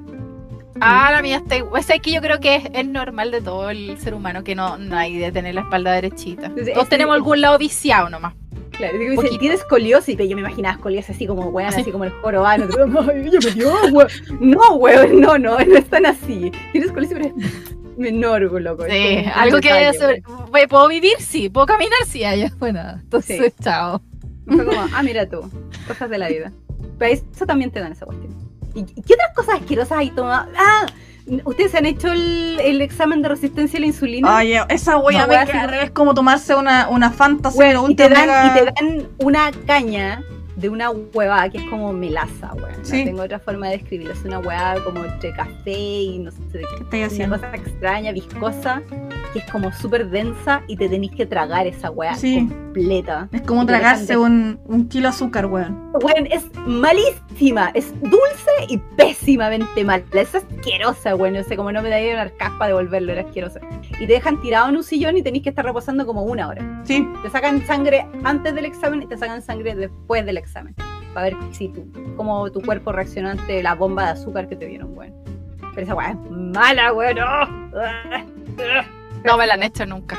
Ah, la mía está igual. O sea, es que yo creo que es, es normal de todo el ser humano que no, no hay de tener la espalda derechita. Entonces, Todos ese- tenemos algún lado viciado nomás. Claro, digo, Poquito. dice, tienes escoliosis, pero yo me imaginaba escoliosis así como weón, Así. así como el jorobano. Ay, yo me dio, weón. No, weón, no, no, no es tan así. Tienes escoliosis, pero es menor, loco. es Sí, como un algo que detalle, sobre... Güey, ¿puedo vivir? Sí. ¿Puedo caminar? Sí. Ay, bueno, entonces, Sí. chao. weón. Fue como, ah, mira tú, cosas de la vida. Pero eso también te dan esa cuestión. ¿Y y qué otras cosas asquerosas hay tomado? Ah, ¿ustedes se han hecho el, el examen de resistencia a la insulina? Oye, esa weá No, me weá, carga, sí. es como tomarse una, una fantasy Weón, y, ultra te dan, mega- y te dan una caña de una huevada que es como melaza, weón. Sí. No tengo otra forma de describirlo. Es una huevada como entre café y no sé de qué. ¿Qué estáis Una haciendo? cosa extraña, viscosa, que es como súper densa y te tenéis que tragar esa hueá Sí. completa. Es como Y te tragarse dejan un, un kilo de azúcar, weón. Weón, es malísima, es dulce y pésimamente mala. Es asquerosa, weón. No sé, como no me daría una caspa devolverlo, era asquerosa. Y te dejan tirado en un sillón y tenéis que estar reposando como una hora. Sí, Te sacan sangre antes del examen y te sacan sangre después del examen. Para ver si tu, cómo tu cuerpo reaccionó ante la bomba de azúcar que te dieron, weón. Pero esa weá es mala, weón. ¡Oh! No me la han hecho nunca.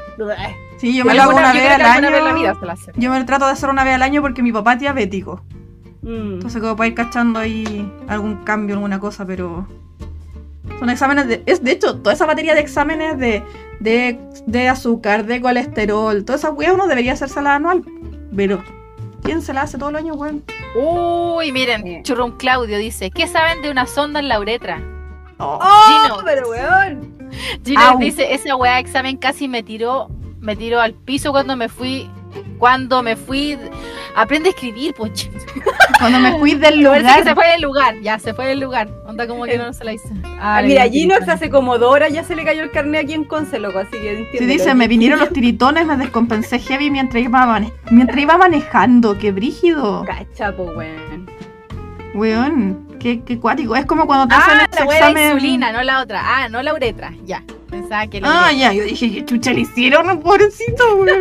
sí, yo me lo hago Alguna- una yo vez creo al que alguna vez en la año. vida se la hacen. Yo me lo trato de hacer una vez al año porque mi papá es diabético. Mm. Entonces como para ir cachando ahí algún cambio, alguna cosa, pero... Son exámenes de... Es de hecho, toda esa batería de exámenes de de, de azúcar, de colesterol, todas esas weas uno debería hacérsela anual. Pero, ¿quién se la hace todos los años, weón? Uy, miren, Sí. Churrum Claudio dice, ¿qué saben de una sonda en la uretra? Oh. ¡Oh, Gino. pero weón! Gino Au. dice, esa weá de examen casi me tiró, me tiró al piso cuando me fui, cuando me fui, aprende a escribir, pues. Cuando me fui del Parece que se lugar. fue del lugar, ya, se fue del lugar. Onda como que no se la hizo. Ah, Mira, le dio Ginox tirita. hace como dos horas ya se le cayó el carnet aquí en Conce, loco, así que entiendo. Si dice, me vinieron los tiritones, me descompensé heavy mientras iba, mane- mientras iba manejando. ¡Qué brígido! Cachapo, weón. Weón, qué, qué cuático. Es como cuando te Ah, hacen la ese weá de examen. insulina, no la otra. Ah, no la uretra, ya. Pensaba que la Ah, uretra. ya, yo dije, ¿qué chucha le hicieron, pobrecito, weón?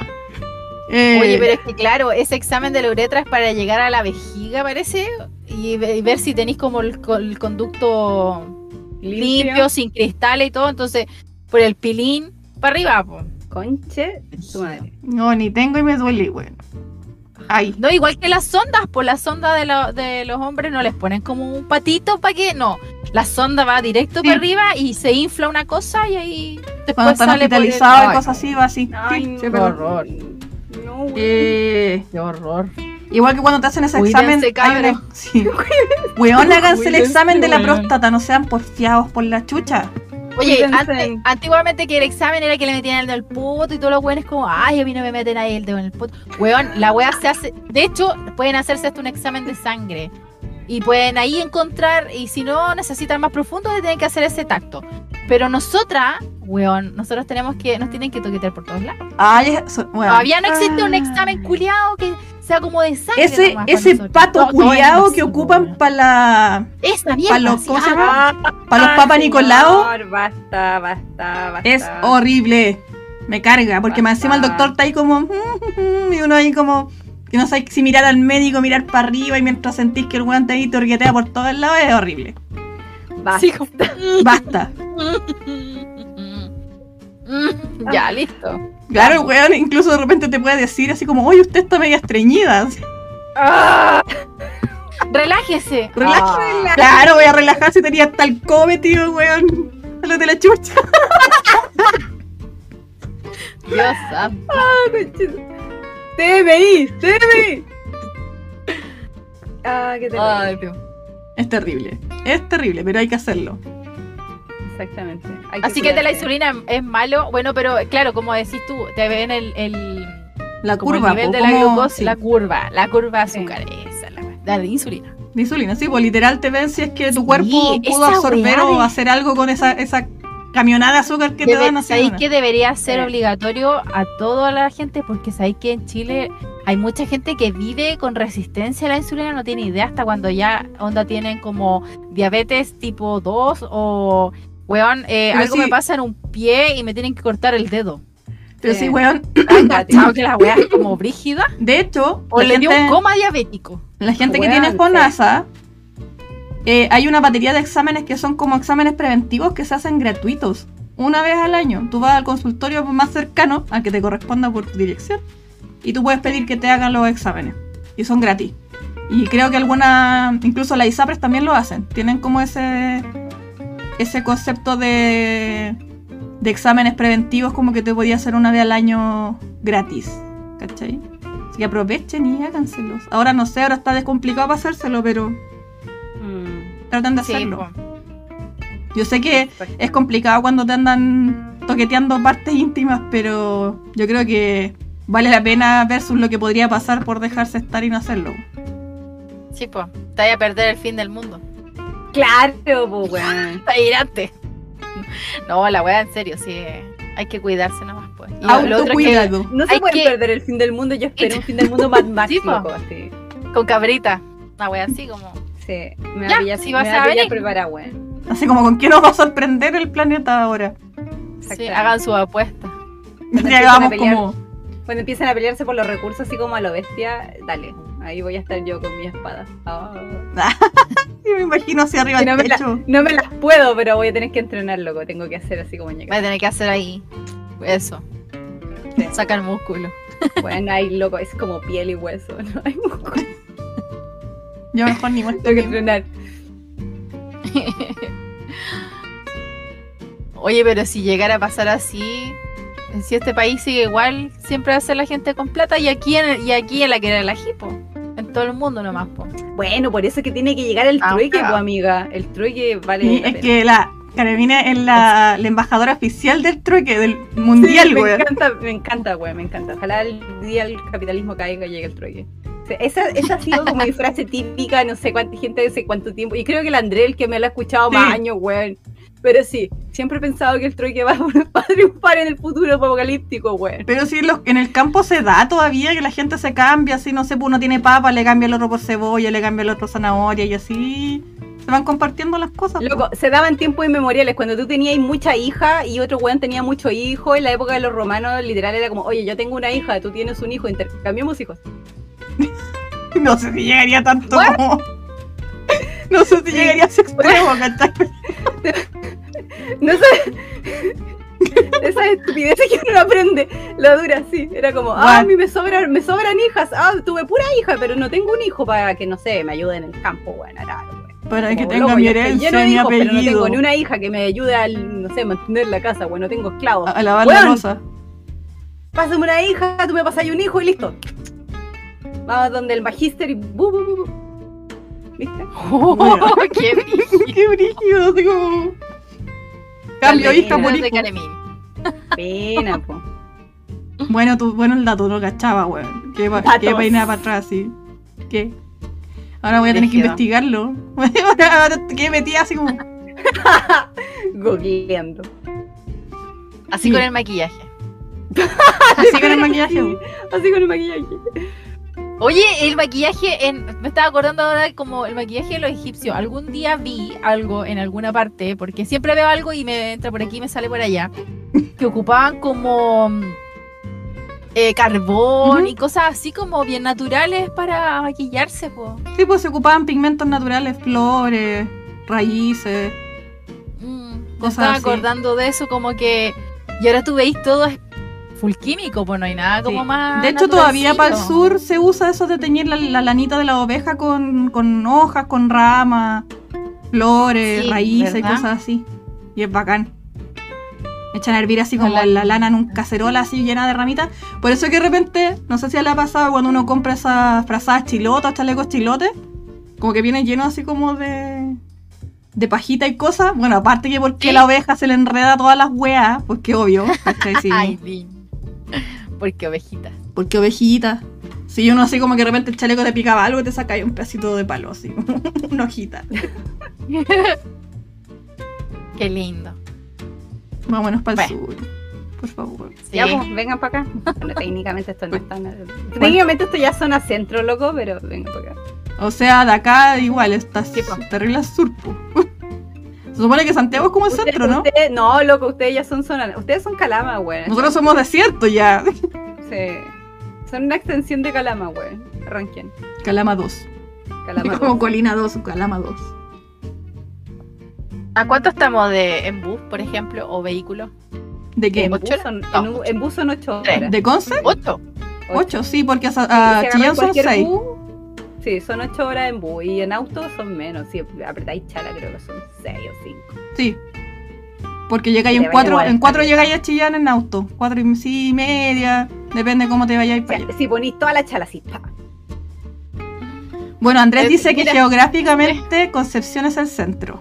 Eh, Oye, pero es que claro, ese examen de la uretra es para llegar a la vejiga, parece, y, ve- y ver si tenéis como el, co- el conducto limpio, sin cristales y todo, entonces por el pilín para arriba, po. Conche, tu madre. No, ni tengo y me duele, weón. Ay, No, igual que las sondas, por la sonda de, lo- de los hombres no les ponen como un patito para que, no, la sonda va directo Sí. para arriba y se infla una cosa y ahí después cuando están sale por el- hospitalizados y Ay, cosas así, va así. Ay, Sí, no. sí, qué pero- horror, No, weón. Eh, qué horror. igual que cuando te hacen ese Cuídense, examen. hay cabros. una- sí. Weón, háganse el Cuídense, examen de la weón. próstata, no sean porfiados por la chucha. Oye, Cuídense. antes, antiguamente que el examen era que le metían el dedo en el poto y todos los weones como, ay, a mí no me meten ahí el dedo en el poto. Weón, la wea se hace, de hecho, pueden hacerse hasta un examen de sangre. Y pueden ahí encontrar, y si no necesitan más profundo, le tienen que hacer ese tacto. Pero nosotras, weón, nosotros tenemos que, nos tienen que toquetear por todos lados. Ay, eso, weón. Todavía no existe un Ah. examen culiado que sea como de sangre. Ese, nomás para ese nosotros. pato No, no es culiado así, que ocupan weón. para la. Esa mierda. pa' los- sí, ¿cómo se ah, llama? Para los Ay, papas Nicolau. señor, Basta, basta, basta. Es horrible. Me carga, porque más encima el Basta. doctor está ahí como. Y uno ahí como. Que no sabes si mirar al médico, mirar para arriba y mientras sentís que el guante ahí te orguetea por todos lados, es horrible. Basta. Sí, como- Basta. Ya, listo. Claro, el weón incluso de repente te puede decir así como, oye, usted está media estreñida. ¡Ah! Relájese. Relaja- Ah. Claro, voy a relajar si tenía hasta el come, tío, weón. Sálvate de la chucha. Dios santo. T M I, T M I. Ah, qué terrible. Ay, Dios. Es terrible. Es terrible, pero hay que hacerlo. Exactamente. Hay Así que de la cuidarse. insulina es malo. Bueno, pero claro, como decís tú, te ven el, el, La como el curva, nivel po, de la como- glucosa, sí, la curva, la curva de Sí. azúcar, esa es la, la de insulina. de insulina, sí, pues literal te ven si es que tu Sí, cuerpo pudo esa absorber weá o de- hacer algo con esa, esa camionada de azúcar que te Debe- dan así. ¿Sabéis una. que debería ser Sí. obligatorio a toda la gente? Porque sabéis que en Chile hay mucha gente que vive con resistencia a la insulina, no tiene idea hasta cuando ya onda tienen como diabetes tipo dos o, weón, eh, Pero algo sí. me pasa en un pie y me tienen que cortar el dedo. Pero sí, Sí. weón. ¿Has cachado que la weá es como brígida? De hecho, O la le dio gente, un coma diabético. la gente que Weón, tiene sí. FONASA, eh, hay una batería de exámenes que son como exámenes preventivos que se hacen gratuitos. Una vez al año. Tú vas al consultorio más cercano, al que te corresponda por dirección, y tú puedes pedir que te hagan los exámenes. Y son gratis. Y creo que algunas, incluso las ISAPRES también lo hacen. Tienen como ese ese concepto de, de exámenes preventivos, como que te podía hacer una vez al año gratis. ¿Cachai? Así que aprovechen y háganselos. Ahora no sé, ahora está descomplicado para hacérselo, pero Mm, traten de Sí, hacerlo. po. Yo sé que exacto. es complicado cuando te andan toqueteando partes íntimas, pero yo creo que vale la pena versus lo que podría pasar por dejarse estar y no hacerlo. Sí, pues. Te vaya a perder el fin del mundo. Claro, pues, weón. Está irante. No, la weá, en serio, sí. Hay que cuidarse nomás, pues. Y lo- lo otro es que Autocuidado. No se Hay puede que- perder el fin del mundo. Yo espero un fin del mundo más máximo, po. así. con cabrita. Una weá así como. Sí, me Ya, va a pillar, si me vas va a a pillar venir. preparada, weón. Así como con qué nos va a sorprender el planeta ahora. Sí, Exactamente. hagan su apuesta. Cuando Ya empiecen a hagamos pelear. como. Cuando empiecen a pelearse por los recursos así como a lo bestia, dale. Ahí voy a estar yo con mi espada. Ah. Yo me imagino hacia arriba Sí, del no, me la- techo. no me las puedo, pero voy a tener que entrenar, loco. Tengo que hacer así como Voy ñeca. a tener que hacer ahí. Eso. Sí. Sacar músculo. Bueno, ahí, loco, es como piel y hueso, ¿no? Hay músculo. Yo mejor ni muestro Tengo que ni- entrenar. Oye, pero si llegara a pasar así, si este país sigue igual, siempre va a ser la gente con plata y aquí en, y aquí en la que era la hipo. En todo el mundo nomás, po. Bueno, por eso es que tiene que llegar el Ah, trueque, claro. pues, amiga. El trueque vale Y la es pena. que la Carolina es la, la embajadora oficial del trueque, del mundial, Sí, me weón. encanta, me encanta, güey, me encanta. Ojalá el día el capitalismo caiga y llegue el trueque. O sea, esa, esa ha sido como mi frase típica, no sé cuánta gente hace cuánto tiempo. Y creo que el André, el que me lo ha escuchado Sí. más años, güey. Pero sí, siempre he pensado que el trueque va, va a triunfar en el futuro apocalíptico, güey. Pero si en, los- en el campo se da todavía que la gente se cambia, así, no sé, pues uno tiene papa, le cambia el otro por cebolla, le cambia el otro zanahoria y así se van compartiendo las cosas. Loco, se daban tiempos inmemoriales cuando tú tenías mucha hija y otro weón tenía mucho hijo. En la época de los romanos, literal era como, oye, yo tengo una hija, tú tienes un hijo, intercambiamos hijos. No sé si llegaría tanto ¿What? como... No sé si llegaría a ese extremo, ¿cachai? No sé. Esa estupidez que uno aprende, la dura, sí. Era como, ah, What? a mí me sobran, me sobran hijas. Ah, tuve pura hija, pero no tengo un hijo para que, no sé, me ayude en el campo, weón. Raro, weón. Para que Como, tenga loco, mi yo estoy herencia, lleno de mi hijos, pero no apellido. tengo ni una hija que me ayude a, no sé, mantener la casa, weón. No tengo esclavos. A, a lavar la Weón, losa. Pásame una hija, tú me pasas ahí un hijo y listo. Vamos donde el magíster y bu, bu, bu, bu. ¿Viste? Oh, qué brillo. Qué brígido, así como... Cambio Dale, hija por de hijo. Caremín. Pena, po. Bueno, tú, bueno el dato, no cachaba, weón. Qué, pa- Datos. qué peinada para atrás, sí. ¿Qué? Ahora voy a tener que Brígido. investigarlo. Ahora que metí así como... Googleando. Así Sí. con el maquillaje. Así con el maquillaje. weón. Así con el maquillaje. Oye, el maquillaje, en, me estaba acordando ahora como el maquillaje de los egipcios. Algún día vi algo en alguna parte, porque siempre veo algo y me entra por aquí y me sale por allá, que ocupaban como eh, carbón Ujú. y cosas así como bien naturales para maquillarse, po. Sí, pues se ocupaban pigmentos naturales, flores, raíces. Mm, me Cosas estaba así. acordando de eso, como que. Y ahora tú veis todo es full químico, pues no hay nada como Sí. más. De hecho, todavía para el naturalcito. sur se usa eso de teñir la, la lanita de la oveja con, con hojas, con ramas, flores, Sí, raíces y ¿verdad? cosas así. Y es bacán. Echan a hervir así Con como la- la lana en un cacerola así llena de ramitas. Por eso que de repente, no sé si le ha pasado cuando uno compra esas frazadas chilotas, chalecos chilotes, como que vienen llenos así como de de pajita y cosas. Bueno, aparte que porque Sí. la oveja se le enreda todas las weas, pues que obvio, ¿cachai? Sí. Ay, sí. Porque ovejita. Porque ovejita. Si uno así como que de repente el chaleco te picaba algo y te saca ahí un pedacito de palo así. Una hojita. Qué lindo. Vámonos para el Bueno. sur. Por favor. Sí. Ya, pues, vengan para acá. Bueno, técnicamente esto no es tan. Técnicamente esto ya es zona centro, loco, pero vengan para acá. O sea, de acá igual está Sí, po. terrible al sur, po. Se supone que Santiago es como el Usted- centro, ¿no? usted- no, loco, ustedes ya son zona. Ustedes son Calama, güey. Nosotros somos desierto ya. Sí. Son una extensión de Calama, güey. Arranquen. Calama dos. Calama. Como Colina dos, Calama dos. ¿A cuánto estamos de en bus, por ejemplo, o vehículo? ¿De qué? En bus, ¿Ocho? son, No. en, un- en bus son ocho Tres. horas. ¿De Conce? ¿Ocho? Ocho, sí, porque a, Sí, a si agarráis Chillán son cualquier seis. bus, sí, son ocho horas en bus. Y en auto son menos. Si apretáis chala, creo que son seis o cinco. Sí. Porque llegáis Te en vaya cuatro, igual, en cuatro caleta. llegáis a Chillán en auto. Cuatro y sí, y media. Depende cómo te vayáis O para sea, allá. si ponís toda la chala así, pa. Bueno, Andrés Eh, dice que mira. geográficamente Concepción es el centro.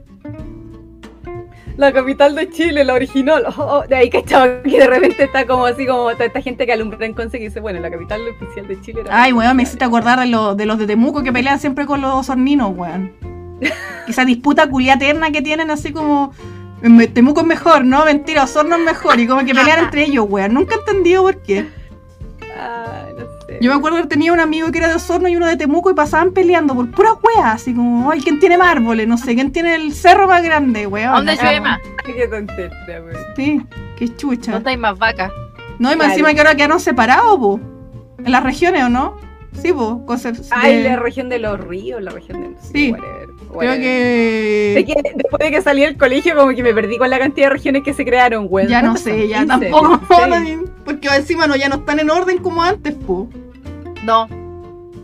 La capital de Chile, la original. Oh, oh, de ahí cachaba que de repente está como así, como toda esta gente que alumbra en Conce que dice, bueno, la capital oficial de Chile era. Ay, weón, me hiciste acordar de, lo- de los de Temuco que pelean siempre con los sorninos, weón. Esa disputa culia eterna que tienen así como... "Me- Temuco es mejor, ¿no? Mentira, Osorno es mejor. Y como que pelean entre ellos, weón. Nunca he entendido por qué. Ay, no sé. Yo me acuerdo que tenía un amigo que era de Osorno y uno de Temuco y pasaban peleando por pura weá. Así como, ay, ¿quién tiene más árboles? No sé, ¿quién tiene el cerro más grande, weón? ¿Dónde Así llueve como- más? Ay, qué tontería, güey. Sí, qué chucha. ¿Dónde hay más vacas? No, y más Claro. encima que ahora quedaron separados, po. En las regiones, ¿o no? Sí, po. Concep- Ay, de- la región de los ríos, la región de... Sí. whatever, Creo whatever. que... Sé que después de que salí del colegio como que me perdí con la cantidad de regiones que se crearon, güey. Ya no ¿Cuántas sé, son? ya quince, tampoco. dieciséis. Porque encima no, ya no están en orden como antes, po. No.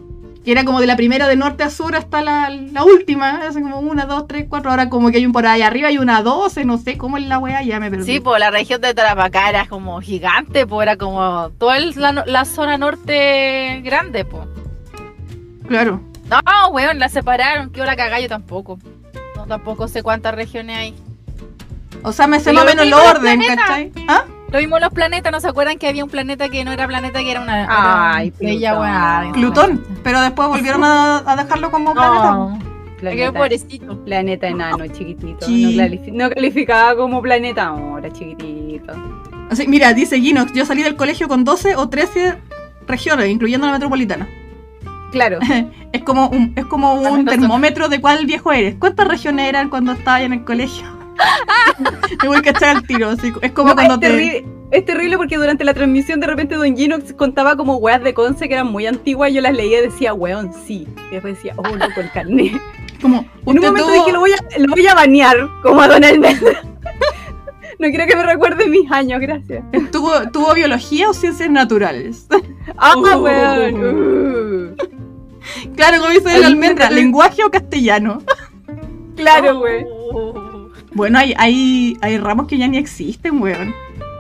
que era como de la primera de norte a sur hasta la, la última, así como una, dos, tres, cuatro, ahora como que hay un por ahí arriba y una doce, no sé cómo es la weá, ya me perdí. Sí, pues la región de Tarapacá era como gigante, pues era como toda el- la, no- la zona norte grande, pues. Claro. No, weón, la separaron, quedó la cagada, yo tampoco. No, tampoco sé cuántas regiones hay. O sea, me sé Y más o lo menos el mismo los orden, planetas. ¿cachai? ¿Ah? Lo mismo los planetas, ¿no se acuerdan que había un planeta que no era planeta, que era una... era Ay, una estrella, Plutón. weón? Plutón, pero después volvieron a, a dejarlo como planeta. No, qué Planeta, pobrecito. planeta enano, chiquitito. Sí. No, clarifi- no calificaba como planeta ahora, chiquitito. Así, mira, dice Ginox, yo salí del colegio con doce o trece regiones, incluyendo la metropolitana. Claro. Es como un, es como un También termómetro de cuál viejo eres. ¿Cuántas regiones eran cuando estabas en el colegio? Me voy a cachar al tiro. Así, es como No, cuando es, te... terrible, es terrible porque durante la transmisión de repente Don Ginox contaba como weas de Conce que eran muy antiguas y yo las leía y decía, weón, sí. Y después decía, oh, loco, el carnet. Como, En un usted momento tuvo- dije, lo voy, a, lo voy a banear como a Don Almendra. No quiero que me recuerde mis años, gracias. ¿Tuvo, ¿Tuvo biología o ciencias naturales? Ah, Uh. weón. Uh. Claro, como dice el almendra, lenguaje o castellano. Claro, weón. Oh. Bueno, hay, hay, hay ramos que ya ni existen, weón.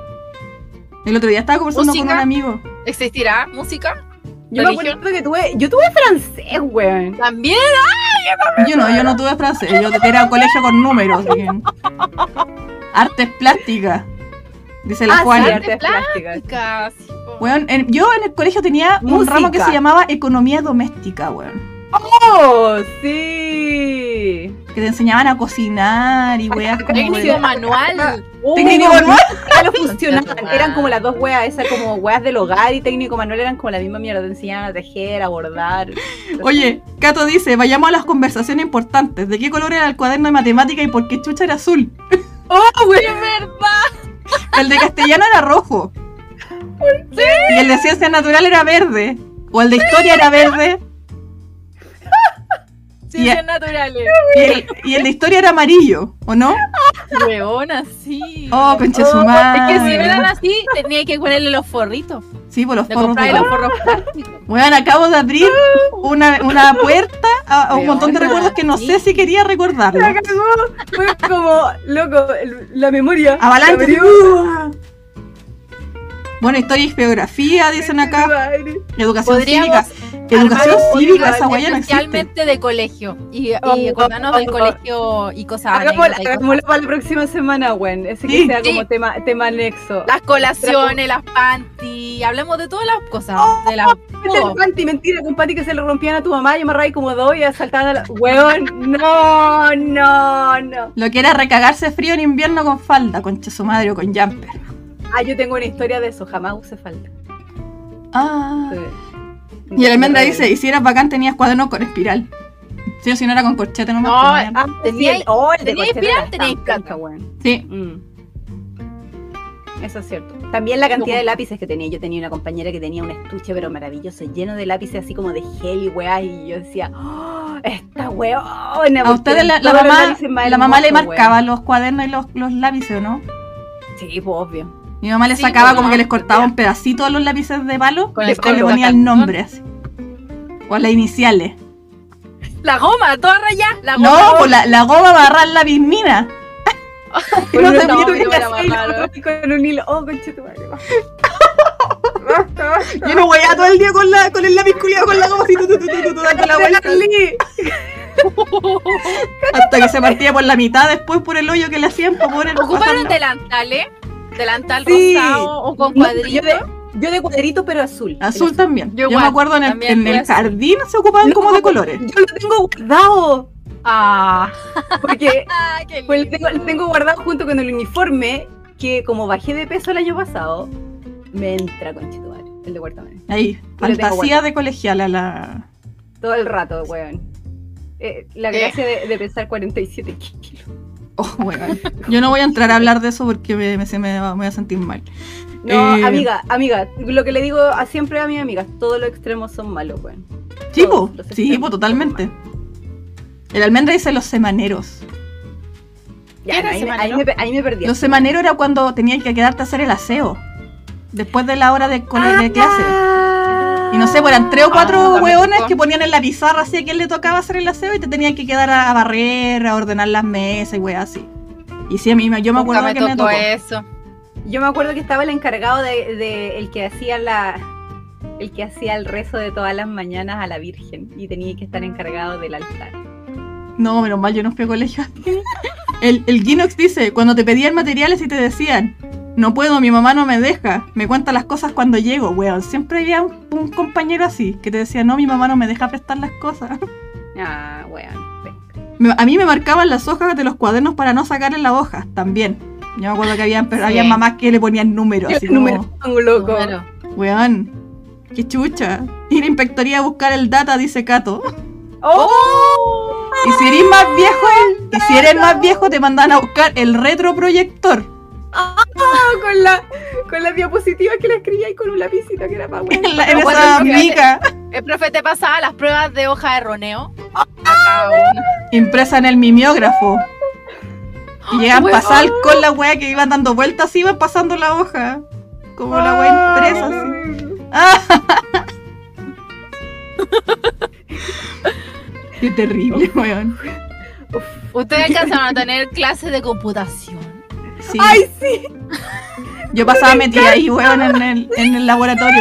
El otro día estaba conversando con ¿Música? un amigo. ¿Existirá música? Yo me ¿Religión? acuerdo que tuve, yo tuve francés, weón. ¿También? Yo no, yo no tuve francés, yo era colegio con números. Bien. Artes plásticas, dice la Ah, sí, Juana. artes plásticas. Casi, po. Weón, en- yo en el colegio tenía un Música. ramo que se llamaba economía doméstica, weón. ¡Oh, sí! Que te enseñaban a cocinar y weas como Técnico de... manual. ¿Técnico manual? Ya lo funcionaban, eran como las dos weas, esas como weas del hogar y técnico manual eran como la misma mierda, te enseñaban a tejer, a bordar. Oye, Cato dice, vayamos a las conversaciones importantes. ¿De qué color era el cuaderno de matemática y por qué chucha era azul? ¡Oh, wey! ¡Es verdad! El de castellano era rojo. Y el de ciencias naturales era verde. O el de historia era verde. Ciencias naturales. Y el, y el de historia era amarillo, ¿o no? Weona, sí. Oh, conche su Es madre. que si eran así, tenía que ponerle los forritos. Sí, por los De forros de comprar los palo. forros plásticos. Bueno, acabo de abrir una, una puerta a, a un montón de Weona, recuerdos que no sí. sé si quería recordarlo. La cagó. Fue como, loco, el- la memoria. Avalancha. La memoria. Bueno, historia y geografía, dicen acá. Madre. Educación Podríamos cívica. Educación armar un cívica, podcast esa guaya no existe. especialmente de colegio. Y, y Oh, acordarnos oh, del oh. colegio y cosas Hagámoslo anécdotas y cosas. hagámoslo para la próxima semana, güey. Ese Sí. que sea Sí. como tema, tema anexo. Las colaciones, las panty, hablemos de todas las cosas. de las Este todo. el panty, mentira, con panty que se le rompían a tu mamá y amarraba como dos y asaltaban a la... Weón, no, no, no. Lo que era recagarse frío en invierno con falda, concha su madre o con jumper. Ah, yo tengo una historia de eso, jamás usé falta. Ah. Sí. Y el almendra dice, y si eras bacán tenías cuadernos con espiral. Sí, o si no era con corchete nomás. No, pues, vaya. Ah, Tenía- sí, el, oh, el de tenía corchete espiral, era tenía tan plata. penca, weón. Sí. Mm. Eso es cierto. También la cantidad ¿Cómo? de lápices que tenía. Yo tenía una compañera que tenía un estuche, pero maravilloso, lleno de lápices así como de gel y weá. Y yo decía, ¡oh, esta weona! A ustedes la, la Todos los mamá, lápices más la mamá le hermosos, marcaba weón. los cuadernos y los, los lápices, ¿o no? Sí, pues obvio. Mi mamá le Sí, sacaba pues, como no, que les cortaba ya. un pedacito a los lápices de palo Con y el después le color, ponía acá, el ¿no? nombre así. O las iniciales. La goma, toda rayada. La goma. No, pues la, la goma va a agarrar la pismina. Con No un te hilo pido que que me la hacía y lo amarraron. otro con un hilo. Oh, conchetumare. Basta, basta. Yo no voy a todo el día con, la, con el lápiz culiado con la goma así, tu, tu, tu, tu, tu, dando la vuelta. Hasta que se partía por la mitad después por el hoyo que le hacían para poder ¿Ocuparon delantales? ¿Delantal Sí. rosado o con No, cuadritos? yo, de, yo de cuadrito, pero azul. Azul El también. Yo, Yo me igual, acuerdo en el, también en fue el azul. jardín se ocupaban No, como de colores. Yo lo tengo guardado. Ah, Porque ah, qué lindo. pues, lo, tengo, lo tengo guardado junto con el uniforme. Que como bajé de peso el año pasado, me entra conchetumare. El de cuarto medio. Ahí, Yo lo tengo fantasía guardado. de colegiala la... Todo el rato, weón. Eh, la ¿Qué? gracia de, de pesar cuarenta y siete kilos. Oh, weón. Yo no voy a entrar a hablar de eso porque me, me, se me, va- me voy a sentir mal. No, Eh, amiga, amiga, lo que le digo a siempre a mis amigas, todos los extremos son malos, weón. Sí, Todos po, los sí, extremos po, son totalmente. malos. El almendra dice los semaneros. Ya, ¿Qué era ahí, me, ahí, semanero? me, pe- ahí me perdí. Los semaneros era cuando tenías que quedarte a hacer el aseo. Después de la hora de, cole- de clase. Ah, Y no sé, pues eran tres o cuatro Ah, hueones tocó. que ponían en la pizarra así a quién le tocaba hacer el aseo y te tenían que quedar a, a barrer, a ordenar las mesas y weas así. Y sí, a mí me- yo me Nunca acuerdo me que tocó me tocó. eso. Yo me acuerdo que estaba el encargado de, de el que hacía la el que hacía el rezo de todas las mañanas a la Virgen y tenía que estar encargado del altar. No, menos mal, yo no fui a colegio. El, el Ginox dice, cuando te pedían materiales y te decían, no puedo, mi mamá no me deja, me cuenta las cosas cuando llego, weón. Siempre había un, un compañero así, que te decía, no, mi mamá no me deja prestar las cosas. Ah, weón. Me- A mí me marcaban las hojas de los cuadernos para no sacarle la hoja, también. Yo me acuerdo que habían, pero Sí. había mamás que le ponían números, así como, número tan loco. Número. weón, qué chucha. Ir a inspectoría a buscar el data, dice Cato. ¡Oh! Y si eres más viejo, y si eres más viejo, te mandan a buscar el retroproyector. Ah, con la con la diapositiva que la escribía ahí con un lapicito que era para weón. En, la- en Pero bueno, esa fíjate. mica El profe te pasaba las pruebas de hoja de roneo. A cada uno. impresa en el mimeógrafo. Y llegan Weón. pasar con la wea que iban dando vueltas y iban pasando la hoja. Como la wea impresa así. Ah. Qué terrible, weón. Ustedes alcanzaron a tener clases de computación. Sí. ¡Ay, sí! Yo pasaba metida ahí, weón, en el, en el laboratorio.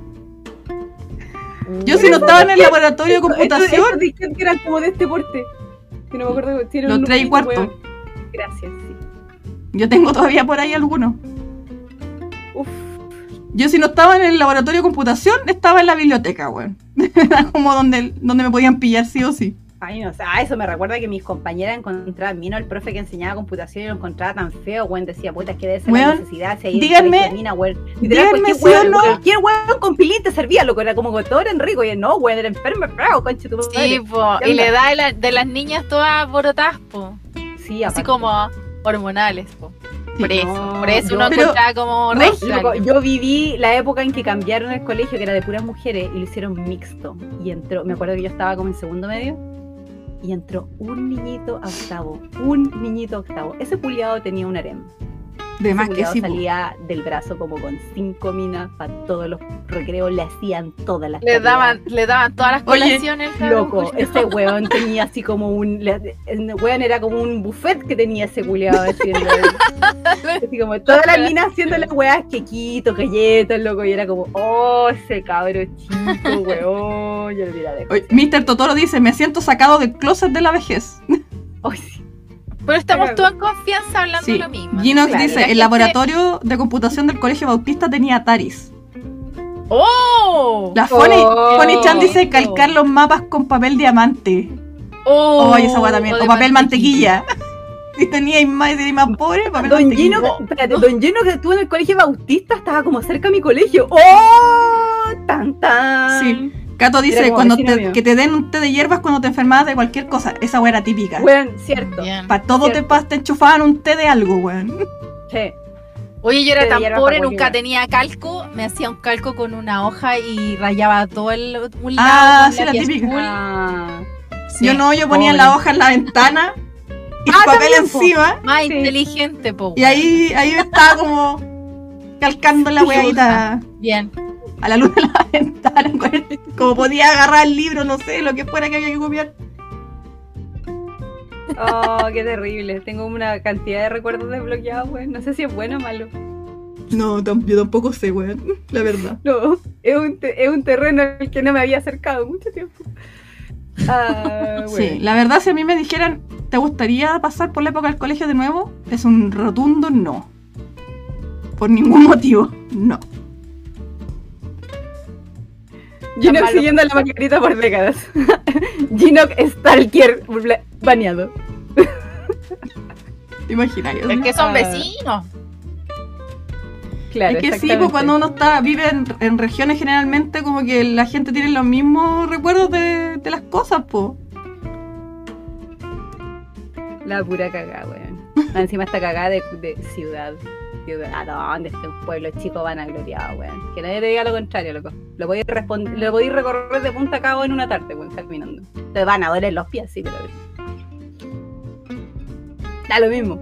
Yo si no estaba en el laboratorio de Estos- computación, estos disquetes que eran como de este porte. Que no me acuerdo si era los un tres y numerito, cuarto. weón. Gracias, sí. Yo tengo todavía por ahí algunos. Uf. Yo si no estaba en el laboratorio de computación, estaba en la biblioteca, weón. Era como donde, donde me podían pillar sí o sí. Ay, no sé, ah, eso me recuerda que mis compañeras encontraban, vino el profe que enseñaba computación y lo encontraba tan feo, weón, decía, puta, es que debe ser Weón, la necesidad, si ahí díganme- termina, weón. díganme cualquier sí o weón, no. cualquier weón con pilín te servía, loco, era como que todos eran ricos, y no, weón, era enfermo, feo, concha tu Sí, madre. po. ¿Qué Y le onda? da de, la- de las niñas todas borotadas, po. Sí, Así aparte. como hormonales, po. Sí, Por eso, no, por eso yo- uno Pero- encontraba como no, regia. Loco, yo viví la época en que cambiaron el colegio, que era de puras mujeres, y lo hicieron mixto. Y entró, me acuerdo que yo estaba como en segundo medio, y entró un niñito a octavo. Un niñito a octavo. Ese culiado tenía un harem. De Ese más que culiado sí, po. salía del brazo como con cinco minas para todos los recreos, le hacían todas las Le tareas. daban, le daban todas las Oye, colaciones. cabrón, Loco, culiao. ese weón tenía así como un. le- El weón era como un buffet que tenía ese culiado haciendo. Así como todas las minas haciendo las weas, quequitos, galletas, loco. Y era como, oh, ese cabro chico, weón. Yo lo hubiera dejado. Oye, mister Totoro dice, me siento sacado del closet de la vejez. Ay, sí. Pero estamos Cagó. todos en confianza hablando Sí, de lo mismo. Ginox claro. dice, La el gente- laboratorio de computación del colegio Bautista tenía Ataris. ¡Oh! La Foni, Oh. Foni-chan dice calcar los mapas con papel diamante. ¡Oh! Oye, esa weá también. de O papel mantequilla. Si teníais más, si teníais más pobre, papel Don mantequilla. Gino, espérate, Don Gino que estuvo en el colegio Bautista estaba como cerca de mi colegio. ¡Oh! ¡Tan, tan! Sí. Cato Era dice como cuando vecino te- mío. que te den un té de hierbas cuando te enfermabas de cualquier cosa. Esa weá era típica. Weón, cierto. Bien. Para todo te, cierto. pas- te enchufaban un té de algo, weón. Sí. Oye, yo era Te tan dieron pobre, pa' nunca cualquiera. tenía calco. Me hacía un calco con una hoja y rayaba todo el un lado. Ah, con sí, la lápiz típica. azul. Ah, Sí, Yo no, yo ponía pobre. la hoja en la ventana y el Ah, papel también, po. encima. Más Sí. inteligente, po. Y ahí, ahí estaba como calcando la weadita Bien. a la luz de la ventana. Como podía agarrar el libro, no sé, lo que fuera que había que copiar. oh, qué terrible. Tengo una cantidad de recuerdos desbloqueados, weón. No sé si es bueno o malo. No, tam- yo tampoco sé, weón. La verdad. No, es un, te- es un terreno al que no me había acercado mucho tiempo. Ah, Sí, bueno. la verdad, si a mí me dijeran, ¿te gustaría pasar por la época del colegio de nuevo? Es un rotundo no. Por ningún motivo, no. Ginox malo. siguiendo a la Margarita por décadas. Ginox Stalker bla- baneado. ¿Te imaginas? Es que son Ah. vecinos. Claro, Es que sí, exactamente. pues cuando uno está vive en, en regiones generalmente como que la gente tiene los mismos recuerdos de, de las cosas, po. La pura cagada, weón. Más encima esta cagada de, de ciudad. Ciudad. ¿A dónde está un pueblo chico vanagloriado, weón? Que nadie te diga lo contrario, loco. Lo podéis responder, lo podéis recorrer de punta a cabo en una tarde, weón, caminando. Te van a doler los pies, sí, pero. Da lo mismo.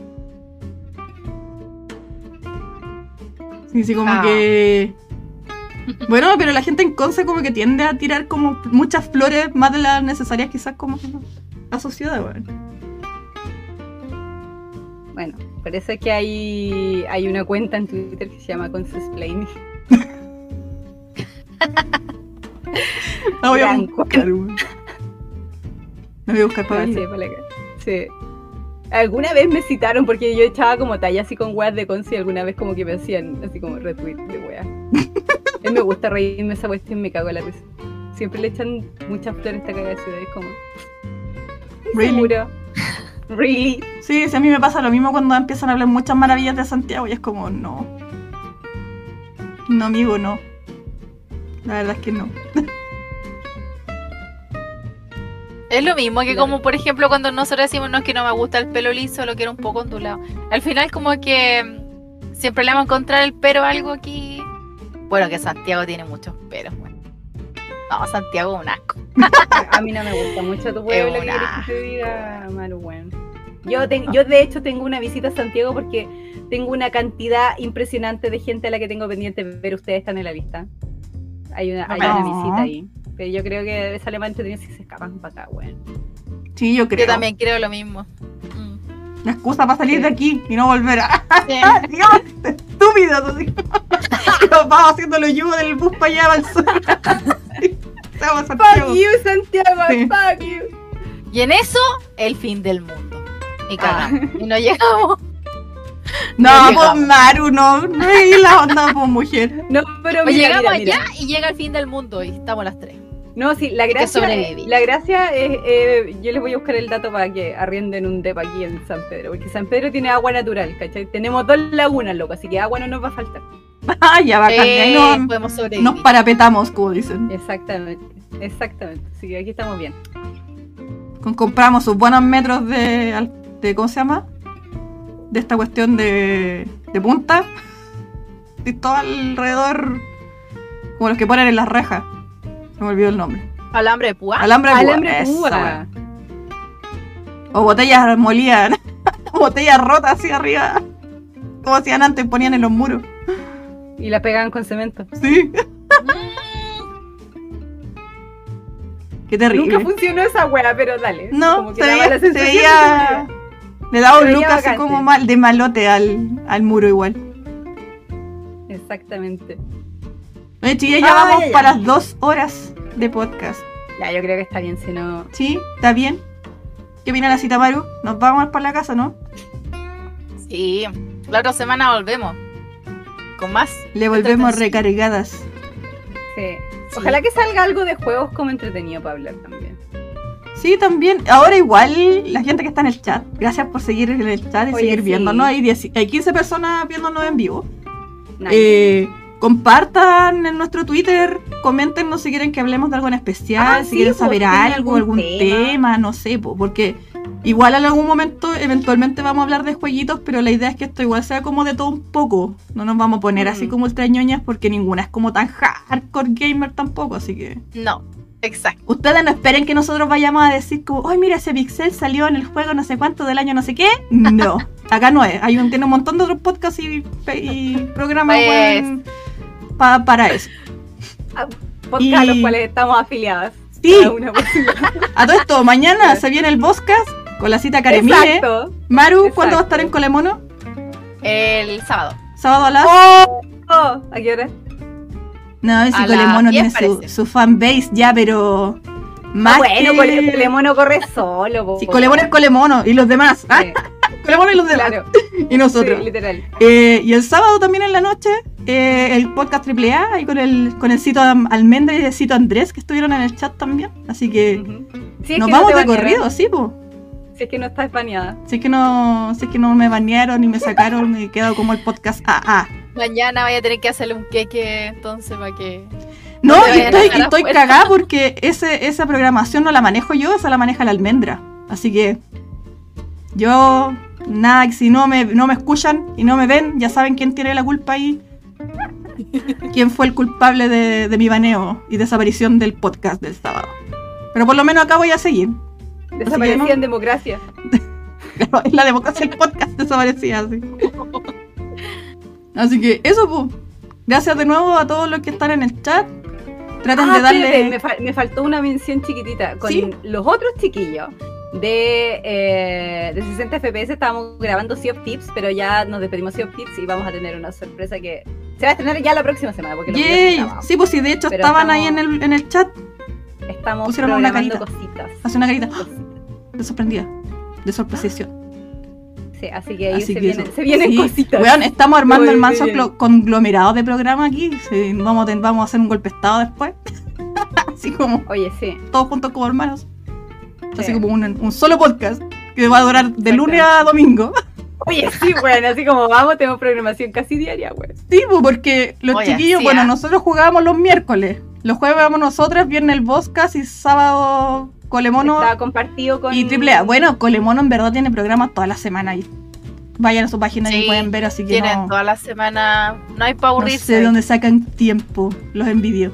Sí, sí, como Ah. que Bueno, pero la gente en Conce como que tiende a tirar como muchas flores, más de las necesarias quizás como asociadas, weón. Bueno, parece que hay, hay una cuenta en Twitter que se llama Concesplaining. La voy a Gran buscar, weón. La voy a buscar para Ah, ver. sí, para la cara. Sí. Alguna vez me citaron porque yo echaba como talla así con weas de Conce y alguna vez como que me hacían así como retweet de weas. A mí me gusta reírme esa cuestión, me cago en la risa. Siempre le echan muchas flores a esta cagada de ciudad, es como... Really? ¿Seguro? ¿Really? Sí, sí, a mí me pasa lo mismo cuando empiezan a hablar muchas maravillas de Santiago y es como, no. No, amigo, no. La verdad es que no. Es lo mismo que Claro. como, por ejemplo, cuando nosotros decimos, no, es que no me gusta el pelo liso, lo quiero un poco ondulado. Al final como que mm, siempre le vamos a encontrar el pero a algo aquí. Bueno, que Santiago tiene muchos peros, bueno. No, Santiago es un asco. A mí no me gusta mucho tu pueblo, Es que una- quieres que te diga, Maru, weón. Yo, ten- yo de hecho tengo una visita a Santiago porque tengo una cantidad impresionante de gente a la que tengo pendiente, pero ustedes están en la lista. Hay una, hay No. una visita ahí. Pero yo creo que sale más entretenido si se escapan para acá, weón. Sí, yo creo. Yo también creo lo mismo. Mm. La excusa para salir Sí. de aquí y no volver a... Sí. ¡Ah, Dios! ¡Estúpidos! Así. Nos vamos haciendo los yugos del bus para allá, para el sur. Se vamos a Santiago. Fuck you, Santiago, Sí. fuck you. Y en eso, el fin del mundo. Y Ah. cagamos. Y no llegamos. No, No pues llegamos. Maru, no. No es la onda, pues mujer. No, pero O mira, llegamos mira, allá mira. y llega el fin del mundo y estamos las tres. No, sí, la que gracia, sobreviví. la gracia es, eh, yo les voy a buscar el dato para que arrienden un depa aquí en San Pedro, porque San Pedro tiene agua natural, ¿cachai? Tenemos dos lagunas, loco, así que agua no nos va a faltar. Ah, ya bacán. Ahí Eh, nos, podemos sobrevivir. nos parapetamos, como dicen. Exactamente, exactamente, así que aquí estamos bien. Con- compramos sus buenos metros de, al- de ¿cómo se llama? De esta cuestión de, de punta. Y todo alrededor, como los que ponen en las rejas. Se me olvidó el nombre. Alambre de púa. Alambre de púa. Alambre esa púa. wea. O botellas molidas. Botellas rotas así arriba. Como hacían antes, ponían en los muros. Y la pegaban con cemento. Sí. Qué terrible. Nunca funcionó esa wea, pero dale. No, como que se daba veía, la se sensación veía- de le daba se un veía look así bacán, como sí. mal, de malote al, al muro igual. seguridad. Exactamente. Oye, chiquillas, ya Ay, vamos ay, para ay. las dos horas de podcast. Ya, yo creo que está bien, si no... ¿Sí? ¿Está bien? ¿Qué opina la cita, Maru? ¿Nos vamos para la casa, no? Sí. La otra semana volvemos. Con más. Le volvemos Entonces, recargadas. Sí. Sí. Ojalá que salga algo de juegos como entretenido para hablar también. Sí, también. Ahora igual, la gente que está en el chat, gracias por seguir en el chat y Oye, seguir sí. viéndonos. Hay, diez hay quince personas viéndonos en vivo. Nice. Eh, compartan en nuestro Twitter, coméntenos si quieren que hablemos de algo en especial, Ah, si sí, quieren pues, saber tienen algo, algún algún tema. tema, no sé, po, porque igual en algún momento eventualmente vamos a hablar de jueguitos, pero la idea es que esto igual sea como de todo un poco. No nos vamos a poner Mm. así como ultra ñoñas porque ninguna es como tan hardcore gamer tampoco, así que No. Exacto. ustedes no esperen que nosotros vayamos a decir como, ay mira, ese pixel salió en el juego no sé cuánto del año no sé qué. No, acá no es. Hay un, tiene un montón de otros podcasts y, y programas Pues. weón, pa- para eso. Podcast y- a los cuales estamos afiliadas. Sí, Cada una por su lado. a todo esto, mañana se viene el podcast con la cita Caremile. Exacto. Maru, ¿cuándo va a Exacto. estar en Colemono? El sábado. ¿Sábado a las? Oh, ¿a qué hora? No, si A las Colemono tiene diez su, parece. su fanbase ya, pero... Más Ah, bueno, que... Cole- Colemono corre solo. po. Sí, Colemono es Colemono y los demás. Ah, Sí, Colemono y los demás. claro, Y nosotros. sí, literal. Eh, y el sábado también en la noche, eh, el podcast triple A, ahí con el, con el Cito Am- Almendra y el Cito Andrés, que estuvieron en el chat también. Así que Ujú. Si es nos que vamos no te de banearon, corrido, sí, po. Si es que no estás baneada. Si es que no, si es que no me banearon ni me sacaron y quedó como el podcast A A. Mañana voy a tener que hacerle un queque, entonces, para que... No, No te y vayan a estoy, dejar y estoy afuera. cagada porque ese, esa programación no la manejo yo, esa la maneja la Almendra. Así que yo, nada, que si no me, no me escuchan y no me ven, ya saben quién tiene la culpa ahí. Quién fue el culpable de, de mi baneo y desaparición del podcast del sábado. Pero por lo menos acá voy a seguir. Desaparecía no- en democracia. Claro, en la democracia del podcast desaparecía así. Así que eso, pues. Gracias de nuevo a todos los que están en el chat. Traten ah, de darle... espérate, me, fa- me faltó una mención chiquitita. Con ¿Sí? los otros chiquillos de, eh, de sesenta F P S estábamos grabando Sea of Tips, pero ya nos despedimos Sea of Tips y vamos a tener una sorpresa que se va a estrenar ya la próxima semana. Porque los videos Yay. se grabaron. Sí, pues sí, de hecho Pero estaban estamos- ahí en el, en el chat. Estamos pusieron una programando carita. cositas. Hace una carita cositas. de sorprendida. De sorpresión. Sí, así que ahí Así se, que vienen, eso. se vienen Sí. cositas. Weón, estamos armando Muy el manso bien. clo- conglomerado de programa aquí. Sí, vamos, a ten- vamos a hacer un golpe de estado después. Así como Oye, sí. todos juntos como hermanos. Así Sí. como un, un solo podcast que va a durar de lunes a domingo. Oye, sí, bueno, así como vamos, tenemos programación casi diaria, güey. Sí, pues, porque los Oye, chiquillos, sí, bueno, ¿eh? nosotros jugábamos los miércoles. Los jueves vamos nosotras, viernes el Boscas y sábado Colemono Estaba compartido con... y Triple A. Bueno, Colemono en verdad tiene programas toda la semana ahí. Vayan a su página y Sí, pueden ver, así que Tienen no, toda la semana. No hay para no aburrirse. sé de dónde sacan tiempo, los envidio.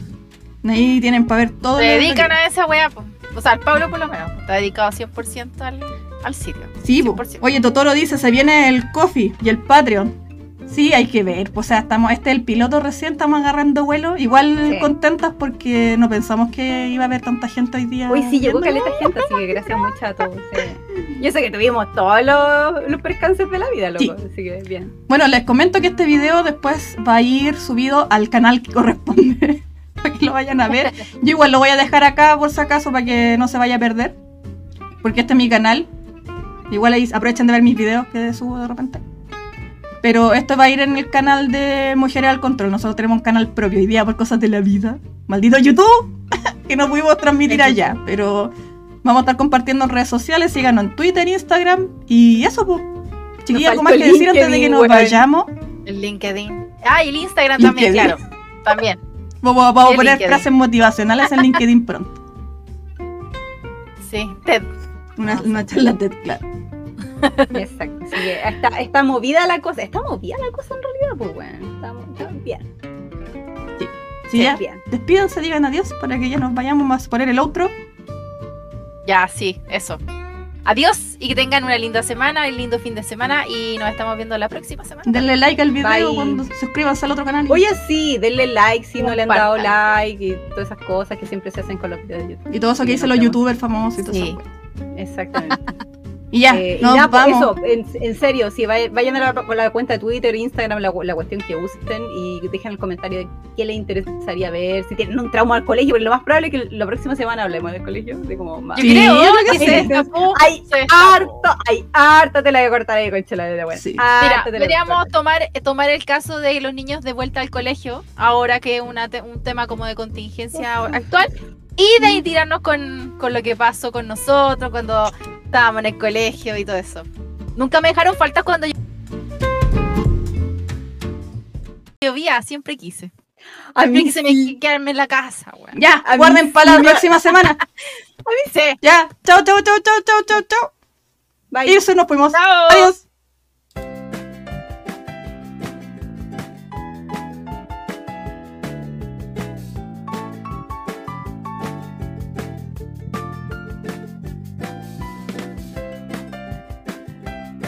Ahí tienen para ver todo. Se lo- dedican a esa weá. po. O sea, el Pablo por lo menos. Está dedicado cien por ciento al, al sitio. Sí, cien po. por ciento. Oye, Totoro dice, se viene el Coffee y el Patreon. Sí, hay que ver, pues, o sea, estamos, este es el piloto recién, estamos agarrando vuelo, igual Sí. contentas porque no pensamos que iba a haber tanta gente hoy día. Hoy sí llegó viéndolo. caleta gente, así que gracias mucho a todos. sí. Yo sé que tuvimos todos los, los percances de la vida, loco, Sí. así que bien. Bueno, les comento que este video después va a ir subido al canal que corresponde, para que lo vayan a ver. Yo igual lo voy a dejar acá por si acaso, para que no se vaya a perder, porque este es mi canal. Igual ahí aprovechen de ver mis videos que subo de repente. Pero esto va a ir en el canal de Mujeres al Control. Nosotros tenemos un canal propio hoy día por cosas de la vida. Maldito YouTube, que no pudimos transmitir allá. Pero vamos a estar compartiendo en redes sociales. Síganos en Twitter, Instagram. Y eso, pues. Chiquillas, ¿algo más faltó que decir antes de que LinkedIn, nos weón. vayamos? El LinkedIn. Ah, y el Instagram también, LinkedIn. claro. También. Vamos, vamos a Y el poner LinkedIn. frases motivacionales en LinkedIn pronto. Sí. Ted. Una, una charla TED, claro. Exacto. Así que está, está movida la cosa. Está movida la cosa en realidad, pues bueno. Estamos, estamos bien. Sí, ya. Bien. Despídanse, digan adiós para que ya nos vayamos más a poner el outro. Ya, sí, eso. Adiós y que tengan una linda semana, un lindo fin de semana y nos estamos viendo la próxima semana. Denle like al video Bye. cuando suscríbanse al otro canal. y- Oye, sí, denle like si no le han dado Compartan. like y todas esas cosas que siempre se hacen con los videos de YouTube. Y todo eso que Sí, dicen nos los vemos. youtubers famosos y todo Sí. eso. Exactamente. Y ya, Eh, y nos nada, pues, vamos. eso, en, en serio, si vay- vayan a la, a la cuenta de Twitter, Instagram, la, la cuestión que usen y dejen el comentario de qué les interesaría ver, si tienen un trauma al colegio, porque lo más probable es que la próxima semana hablemos del colegio, de como más. Yo Sí, creo yo creo que que sí. se escapó. Hay se escapó. harto, hay harta tela que cortar ahí, concha la de la buena. Sí. Mira, Harta tela que podríamos cortar. tomar, eh, tomar el caso de los niños de vuelta al colegio, ahora que es una te- un tema como de contingencia actual, y de ahí tirarnos con, con lo que pasó con nosotros cuando estábamos en el colegio y todo eso. Nunca me dejaron faltas cuando yo llovía, siempre quise. A Siempre mí quise sí. me- quedarme en la casa, weón. Ya, A mí guarden para la sí me- próxima semana. Sí. Ya, chao, chao, chao, chao, chao, chao, chao. Bye. Y eso nos fuimos. Chao. Adiós.